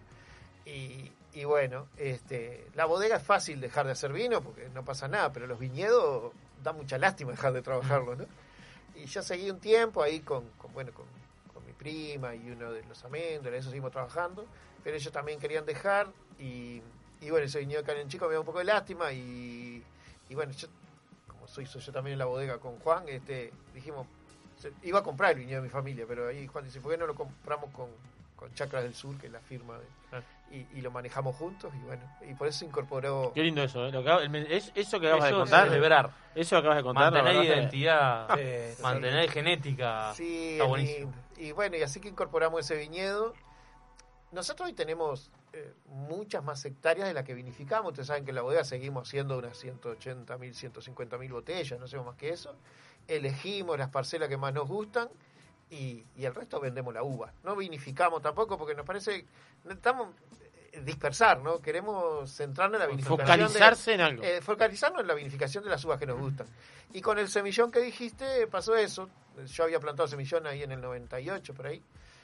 Y, y bueno, este, la bodega es fácil dejar de hacer vino porque no pasa nada, pero los viñedos da mucha lástima dejar de trabajarlos, ¿no? Y yo seguí un tiempo ahí con, con bueno, con, con mi prima y uno de los améndolas, eso seguimos trabajando, pero ellos también querían dejar y, y bueno, ese viñedo de Canelón Chico me da un poco de lástima y, y bueno, yo, como soy socio también en la bodega con Juan, este, dijimos, iba a comprar el viñedo de mi familia, pero ahí Juan dice, ¿por qué no lo compramos con, con Chacras del Sur, que es la firma de, ah. y, y lo manejamos juntos? Y bueno, y por eso se incorporó. Qué lindo eso, ¿eh? Lo que, el, es, eso que acabas Eso de contar. es celebrar. Eso que acabas de contar. Mantener la verdad identidad, que- Sí, mantener sí. genética. Sí, está es buenísimo. lindo. Y bueno, y así que incorporamos ese viñedo. Nosotros hoy tenemos eh, muchas más hectáreas de las que vinificamos. Ustedes saben que en la bodega seguimos haciendo unas ciento ochenta mil, ciento cincuenta mil botellas, no hacemos más que eso. Elegimos las parcelas que más nos gustan y, y el resto vendemos la uva. No vinificamos tampoco porque nos parece, necesitamos eh, dispersar, ¿no? Queremos centrarnos en la vinificación. Focalizarse de la- en algo. eh, focalizarnos en la vinificación de las uvas que nos gustan. Y con el semillón que dijiste pasó eso. Yo había plantado semillón ahí en el noventa y ocho, por ahí.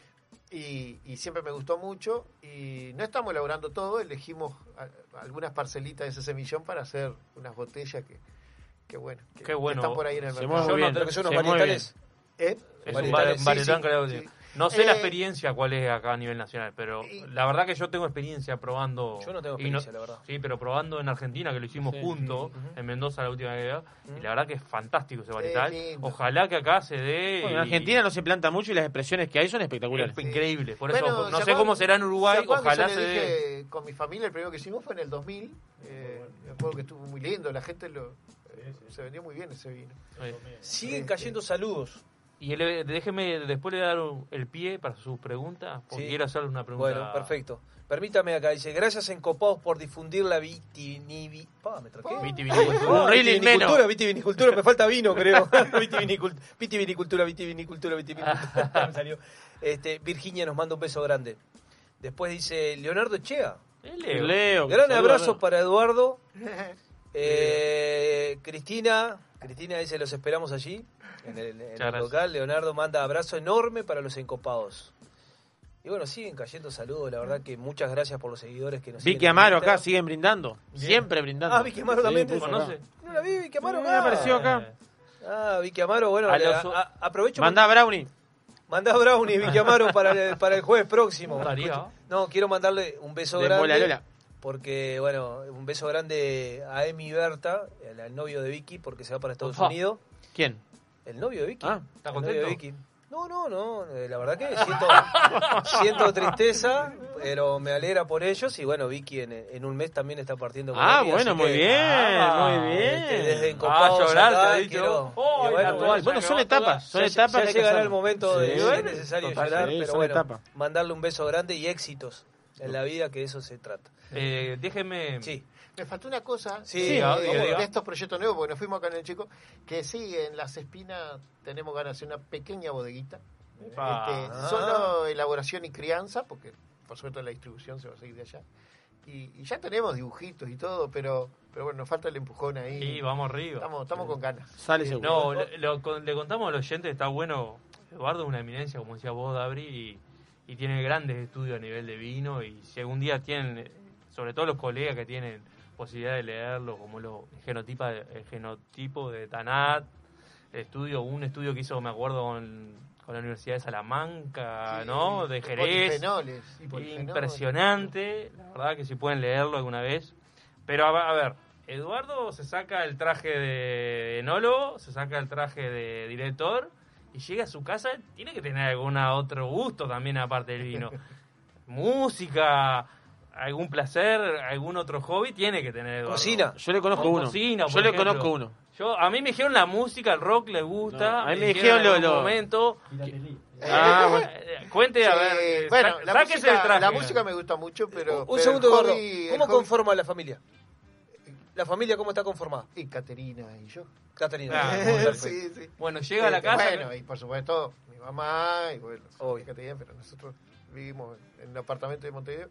Y, y siempre me gustó mucho. Y no estamos elaborando todo, elegimos a- algunas parcelitas de ese semillón para hacer unas botellas que, que bueno, que, Qué bueno. que están por ahí en el Se mercado. mueve bien, Creo que son se unos mueve varietales. ¿Eh? Es un Varietales, vari- sí, varietán, sí, creo que- sí. No sé la Eh, experiencia cuál es acá a nivel nacional, pero y- la verdad que yo tengo experiencia probando. Yo no tengo y no- experiencia, la verdad. Sí, pero probando en Argentina, que lo hicimos Sí, juntos, sí, ujú. en Mendoza la última vez. Ujú. Y la verdad que es fantástico ese varietal. lindo. Ojalá que acá se dé. Bueno, en y- Argentina no se planta mucho y las expresiones que hay son espectaculares. es increíble. Por Bueno, eso, no ¿se sé acuerdan- cómo será en Uruguay, ¿se acuerdan que ojalá yo se le dé. dije con mi familia? El primero que hicimos fue en el dos mil. Eh, me acuerdo que estuvo muy lindo, la gente lo eh, se vendió muy bien ese vino. Siguen cayendo saludos. Y él- déjeme, después le dar un- el pie para sus preguntas, porque Sí. quiero hacerle una pregunta. Bueno, perfecto. Permítame acá, dice, gracias Encopados por difundir la vitivinicultura. Pa, me traqué. Vitivinicultura. Ah, Really vitivinicultura, menos. vitivinicultura, me falta vino, creo. Vitivinicul- Vitivinicultura, vitivinicultura, vitivinicultura. Me salió. Este, Virginia nos manda un beso grande. Después dice Leonardo Echea. Eh, Leo. Leo, Gran saluda, abrazo Leo. para Eduardo. Eh, Cristina, Cristina dice, los esperamos allí, en el, en el gracias. local. Leonardo manda abrazo enorme para los encopados. Y bueno, siguen cayendo saludos, la verdad que muchas gracias por los seguidores que nos Vicky siguen en Amaro Twitter. acá, siguen brindando. Bien. Siempre brindando. Ah, Vicky Amaro Sí, también. puso te- acá. ¿Conoce? No la vi, Vicky Amaro Sí, acá. apareció acá. Ah, Vicky Amaro, bueno, A le- los- a- a- aprovecho. Mandá Brownie. Mandá Brownie, Vicky Amaro, para el, para el jueves próximo. Estaría. No, quiero mandarle un beso De grande. Mola Lola. Porque, bueno, un beso grande a Emi Berta, el, el novio de Vicky, porque se va para Estados Opa. Unidos. ¿Quién? El novio de Vicky. Ah, ¿está El novio de contento? Vicky. No, no, no, eh, la verdad que siento, siento tristeza, pero me alegra por ellos. Y bueno, Vicky en, en un mes también está partiendo con Ah, Emi, bueno, así muy que, bien, ah, muy bien. este, desde Ah, Encopados llorar, acá, te ha dicho. quiero- Oh, y bueno, la bueno, toalla. Bueno, son Ya etapas, son ya, etapas. ya que hay que llegará hacerlo. el momento de Sí, si es bueno, necesario total, llorar, sí, pero son bueno, etapas. mandarle un beso grande y éxitos en la vida, que de eso se trata. Eh, déjenme... Sí. Me faltó una cosa Sí, eh, diga, de, diga, diga. de estos proyectos nuevos, porque nos fuimos acá en el Chico, que sí, en Las Espinas tenemos ganas de hacer una pequeña bodeguita. Epa. Este, Ah. Solo elaboración y crianza, porque por supuesto la distribución se va a seguir de allá. Y, y ya tenemos dibujitos y todo, pero pero bueno, nos falta el empujón ahí. Sí, vamos arriba. Estamos, estamos con ganas. Sale Sí. seguro. No, lo- lo- con- le contamos a los oyentes, está bueno. Eduardo es una eminencia, como decía vos, Dabri, y, y tiene grandes estudios a nivel de vino. Y si algún día tienen, eh, sobre todo los colegas que tienen posibilidad de leerlo, como los genotipa, el genotipo de Tanat, el estudio, un estudio que hizo, me acuerdo, con, con la Universidad de Salamanca, Sí, ¿no? De de Jerez. polifenoles, y polifenoles. Impresionante, la verdad que si pueden leerlo alguna vez. Pero a, a ver, Eduardo se saca el traje de enólogo, se saca el traje de director y llega a su casa, tiene que tener algún otro gusto también aparte del vino. Música, algún placer, algún otro hobby tiene que tener Eduardo. Cocina. Yo le conozco O uno. cocina, Yo por le ejemplo. conozco uno. Yo, a mí me dijeron la música, el rock le gusta. No, a mí me me dijeron en lo- algún lo- momento. Ah, bueno. Eh, Cuente, a Sí, ver. eh, bueno, sa- la sáquese música, el traje. la música me gusta mucho, pero... Un pero segundo, el Eduardo. hobby- ¿Cómo el hobby- conforma la familia? ¿La familia cómo está conformada? Y Caterina y yo. Caterina. Ah, muy bien. sí, sí. Bueno, llega a la Este, casa. Bueno, y por supuesto, mi mamá, y bueno, obvio. Caterina, pero nosotros vivimos en un apartamento de Montevideo.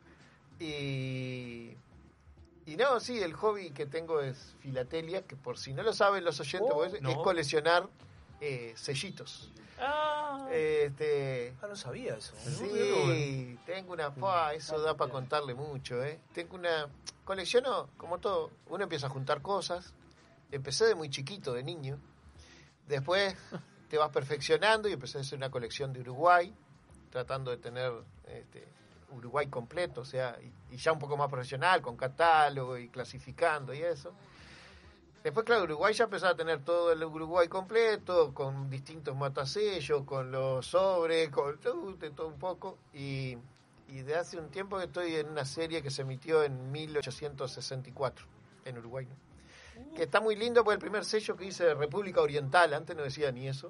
Y... Y no, sí, el hobby que tengo es filatelia, que por si no lo saben los oyentes, Oh, pues, no. es coleccionar eh, sellitos. Ah, Este, Ah, no sabía eso. sí, tengo una... Fua, eso da para contarle mucho, ¿eh? Tengo una... Colecciono, como todo, uno empieza a juntar cosas. Empecé de muy chiquito, de niño. Después te vas perfeccionando y empecé a hacer una colección de Uruguay, tratando de tener este, Uruguay completo, o sea, y, y ya un poco más profesional, con catálogo y clasificando y eso. Después, claro, Uruguay ya empezaba a tener todo el Uruguay completo, con distintos matasellos, con los sobres, con todo, de todo un poco. Y, y de hace un tiempo que estoy en una serie que se emitió en mil ochocientos sesenta y cuatro, en Uruguay, ¿no? Que está muy lindo, porque el primer sello que dice República Oriental, antes no decía ni eso,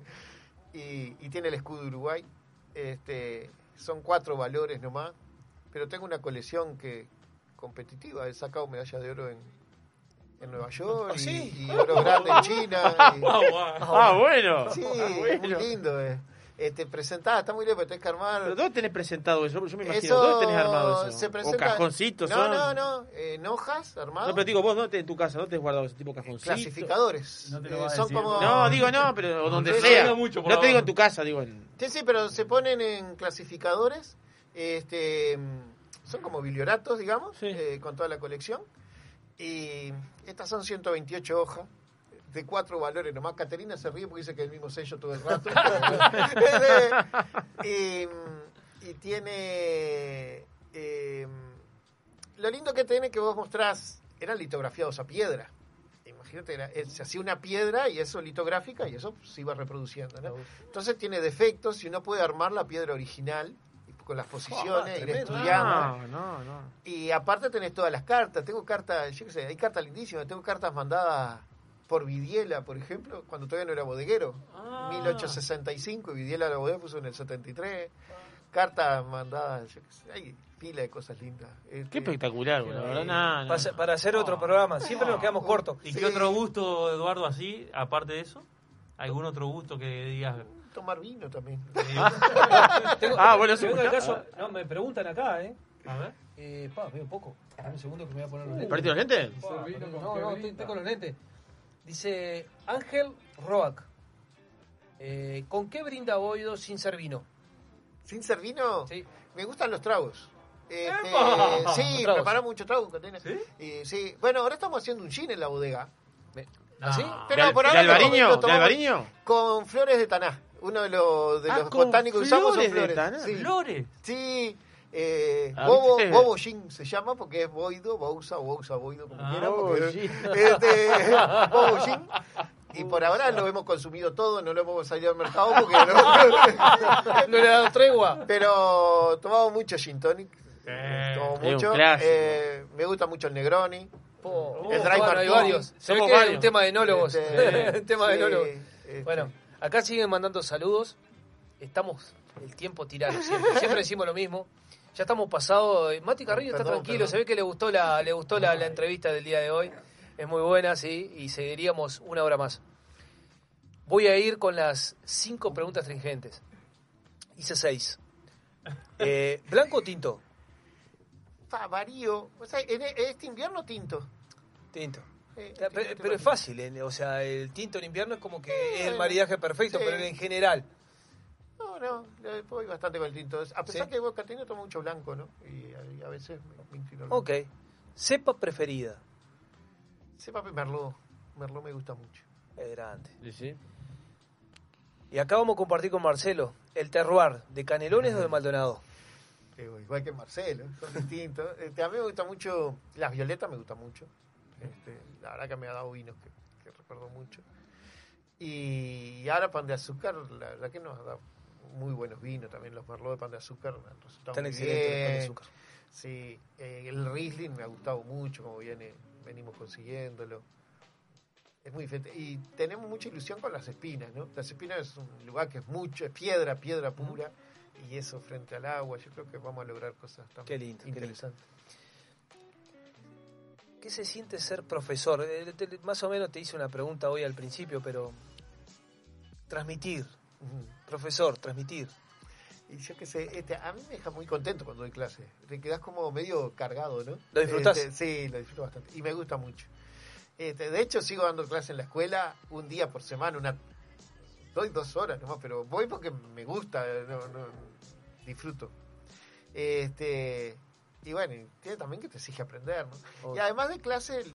y, y tiene el escudo de Uruguay. Este, son cuatro valores nomás, pero tengo una colección que competitiva, he sacado medalla de oro en, en Nueva York, ¿Ah, y, sí? y oro grande en China. y- Ah, bueno. sí, Ah, es bueno. muy lindo. Eh. Este, presentada, está muy lindo, pero tenés que armar... ¿Pero dónde tenés presentado eso? Yo me imagino. Eso ¿Dónde tenés armado eso? se presenta- ¿O cajoncitos? No, son? no, no, en hojas armadas. No, pero digo, vos, ¿dónde en tu casa? ¿Dónde tenés guardado ese tipo de cajoncitos? Clasificadores. No te lo Eh, va a son decir. como... No, digo no, pero donde Sí, sea. sí, mucho, por No te favor. digo en tu casa, digo en... Sí, sí, pero se ponen en clasificadores. Este, son como biblioratos, digamos, Sí. eh, con toda la colección. Y estas son ciento veintiocho hojas de cuatro valores. Nomás Caterina se ríe porque dice que es el mismo sello todo el rato. y, y tiene... eh, lo lindo que tiene que vos mostrás, eran litografiados a piedra. Imagínate, era- eh, se hacía una piedra y eso litográfica y eso se iba reproduciendo, ¿no? Entonces tiene defectos y uno puede armar la piedra original y con las posiciones, ir tremendo. estudiando. No, no, no. Y aparte tenés todas las cartas. Tengo cartas, yo qué sé, hay cartas lindísimas. Tengo cartas mandadas por Vidiela, por ejemplo, cuando todavía no era bodeguero. Ah. mil ochocientos sesenta y cinco y Vidiela la bodega puso en el setenta y tres. Cartas mandadas, yo qué sé, hay pila de cosas lindas. Este, Qué espectacular, güey, la verdad, nada. Para, hacer- para hacer otro programa. Siempre nos quedamos cortos. ¿Y Sí. qué otro gusto, Eduardo, así, aparte de eso? ¿Algún otro gusto que digas? Tomar vino también. Tengo- Ah, bueno, eso tengo el está- caso. No, me preguntan acá, ¿eh? A ver. Eh, pa, veo un poco. Dame un segundo que me voy a poner los lentes. ¿Perdiste los lentes? No, no, estoy, estoy con los lentes. Dice Ángel Roac. Eh, ¿Con qué brinda Boido sin ser vino? Sin ser vino, Sí. me gustan los tragos. Este, ¡Epa! sí, Tragos. preparamos mucho trago. Caterina. ¿Sí? Y, sí. Bueno, ahora estamos haciendo un gin en la bodega. ¿Así? Pero ¿De, por de ahora lo Alvariño? tomamos- ¿De Alvariño? Con flores de taná. Uno de los, de Ah, los con botánicos que usamos son flores de flores. taná. Sí. ¿Flores? Sí, eh, Ah, bobo, ¿viste? bobo gin se llama porque es boido, bousa, bousa, boido, como Ah, quieran. bobo porque- gin. este, bobo gin. Y por ahora lo hemos consumido todo, no lo hemos salido al mercado porque no. No le ha dado tregua. Pero tomamos mucho gin tonic. Eh, tomo es un mucho. clásico. Eh, me gusta mucho el Negroni. Po, El dry bueno, hay martini. varios. Se ve Somos que es varios. un tema de enólogos. Este, un tema de sí, enólogos. este. Bueno, acá siguen mandando saludos. Estamos El tiempo tirano, siempre. Siempre decimos lo mismo. Ya estamos pasados. Mati Carrillo está Perdón, tranquilo, perdón. se ve que le gustó la, le gustó la, la entrevista del día de hoy. Es muy buena, sí, y seguiríamos una hora más. Voy a ir con las cinco preguntas stringentes. Hice seis. Eh, ¿Blanco o tinto? Pa, varío. O sea, en e- este invierno tinto. Tinto. Eh, Pero, tinto, pero es fácil, ¿eh? O sea, el tinto en invierno es como que es el maridaje perfecto, sí. pero en general. No, no, le voy bastante con el tinto. A pesar ¿Sí? que Boca tiene tomo mucho blanco, ¿no? Y, a- y a veces me, me inclino al Ok. blanco. Cepa preferida. Sepa Merlot. Merlot me gusta mucho. Es grande. Sí, sí. Y acá vamos a compartir con Marcelo el terroir de Canelones o de Maldonado. Eh, igual que Marcelo, son distintos. Este, a mí me gusta mucho, las violetas me gustan mucho. Este, la verdad que me ha dado vinos que, que recuerdo mucho. Y ahora Pan de Azúcar, la verdad que nos ha dado muy buenos vinos. También los Merlot de Pan de Azúcar han resultado Están muy excelentes los Pan de bien. Azúcar. Sí, eh, el Riesling me ha gustado mucho, como viene, venimos consiguiéndolo. Es muy diferente. Y tenemos mucha ilusión con las espinas, ¿no? Las espinas es un lugar que es mucho, es piedra, piedra pura. Y eso frente al agua, yo creo que vamos a lograr cosas tan Qué lindo, qué lindo. interesantes. ¿Qué se siente ser profesor? Eh, te- Más o menos te hice una pregunta hoy al principio, pero transmitir, Ujú. profesor, transmitir. Y yo qué sé, este, a mí me deja muy contento cuando doy clase. Te quedas como medio cargado, ¿no? ¿Lo disfrutás? Este, sí, lo disfruto bastante. Y me gusta mucho. Este, de hecho, sigo dando clase en la escuela un día por semana, una doy dos horas nomás, pero voy porque me gusta, no, no, disfruto. Este, y bueno, y tiene también que te exige aprender, ¿no? Obvio. Y además de clase,